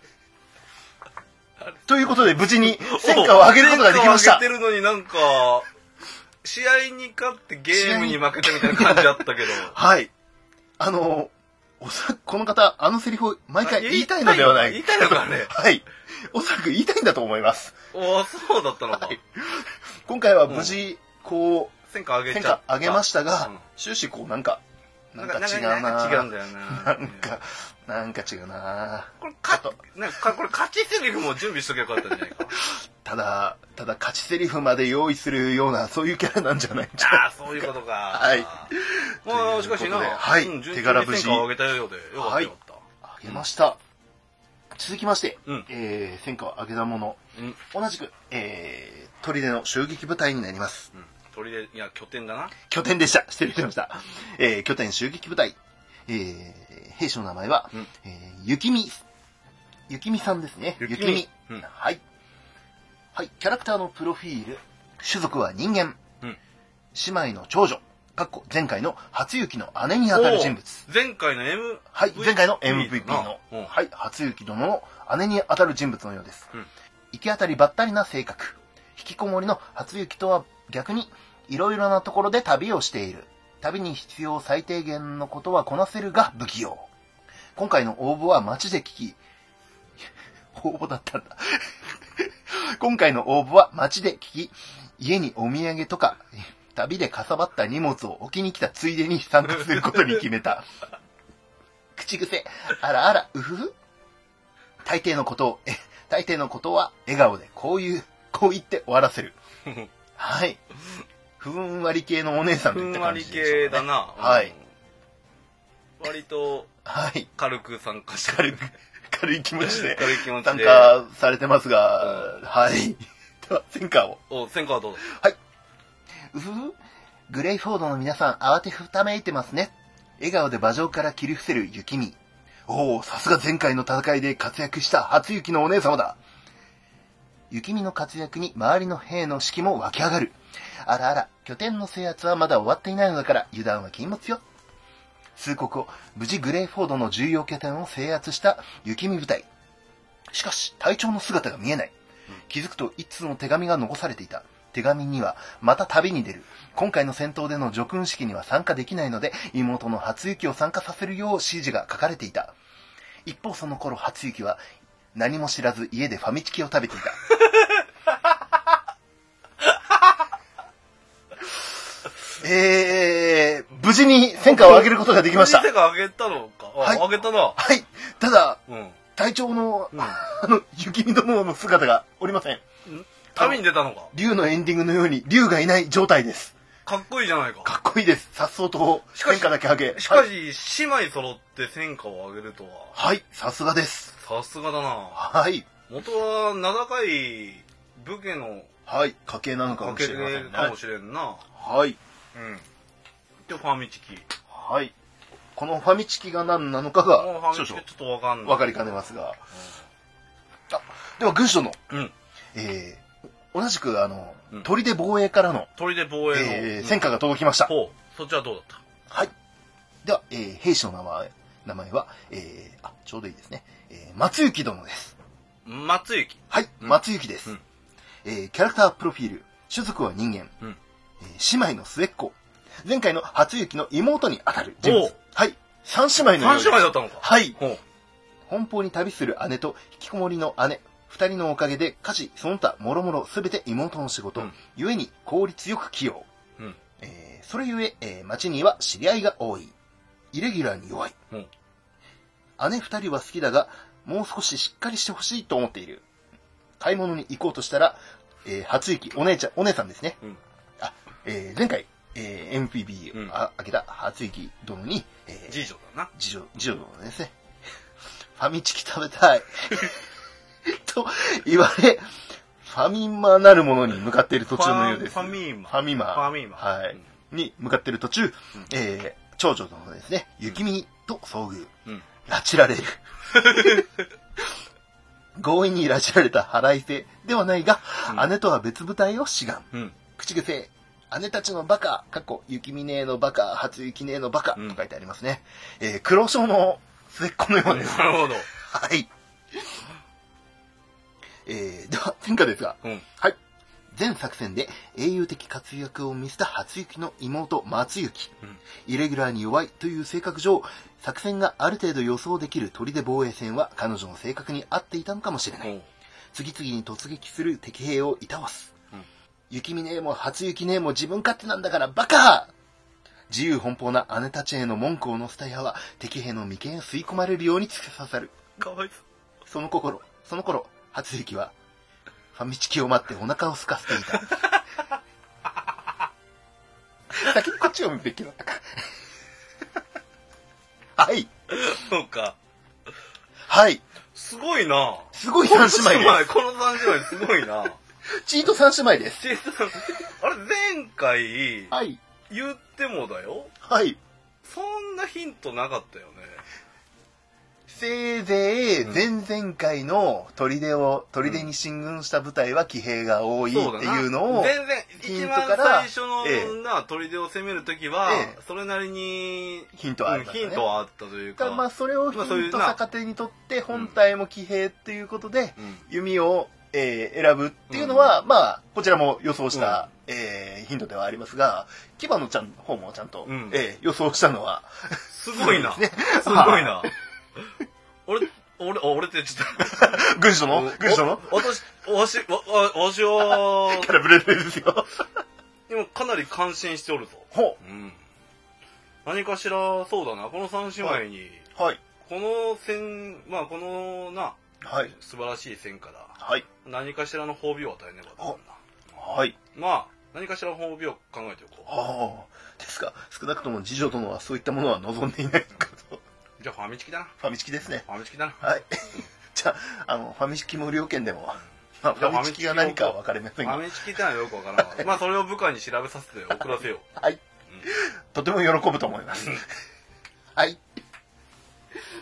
ということで無事に戦果を上げることができました。 戦果を上げてるのになんか、試合に勝ってゲームに負けたみたいな感じだったけど。 はい。あの、おそらくこの方、あのセリフを毎回言いたいのではない。 言いたいのかね。 はい。おそらく言いたいんだと思います。 おあ、そうだったのか。はい、 今回は無事、こう、 戦果上げちゃった。 戦果上げましたが、うん、終始こうなんか、なんか違うななんか違うんだよななんか、なんか違うなこれ、か、なんか、これ勝ちセリフも準備しときゃよかったんじゃないか。 ただ、ただ勝ちセリフまで用意するような、そういうキャラなんじゃないんじゃないああ、そういうことか。 はい。 まあ、しかしな、 はい、うん、 手柄無事。戦果を上げたようで、よかったよかった。 はい、上げました。続きまして、うん、えー、戦果を上げたもの、うん、同じく、えー、砦の襲撃部隊になります。うん、 砦、いや、拠点だな。 拠点でした。失礼しました。えー、拠点襲撃部隊。えー、兵士の名前は、うん、えー、雪見、雪見さんですね。雪見。うん、はい。はい。キャラクターのプロフィール。種族は人間。うん、姉妹の長女。かっこ前回の初雪の姉にあたる人物。 前回の M、 はい。前回の エムブイピー の、はい。初雪殿の姉にあたる人物のようです。うん、行き当たりばったりな性格。引きこもりの初雪とは逆に、いろいろなところで旅をしている。旅に必要最低限のことはこなせるが不器用。今回の応募は街で聞き、応募だったんだ。今回の応募は街で聞き、家にお土産とか、旅でかさばった荷物を置きに来たついでに参加することに決めた。口癖、あらあら、うふふ。大抵のことを、え、大抵のことは笑顔でこういう、こう言って終わらせる。はい。ふんわり系のお姉さんといった感じでしょうかね。 ふんわり系だな。 はい。 割と、はい。軽く参加して軽く、軽い気持ちで軽い気持ち参加されてますが、うん、はい。では、戦果を。 お、戦果はどうぞ。 はい。うふふ。グレイフォードの皆さん、慌てふためいてますね。笑顔で馬上から切り伏せる雪見。 おお、さすが前回の戦いで活躍した初雪のお姉様だ。雪見の活躍に周りの兵の士気も湧き上がる。あらあら、拠点の制圧はまだ終わっていないのだから油断は禁物よ。数刻後、無事グレイフォードの重要拠点を制圧した雪見部隊。しかし、隊長の姿が見えない。気づくと一通の手紙が残されていた。手紙には、また旅に出る。今回の戦闘での叙勲式には参加できないので、妹の初雪を参加させるよう指示が書かれていた。一方その頃、初雪は何も知らず家でファミチキを食べていた。えー、無事に戦果を上げることができました。 戦果上げたのか。 はい、 上げたな。 はい。ただ、 うん、 隊長の、 うん、 あの、雪見殿の姿がおりません。 旅に出たのか。 竜のエンディングのように竜がいない状態です。 かっこいいじゃないか。 かっこいいです。さっそうと戦果だけ上げ。 しかし、はい、姉妹揃って戦果を上げるとは。 はい、さすがです。 さすがだな。 はい。 元は名高い武家の、 はい、家系なのかもしれませんね。 かもしれんな。 はい。 うん。で、ファミチキ。 はい。このファミチキが何なのかが、 少々ちょっとわかんない。 わかりかねますが。うん、あ、では、軍師殿。 うん。 えー、同じく、あの、うん、砦防衛からの、 砦防衛の、 えー、戦果が届きました。 ほう。そっちはどうだった？ はい。では、えー、兵士の名前、名前は、えー、あ、ちょうどいいですね。えー、松雪殿です。 松雪。 はい、うん、松雪です。うん、えー、キャラクタープロフィール、種族は人間、うん、えー、姉妹の末っ子、前回の初雪の妹にあたる人物。はい。三姉妹のようです。 三姉妹だったのか。 はい。奔放に旅する姉と引きこもりの姉、二人のおかげで家事、その他、もろもろすべて妹の仕事、うん、ゆえに効率よく器用。うん、えー、それゆえ、えー、町には知り合いが多い。イレギュラーに弱い。うん、姉二人は好きだが、もう少ししっかりしてほしいと思っている。買い物に行こうとしたら、えー、初雪、お姉ちゃん、お姉さんですね。うん、あ、えー、前回、えー、エムピービー を開けた初雪殿に、 えー、次女だな。 次女、次女殿ですね。ファミチキ食べたい。と言われ、ファミマなるものに向かっている途中のようです。 ファミマ。 ファミマ。 ファミマ。 はい。うん、に向かっている途中、うん、えー、長女殿ですね、雪見と遭遇。うん、拉致られる。強引に拉致られた腹いせではないが、うん、姉とは別部隊を志願。うん、口癖。姉たちのバカ、過去、雪見姉のバカ、初雪姉のバカ、と書いてありますね。うん、えー、黒潮の末っ子のようです。 なるほど。 はい。えー、では、戦果ですが、うん、はい。全作戦で英雄的活躍を見せた初雪の妹、松雪。うん、イレギュラーに弱いという性格上、作戦がある程度予想できる砦防衛戦は彼女の性格に合っていたのかもしれない。うん、次々に突撃する敵兵をいたわす。雪見姉も初雪姉も自分勝手なんだからバカ！自由奔放な姉たちへの文句を乗せた矢は敵兵の眉間へ吸い込まれるように突き刺さる。 かわいそう。 その心、その頃、初雪はファミチキを待ってお腹を空かせていた。先にこっちを見るべきだったか。はい。 そうか。 はい。 すごいな。 すごい三姉妹です。 この三姉妹すごいな。 チート三姉妹です。 チート三あれ、前回、 はい。 言ってもだよ。 はい。 そんなヒントなかったよね。 せいぜい、前々回の砦を、砦に進軍した部隊は騎兵が多いっていうのを、 全然、一番最初の、ええ、な、砦を攻めるときは、ええ、それなりに、 ヒントはあった、ね、 ヒントはあったというか。 まあ、それをヒント逆手にとって、本体も騎兵っていうことで、うん、弓を、えー、選ぶっていうのは、うん、まあ、こちらも予想した、うん、えー、ヒントではありますが、キバのちゃんの方もちゃんと、うん、えー、予想したのは、 すごいな。ね、すごいな。俺、俺、俺ってちょっと。 軍師殿軍師殿私、わし、わ、わしは、 キャラブレブレですよ。 今かなり感心しておるぞ。 ほう。 うん。何かしら、そうだな、この三姉妹に、 はい。 この戦、まあこのな、 はい。 素晴らしい戦果だ。 はい。 何かしらの褒美を与えねばな。 はい。 まあ、何かしらの褒美を考えておこう。 ああ。ですか。少なくとも次女殿はそういったものは望んでいないのかと。 じゃあファミチキだな。 ファミチキですね。 ファミチキだな。 はい。じゃあ、あの、ファミチキ無料券でも、まあ、ファミチキが何かは分かりませんが。 ファミチキってのはよくわからない。まあ、それを部下に調べさせて送らせよう。はい。うん、とても喜ぶと思います。はい。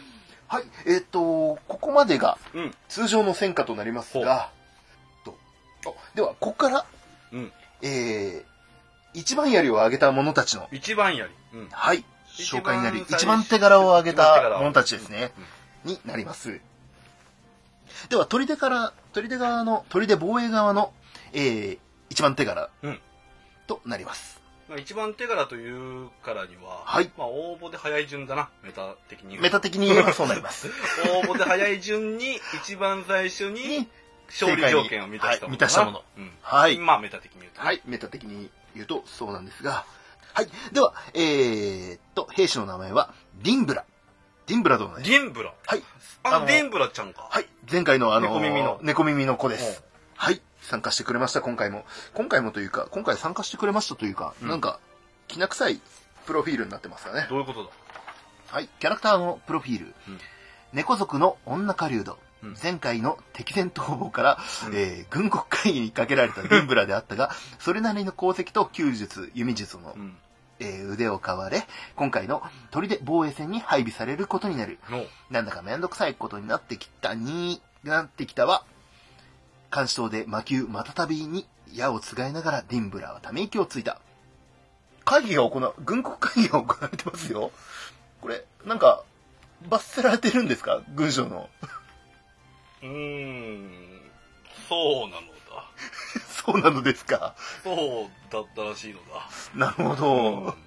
はい、えっ、と、ここまでがうん。 通常の戦果となりますが、とあでは、ここから、 うん。 えー、一番槍を上げた者たちの、 一番槍。うん。 はい、 一番紹介になり、 最初一番手柄を上げ一番手柄をた者たちですね、になります。では、砦から、砦側の、砦防衛側の、えー、一番手柄うんとなります。 まあ、一番手柄というからには、 はいまあ、応募で早い順だな、メタ的に言うと。 メタ的に言えばそうなります。 応募で早い順に、一番最初にに、 勝利条件を満たしたものだな。 はい満たしたものうん。 はいまあ、メタ的に言うとね。 はい、メタ的に言うとそうなんですが、はい、では、えーっと、兵士の名前は、ディンブラ。ディンブラ殿です。 ディンブラ。 はい、 あの、 あのディンブラちゃんか。 はい、前回のあの、 猫耳の猫耳の子でうんす。はい、参加してくれました、今回も。今回もというか、今回参加してくれましたというか、 うんなんか、きな臭いプロフィールになってますよね。 どういうことだ？ はい、キャラクターのプロフィール。 うん猫族の女狩人。 うん前回の敵前逃亡から、 うんえー軍国会議にかけられたディンブラであったが、それなりの功績と弓術、弓術の、 うん。 えー腕を買われ、今回の砦防衛戦に配備されることになる。 の、 なんだかめんどくさいことになってきたに、なってきたわ。監視塔で魔球またたびに矢をつがいながらディンブラはため息をついた。会議が行う、軍国会議が行われてますよ。これ、なんか、罰せられてるんですか軍将の。 うーん、そうなのだ。 そうなのですか。 そうだったらしいのだ。 なるほうんど。 わ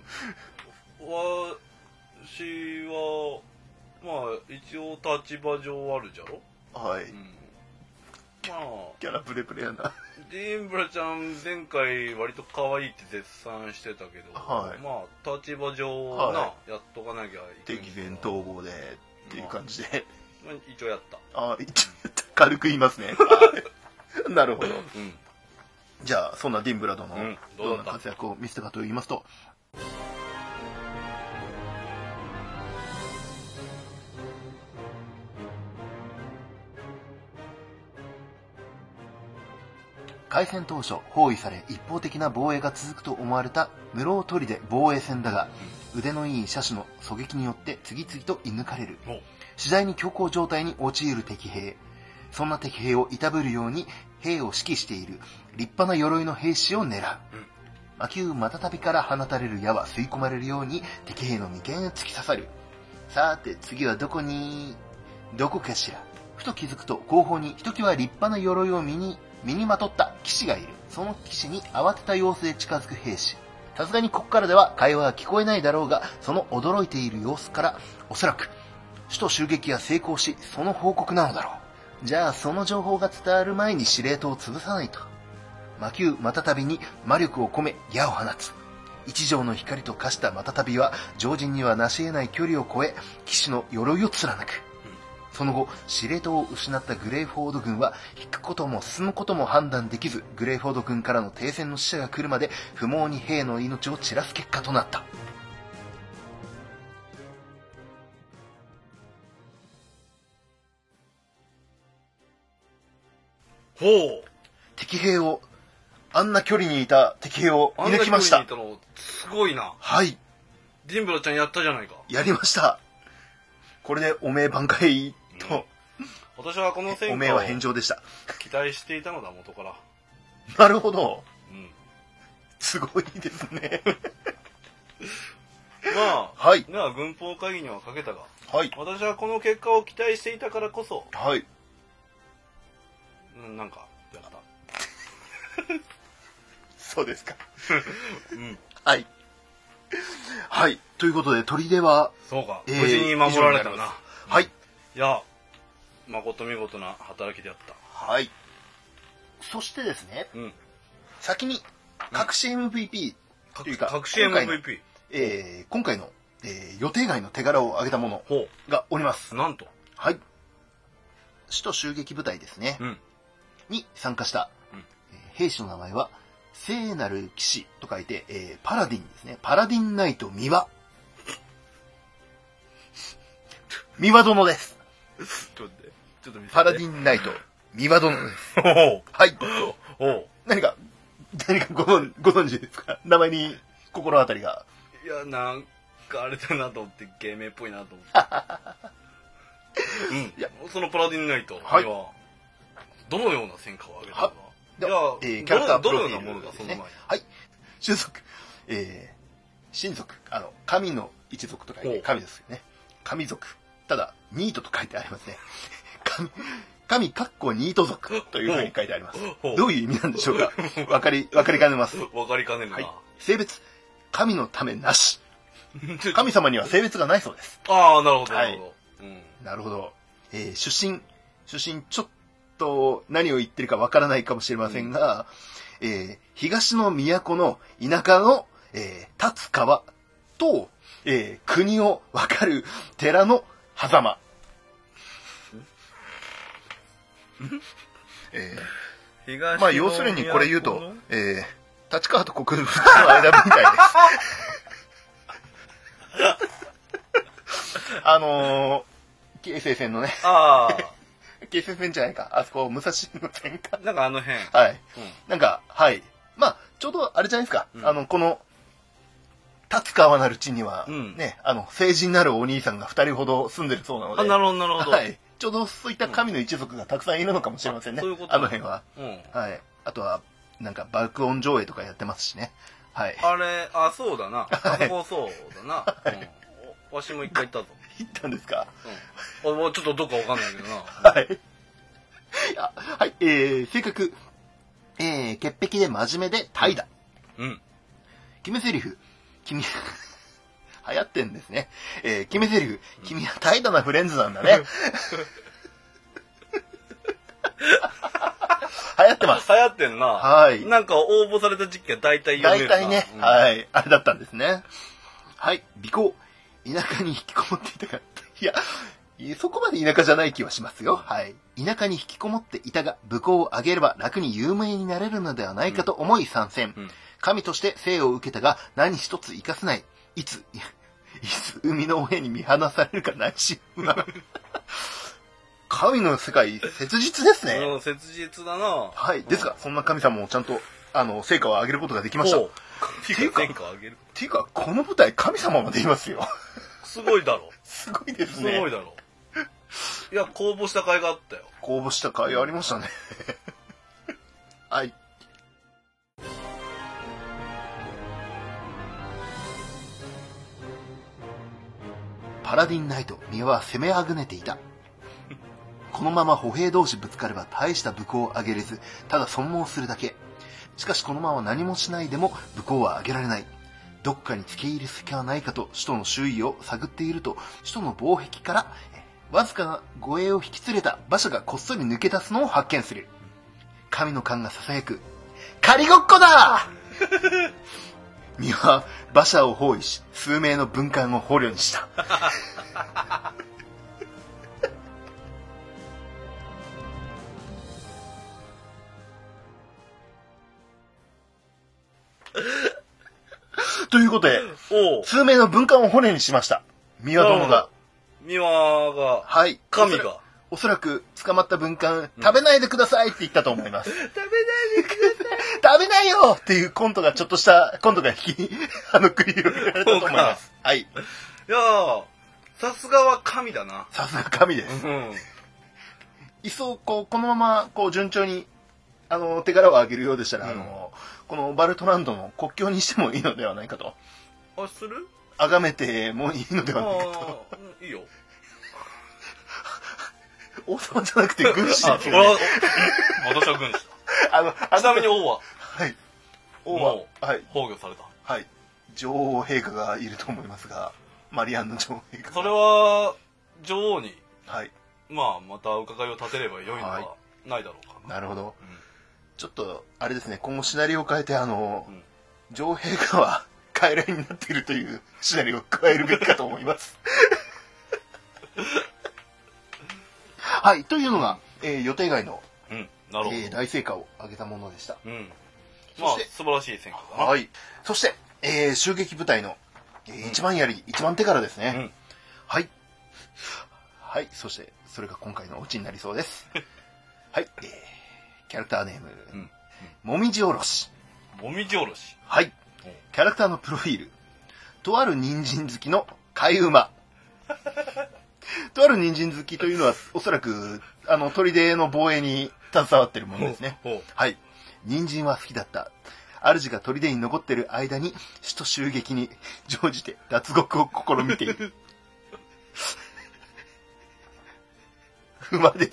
しは、まあ、一応立場上あるじゃろ。 はい。 うん。まあ、 キャラブレブレやな。 ディーンブラちゃん前回割と可愛いって絶賛してたけど、 はいまあ立場上な、 はやっとかなきゃいけない敵前逃亡で、っていう感じで。 まあ、一応やった。 あ、一応軽く言いますね。はいなるほど。 うん。 じゃあ、そんなディンブラ殿のうんどうだったどんな活躍を見せたかと言いますと、開戦当初、包囲され一方的な防衛が続くと思われた室尾砦防衛戦だが、腕のいい射手の狙撃によって次々と射抜かれる。 お次第に強行状態に陥る敵兵。そんな敵兵をいたぶるように兵を指揮している立派な鎧の兵士を狙う。 うん魔球またたびから放たれる矢は吸い込まれるように敵兵の眉間へ突き刺さる。さて次はどこに、どこかしら。ふと気づくと後方にひときわ立派な鎧を身に、身にまとった騎士がいる。その騎士に慌てた様子で近づく兵士。さすがにここからでは会話は聞こえないだろうが、その驚いている様子からおそらく首都襲撃が成功し、その報告なのだろう。じゃあその情報が伝わる前に司令塔を潰さないと。魔球またたびに魔力を込め矢を放つ。一条の光と化したまたたびは常人には成し得ない距離を超え、騎士の鎧を貫く。その後、司令塔を失ったグレイフォード軍は引くことも進むことも判断できず、グレイフォード軍からの停戦の使者が来るまで不毛に兵の命を散らす結果となった。 ほう。 敵兵を、あんな距離にいた敵兵をあんな射抜きました。 距離にいたのすごいな。 はい、 ディンブラちゃんやったじゃないか。 やりました。これでおめえ挽回と、 私はこの戦おめえは果を返上でした。 期待していたのだ、元から。 なるほど。 うん。 すごいですね。 まあ、 はい。 では軍法会議にはかけたが、 はい。 私はこの結果を期待していたからこそ、 はい。 うんなんか、やった。 そうですか。 うん。 はい。はい。ということで、砦は、 そうか、 えー無事に守られたな。 以上になりますはい。 いや、誠見事な働きであった。 はい。そしてですね、 うん。 先に、隠し エムブイピーというか、 隠し エムブイピー。 えー今回の、えー予定外の手柄を挙げたものほがおります。 う。なんと。 はい。首都襲撃部隊ですね。 うん。 に参加した、 うんえー兵士の名前は、聖なる騎士と書いて、えーパラディンですね。パラディンナイト三輪。三輪殿です。 ちょっと待って、ちょっと見せて。 パラディンナイト三輪殿です。 おはい。 おお何か、何かご存ご存知ですか？名前に心当たりが。 いや、なんかあれだなと思って、芸名っぽいなと思って。 うん。いや、そのパラディンナイトには、 はい、 どのような戦果を上げたのか。 では、えー、キャラクタープロフィール、ね、 どのようなものがその前に。 はい。種族、えー、神族、あの、神の一族と書いて神ですよね。神族。ただ、ニートと書いてありますね。神、神かっこニート族というふうに書いてあります。どういう意味なんでしょうか。わかり、わかりかねます。 わかりかねるな。はい。 性別、神のためなし。神様には性別がないそうです。 ああ、なるほど、なるほど。 うん、なるほど。えー、出身、出身、ちょっと何を言ってるかわからないかもしれませんが、うん、えー、東の都の田舎の、えー、立川と、えー、国を分かる寺の狭間。えー、まあ要するにこれ言うと、えー、立川と国分の間みたいです。あのー、京成線のね。ああ。京成線じゃないか。あそこ、武蔵野線か。 なんかあの辺。 はい。うん、なんか、はい。まあ、ちょうどあれじゃないですか。うん、あの、この、立川なる地には、うん、ね、あの、成人なるお兄さんが二人ほど住んでるそうなので。 あ、なるほど、なるほど。 はい。ちょうどそういった神の一族がたくさんいるのかもしれませんね。 そういうこと。 あの辺は。うん。はい。あとは、なんか、爆音上映とかやってますしね。はい。 あれ、あ、そうだな。あそこそうだな。はい。うんわしも一回行ったぞ。 行ったんですか？ うん。ちょっとどっかわかんないけどな。 はい。あはい、えー、性格。えー、潔癖で真面目で怠惰。うん。決め台詞。君、流行ってんですね。えー、決め台詞。君は怠惰なフレンズなんだね。流行ってます。 流行ってんな。 はい。 なんか応募された時期は大体読めるな。 大体ね、うん、はい。あれだったんですね。はい。尾行。田舎に引きこもっていたが、いや、そこまで田舎じゃない気はしますよ。はい。田舎に引きこもっていたが、武功を上げれば楽に有名になれるのではないかと思い参戦。うんうん、神として生を受けたが、何一つ活かせない。いつ、いつ、生みの親に見放されるか内心不安。神の世界、切実ですね。 うん、切実だな。 はい。ですが、そんな神様もちゃんと、あの、成果を上げることができました。 っていうか、成果を上げる。 っていうか、この舞台、神様までいますよ。 すごいだろ。 すごいですね。 すごいだろ。いや、公募した甲斐があったよ。 公募した甲斐ありましたね。はい。パラディンナイト、宮は攻めあぐねていた。このまま歩兵同士ぶつかれば大した武功を上げれず、ただ損耗するだけ。しかしこのまま何もしないでも武功は上げられない。どっかに付け入る隙はないかと首都の周囲を探っていると、首都の防壁からわずかな護衛を引き連れた馬車がこっそり抜け出すのを発見する。神の勘が囁く。仮ごっこだミは馬車を包囲し、数名の文官を捕虜にした。ということで、数名の文官を骨にしました。ミワ殿が。 ミワが。 はい。 神が。 おそらく捕まった文官、食べないでくださいって言ったと思います。 食べないでください。 食べないよっていうコントがちょっとしたコントが引き、あの、繰り広げられたと思います。はい。いやー、さすがは神だな。 さすが神です。うん。いっそ、こう、このまま、こう、順調に、あの、手柄を上げるようでしたら、うん、あの、このバルトランドの国境にしてもいいのではないかと。 あ、する？ 崇めてもいいのではないかと。 いいよ。 王様じゃなくて軍師ですよね。 私は軍師だ。あの、ちなみに王は？ はい。王は、はい。 崩御された。 はい。女王陛下がいると思いますが、マリアンヌ女王陛下。 それは、女王に、 はい。 まあ、また伺いを立てれば良いのはないだろうか。 なるほど。ちょっと、あれですね、今後シナリオを変えて、あの、うん、女王陛下は傀儡になっているというシナリオを加えるべきかと思います。はい、というのが、えー、予定外の、 うん、なるほど。 えー、大成果を上げたものでした。 うん。まあ、素晴らしい戦果だな。 はい。そして、えー、襲撃部隊の、えー、一番槍、一番手柄ですね。うん、はい。はい、そして、それが今回のオチになりそうです。はい、えー、キャラクターネーム、うんうん、もみじおろし。 もみじおろし。 はい。キャラクターのプロフィール。とある人参好きの飼い馬。 とある人参好きというのは、おそらく、あの、砦の防衛に携わっているものですね。はい。人参は好きだった。主が砦に残っている間に、首都襲撃に乗じて脱獄を試みている。馬です。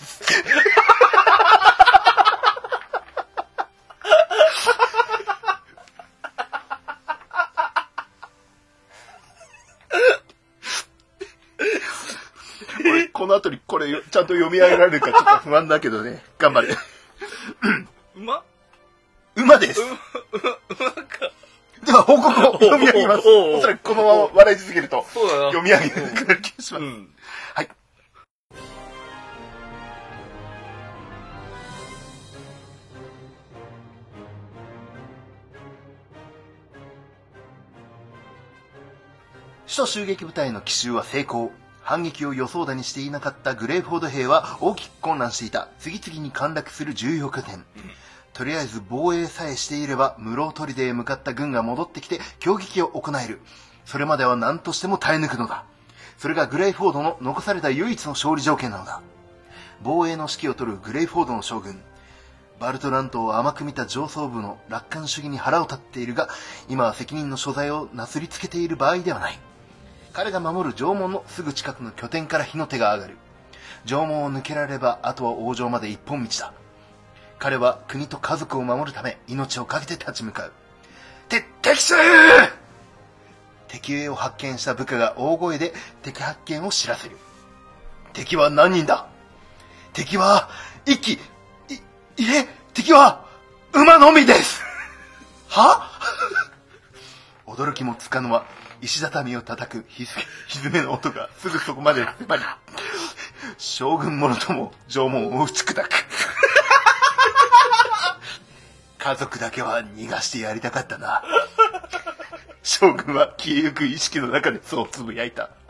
俺、この後にこれ、ちゃんと読み上げられるかちょっと不安だけどね。頑張れ。 馬馬です。 馬、馬か。 では、報告を読み上げます。おそらくこのまま笑い続けると、読み上げる気がします。はい。首都襲撃部隊の奇襲は成功。反撃を予想だにしていなかったグレイフォード兵は大きく混乱していた。次々に陥落する重要拠点。うん、とりあえず防衛さえしていれば、室砦へ向かった軍が戻ってきて攻撃を行える。それまでは何としても耐え抜くのだ。それがグレイフォードの残された唯一の勝利条件なのだ。防衛の指揮を取るグレイフォードの将軍。バルトラントを甘く見た上層部の楽観主義に腹を立っているが、今は責任の所在をなすりつけている場合ではない。彼が守る城門のすぐ近くの拠点から火の手が上がる。城門を抜けられれば、あとは王城まで一本道だ。彼は国と家族を守るため、命を懸けて立ち向かう。て、敵襲！敵兵を発見した部下が大声で敵発見を知らせる。敵は何人だ？敵は、一騎、い、いえ、敵は、馬のみです。は？驚きもつかの間、石畳を叩くひずめの音がすぐそこまで迫り、将軍ものとも城門を打ち砕く。家族だけは逃がしてやりたかったな。将軍は消えゆく意識の中でそうつぶやいた。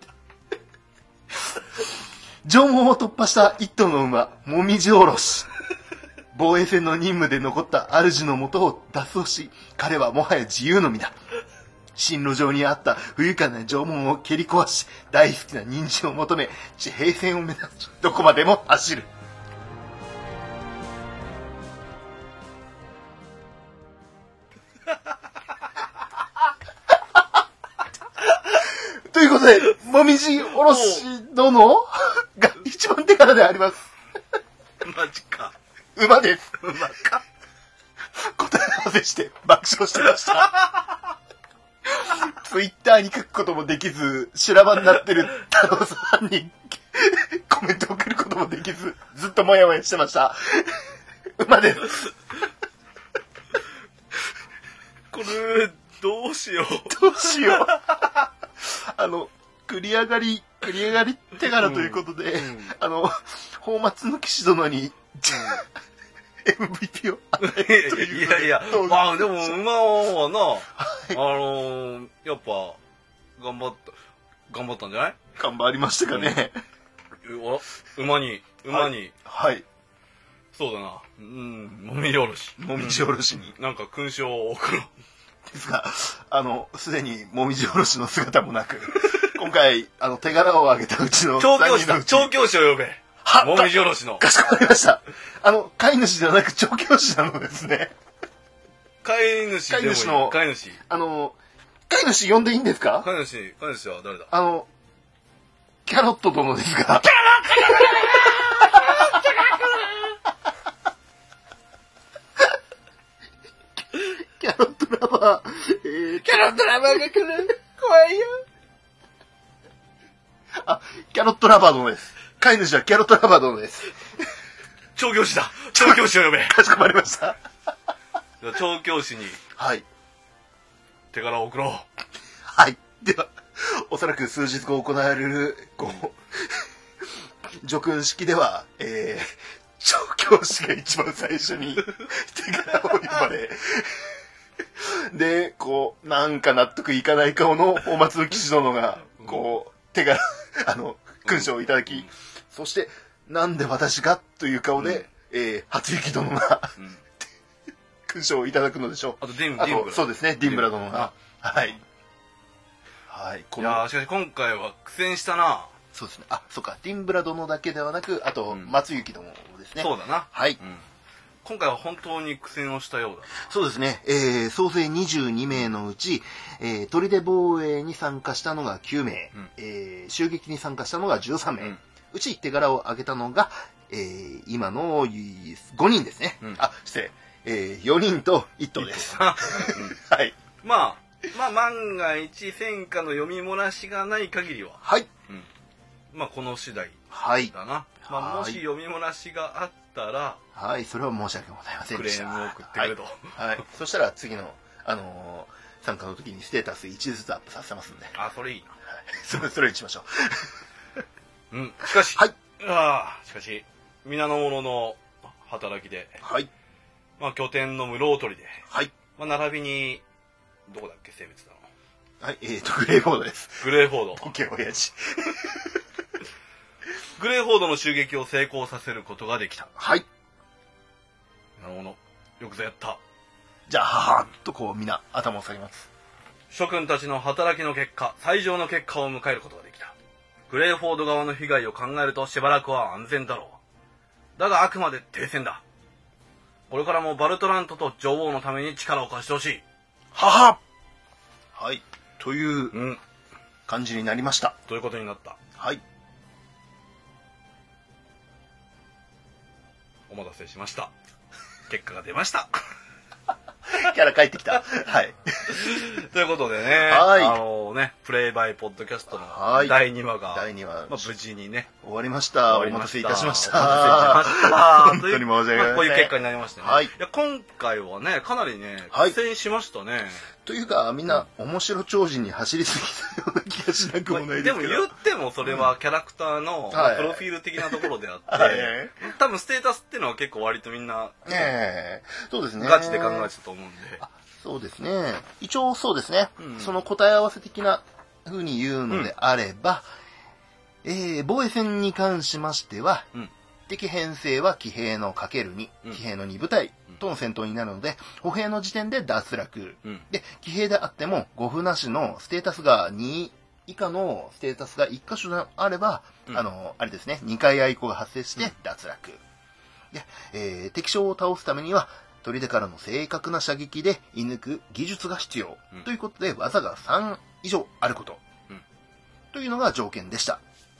城門を突破した一頭の馬、もみじおろし。防衛戦の任務で残った主の元を脱走し、彼はもはや自由の身だ。進路上にあった不愉快な城門を蹴り壊し、大好きな人参を求め、地平線を目指し、どこまでも走る。ということで、もみじおろし殿が一番手柄であります。 マジか。 馬です。 馬か。 答え合わせして爆笑してました。ツイッターに書くこともできず、修羅場になってる太郎さんにコメントを送ることもできず、ずっとモヤモヤしてました。馬です。 これ、どうしよう。 どうしよう。あの、繰り上がり、繰り上がり手柄ということで、うんうん、あの、宝末の騎士殿に、うん、エムブイピー を与えるという。 いやいや、まあでも馬はな、はい、あのー、やっぱ、頑張った、頑張ったんじゃない？ 頑張りましたかね。 うん、馬に、馬に、 はい。はい、 そうだな、うん、もみじおろし。 もみじおろしに。 なんか勲章を送ろう。 ですが、あの、すでにもみじおろしの姿もなく、今回、あの、手柄を挙げたうちの調教師だ、調教師を呼べ。はもみじおろしの。 かしこまりました。あの、飼い主ではなく調教師なのですね。 飼い主でもいい。飼い主の、飼い主。 あの、飼い主呼んでいいんですか？ 飼い主、飼い主は誰だ？ あの、キャロット殿ですが。キャロットキャロットラバー、えー、キャロットラバーが来る。怖いよ。あ、キャロットラバー殿です。飼い主はキャロットラバー殿です。 調教師だ。調教師を呼べ。 かしこまりました。 調教師に。 はい。 手柄を送ろう。 はい。では、おそらく数日後行われる、こう、叙勲式では、えー、調教師が一番最初に手柄を呼ばれ、で、こう、なんか納得いかない顔のお松の騎士殿が、こう、手柄、あの、勲章をいただき、うん、そして、なんで私がという顔で、うん、えー、初雪殿が、うん、勲章をいただくのでしょう。 あとディン、ディンブラ。 そうですね、ディンブラ殿が。はい。はい。 このいやー、しかし今回は苦戦したな。 そうですね。あ、そうか。ティンブラ殿だけではなく、あと、 うん松雪殿ですね。 そうだな。 はい。 うん。今回は本当に苦戦をしたようだ。 そうですね。えー、総勢にじゅうにめいのうち、えー、砦防衛に参加したのがきゅうめい、 うんえー、襲撃に参加したのがじゅうさんめい、 うんうち手柄を挙げたのが、えー、今のごにんですね。 うん、 あ、失礼。えー、よにんといっ頭です。はい。 まあ、まあ万が一戦果の読み漏らしがない限りは、 はい。 うん、まあこの次第はい。 だな。まあもし読み漏らしがあったら、 はい、それは申し訳ございませんクでした。 レームを送ってくれと。 はい。はい、そしたら次の、あのー、参加の時にステータスいちずつアップさせますんで。 あ、それいいな。 はい。それ、それにしましょう。うん。しかし、 はい。 ああ、しかし、皆の者の働きで、 はい。 まあ拠点の室取りで、 はい。 まあ並びに、どこだっけ、性別だの。 はい、えーと、グレーボードです。 グレーフォード。 ボケ親父。 グレーフォードの襲撃を成功させることができた。 はい。 なるほど。よくぞやった。 じゃあ、ははっとこう、みんな頭を下げます。 諸君たちの働きの結果、最上の結果を迎えることができた。グレーフォード側の被害を考えるとしばらくは安全だろう。だがあくまで停戦だ。これからもバルトラントと女王のために力を貸してほしい。 はははい。といううん。 感じになりました。 ということになった。 はい。 お待たせしました。結果が出ました。 キャラ帰ってきた。はい。 ということでね、 はいあのね、プレイバイポッドキャストのはいだいにわが、 だいにわ、 まあ、無事にね、 終わりました。お終わりま待たせいたしました。 お待たせしました。 本当に申し訳ないまあこういう結果になりましてね。 はいいや、今回はね、かなりね、 はい苦戦しましたね。 というか、みんな、面白超人に走りすぎたような気がしなくもないですけど。 でも言ってもそれはキャラクターの、 んまあはいプロフィール的なところであって、 はい多分ステータスっていうのは結構割とみんな、 ええそうですね。 ガチで考えてたと思うんで。 そうですね。一応そうですね。 うんその答え合わせ的な風に言うのであれば、えー、防衛戦に関しましては、 うん敵編成は騎兵のかけるに、 うん騎兵のに部隊との戦闘になるので、歩兵の時点で脱落。 うんで、騎兵であっても、ご歩なしのステータスがに以下のステータスがいっ箇所であれば、 うんあの、あれですね、にかい愛好が発生して脱落。で、えー敵将を倒すためには、砦からの正確な射撃で射抜く技術が必要。 うんということで、技がさん以上あること。 うんというのが条件でした。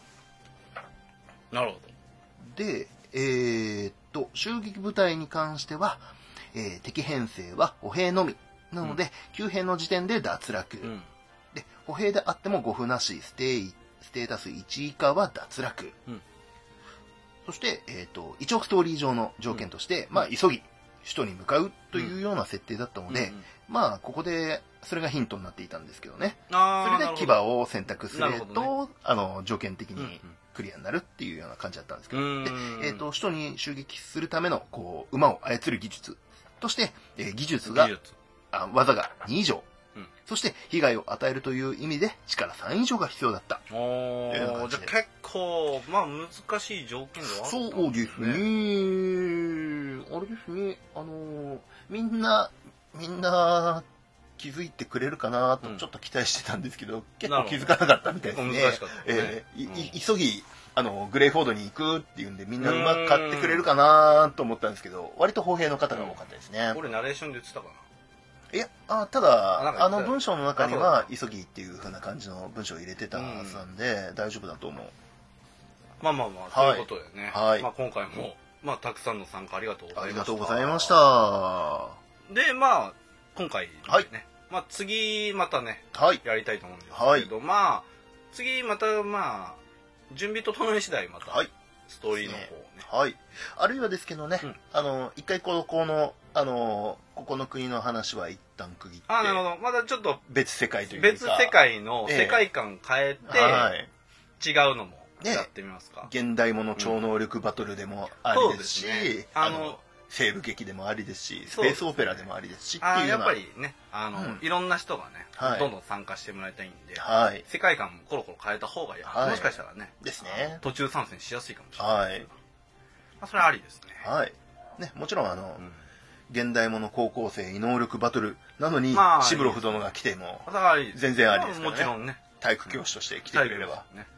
なるほで、えーっと、襲撃部隊に関しては、えー敵編成は歩兵のみ。なので、きゅう兵の時点で脱落。 ど。うん。 で、歩兵であってもご歩なし、ステイ、ステータスいち以下は脱落。 うんそして、えーっと、一応ストーリー上の条件として、まあ、急ぎ、首都に向かうというような設定だったので、 うんうんまあ、ここで、それがヒントになっていたんですけどね。 あーそれで牙を選択するなるほと、 どあの、条件的にうんうんクリアになるっていうような感じだったんですけうど、 ーんで、えっ、と、首都に襲撃するための、こう、馬を操る技術として、えー技術が技術。 あ、技がに以上、 うんそして被害を与えるという意味で力さん以上が必要だった。 おいうような感ー、 じでじゃあ結構、まあ難しい条件ではあったんそうですね。あれですね、あのーみんな、みんな、気づいてくれるかなとうんちょっと期待してたんですけど、結構なるほど気づかなかったみたいですね。 難しかったねえーいうんい急ぎ、あの、グレイフォードに行くっていうんで、みんなうまく買ってくれるかなと思ったんですけど、割と歩兵の方が多かったですね。 俺ナレーションで言ってたかいや、あたあなんだ、 か言ってたよあの文章の中にあは、急ぎっていう風な感じの文章を入れてたはずなんで、大丈夫だと思う。 な。まあまあまあ、そうはいいうことだよね。 はいまあ今回も、まあたくさんの参加ありがとうございました。 ありがとうございまし。た。 で、まあ、今回、ね、 はいまあ次またね、 はい。 やりたいと思うんですけど、まあ、次またまあ、準備整い次第また、 はいストーリーの方をね。 はい。あるいはですけどね、 うんあの、一回ここの、あの、ここの国の話は一旦区切って、 ああ、なるほど。まだちょっと別世界というか。 別世界のええ世界観変えて、 はい。 違うのもねやってみますか。 現代もの超能力バトルでもありですし、 そうですねああのの、西部劇でもありですし、スそうペースオペラでもありですし、ってああ、 いうような。 やっぱりね、あの、 うんいろんな人がね、 はいどんどん参加してもらいたいんで、 はい。 世界観もコロコロ変えた方がいい、 はいもしかしたらね、 ですね。 途中参戦しやすいかもしれない。 はい。 まあ、それはありですね。 はい。ね、もちろんあの、 うん現代もの高校生異能力バトルなのに、 まあシブロフ殿が来ても、 またありです全然ありですからねもちろんね、 体育教師として来てくれれば、 ね。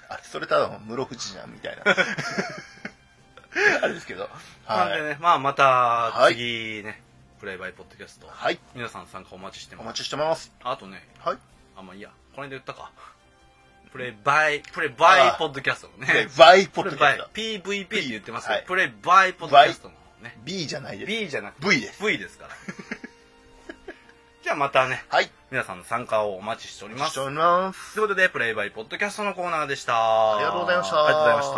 あれ、それただの室伏じゃん、みたいな。あれですけど。 なんでね、まあまた、次ね、プレイバイポッドキャスト。 はい。 皆さん参加お待ちしてます。 お待ちしてます。 あとね、 はい。 あ、まあいいや、これで言ったか。プレイバイ、プレイバイポッドキャストのね。 プレイバイポッドキャスト。 ピーブイピー って言ってますけど、プレイバイポッドキャストのね。 B じゃないです。 B じゃなくて V です。 V ですから。じゃあまたね、 はい。 皆さんの参加をお待ちしております。 しております。 ということで、プレイバイポッドキャストのコーナーでした。 ありがとうございました。 ありがとうございました。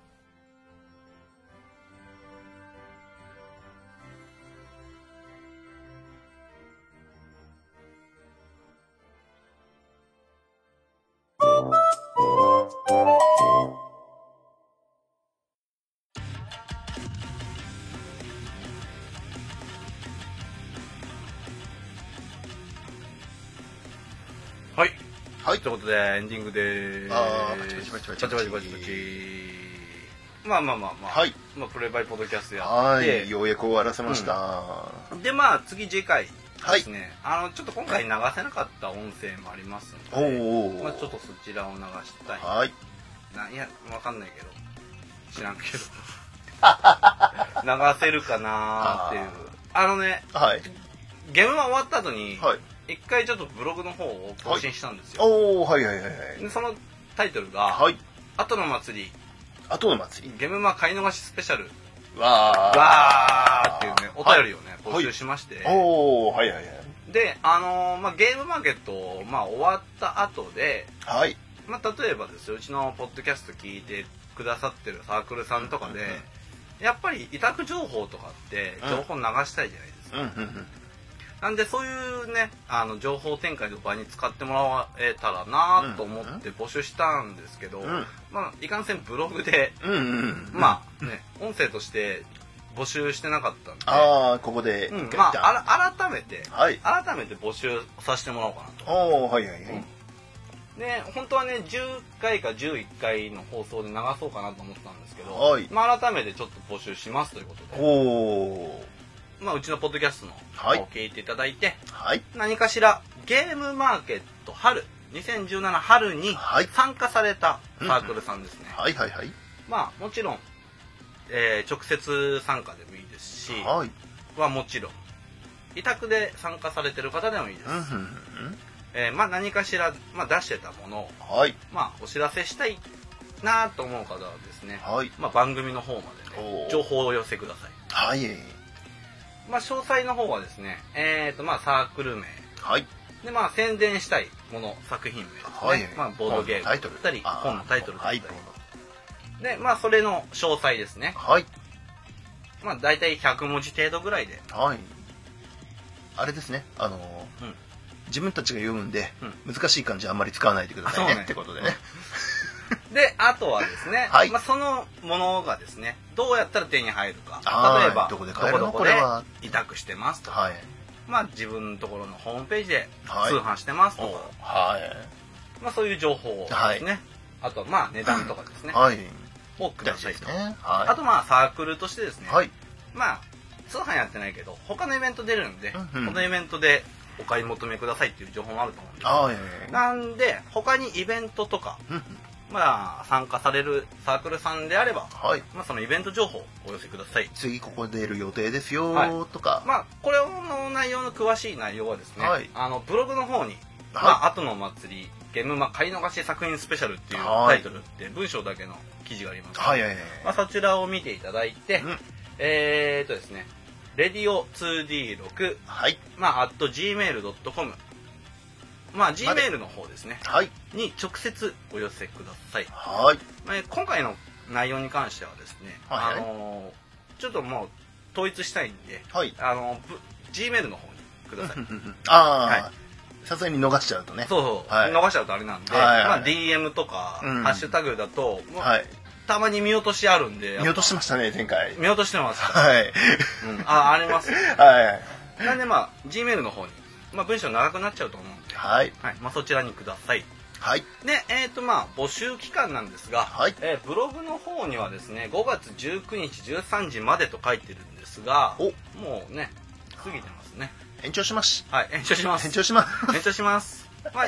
はい。はい。ということで、エンディングでーす。 あー、パチパチパチパチ。 パチパチパチパチ。まあまあまあまあ。 はい。 まあ、プレイバイポッドキャストやって。 はい。ようやく終わらせました。 うん、で、まあ、次次回ですね。はい、あの、ちょっと今回流せなかった音声もありますので、おー。まあ、ちょっとそちらを流したい。 はい。 な、いや、わかんないけど。知らんけど。流せるかなーっていう。あのね、 はい。 ゲームが終わった後に、 はい。 一回ちょっとブログの方を更新したんですよ。 はい、おー、はいはいはいはい。 で、そのタイトルが、はい。後の祭り。 後の祭り。 ゲームマ買い逃しスペシャル。 わー。 わーっていうね、お便りをね、はい、募集しまして。 はい、おー、はいはいはい。 で、あのー、まあ、ゲームマーケット、まあ、終わった後で、はい。まあ、例えばですよ、うちのポッドキャスト聞いてくださってるサークルさんとかで、うんうんうん、やっぱり委託情報とかって情報流したいじゃないですか。うんうんうん、なんでそういうね、あの情報展開の場に使ってもらえたらなと思って募集したんですけど、うん、まあいかんせんブログで、うんうんうん、まあね、音声として募集してなかったんで、 ああここで、 うん、まああら改めて、はい、改めて募集させてもらおうかなと。 おおはいはいはい。うんで本当はねじゅっかいかじゅういっかいの放送で流そうかなと思ったんですけど、はい、まあ、改めてちょっと募集しますということで、おまあ、うちのポッドキャストの方を聞いていただいて、はい、何かしらゲームマーケット春にせんじゅうなな春に参加されたサークルさんですね、 はいはいはい、 まあもちろん、えー、直接参加でもいいですし、はい、はもちろん委託で参加されてる方でもいいです、うんうんうんえー、まあ何かしら、まあ、出してたものを、はいまあ、お知らせしたいなと思う方はですね、はいまあ、番組の方まで、ね、情報をお寄せください。はい。まあ、詳細の方はですね、えーとまあ、サークル名、はいでまあ、宣伝したいもの作品名ですね、はいまあ、ボードゲームだったり本のタイトルだったり、でまあそれの詳細ですね、はいまあ、大体ひゃくもじ程度ぐらいで、はい、 あれですねあのーうん自分たちが読むんで、うん、難しい漢字あんまり使わないでくださいね、ねってことでね。 で、あとはですね、はいまあ、そのものがですね、どうやったら手に入るか。例えば、 どこで買えるのどこどこで委託してますとか、はい、まあ自分のところのホームページで通販してますとか、はいまあ、そういう情報をですね、はい、あとまあ値段とかですね、はい、をくださいと。ねはい、あとまあサークルとしてですね、はい、まあ通販やってないけど、他のイベント出るんで、うんうん、このイベントでお買い求めくださいっていう情報もあると思うんですよ、あいやいやなんで他にイベントとかまあ参加されるサークルさんであれば、はいまあ、そのイベント情報をお寄せください。 次ここ出る予定ですよ、はい、とかまあこれの内容の詳しい内容はですね、はい、あのブログの方に、はいまあ後の祭りゲームマ買い逃し作品スペシャルっていうタイトルって文章だけの記事がありますので、はいはいはいまあ、そちらを見ていただいて、うん、えーっとですねレディオ ツーディーろく、はい、まあ、アットジーメールドットコム、まあ、Gmail の方ですね、はい、に直接お寄せください。はい。まあ、今回の内容に関してはですね、はい、あのー、ちょっともう統一したいんで、はい、あのー、Gmail の方にください。 ああ、はい。さすがに逃しちゃうとね。 そうそう、はい、逃しちゃうとあれなんで、はいはい、まあ、ディーエム とか、うん、ハッシュタグだと、はい、たまに見落としあるんで。 見落としましたね、前回。 見落としてます。 はい。うん、 あ、あります、ね。はい。なんでまあ、Gmail の方に、まあ文章長くなっちゃうと思うんで、はい。はい。まあそちらにください。はい。で、えっとまあ、募集期間なんですが、はい。えー、ブログの方にはですね、ごがつじゅうくにちじゅうさんじまでと書いてるんですが、おもうね、過ぎてますね。 延長します。 はい、延長します。 延長します。 延長します。はい。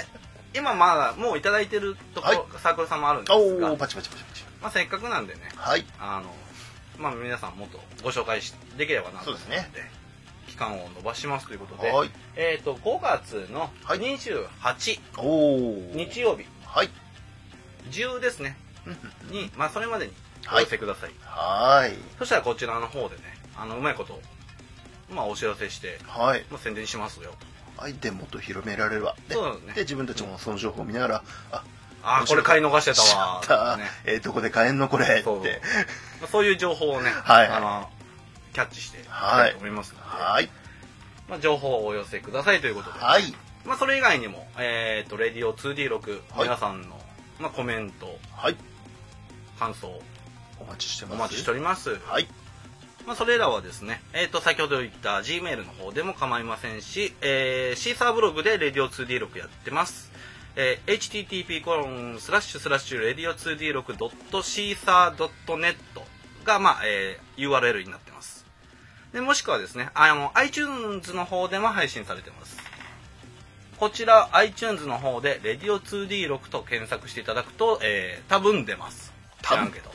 今まだもういただいてるところ、はい、サークルさんもあるんですが、 おーパチパチパチパチ、 まあ、せっかくなんでね、 はい、 あのまあ、皆さんもっとご紹介しできればなと思って、 そうですね、 期間を延ばしますということで、 はい、 えー、とごがつのにじゅうはち、 はい、お日曜日、 はい、 じゅうですねに、まあ、それまでにお寄せください。 はい、 そしたらこちらの方でね、あのうまいこと、まあ、お知らせして、 はい、 まあ、宣伝しますよと。 はい、でもっと広められるわ。 で、そうですね、 で自分たちもその情報を見ながら、ああこれ買い逃してたわー、ね、えー、どこで買えんのこれってそう、 まあ、そういう情報をね、 はい、 あのキャッチしていきたいと思いますので、 はい、 まあ、情報をお寄せくださいということで、 はい、 まあ、それ以外にも、えー、とレディオ ツーディーろく、はい、皆さんの、まあ、コメント、 はい、 感想お待ちしてます。 お待ちしております。 はい、 まあ、それらはですね、えー、と先ほど言った G メールの方でも構いませんし、えー、シーサーブログでレディオ ツーディーろく やってます。えー、エイチティーティーピーコロンスラッシュスラッシュレディオ ツーディーろくドットシーサードットネット が、まあえー、ユーアールエル になってます。でもしくはですね、あの iTunes の方でも配信されてます。こちら iTunes の方でレディオ ツーディーろく と検索していただくと、えー、多分出ます。知らんけど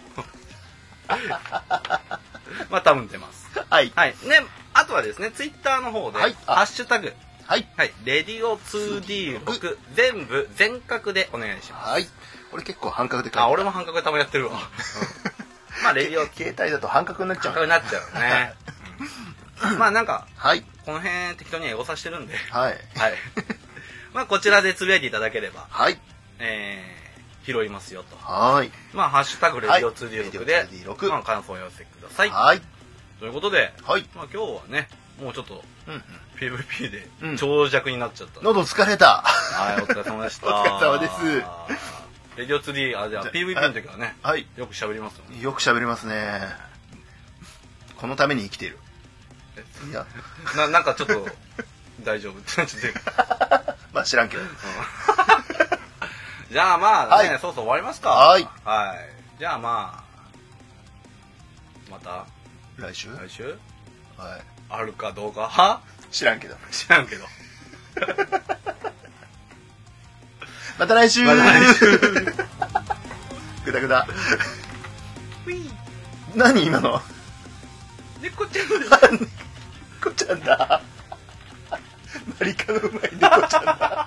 まあ多分出ます。 はい、 はい、ね、あとはですね、Twitter の方で、はい、ハッシュタグはい、 はい、レディオ ツーディーろく 全部全角でお願いします。 はい、これ結構半角で書いてる。 あ、俺も半角でたまやってるわ。まあレディオ携帯だと半角になっちゃう。 半角になっちゃうね。うん、まあなんか、 はい、 この辺適当にエゴサしてるんで、 はい、はい、 まあこちらでつぶやいていただければ、 はい、 えー、拾いますよと。 はい、 まあハッシュタグレディオ ツーディーろく で、はい、まあ感想を寄せてください。 はい。 ということで、 はい、 まあ今日はね、もうちょっと、うんうん、ピーブイピー でうん、 長尺になっちゃった。 喉疲れた。 はい、お疲れ様でした。 お疲れ様です。 レディオ ツーディー、あ、じゃあ ピーブイピー の時はね、はい、よく喋りますよね。 よく喋りますね。このために生きている。 いや、な、なんかちょっと、大丈夫ってなっちゃって。 まあ知らんけど。うん、 じゃあまあね、はい、そうそう終わりますか。 はい。 はい。じゃあまあ、また来週来週はい。 あるかどうかは知らんけど。 知らんけど。 また来週。 また来週。 ぐだぐだ。何今の。 猫ちゃんだ。 猫ちゃんだ。マリカのうまい猫ちゃんだ。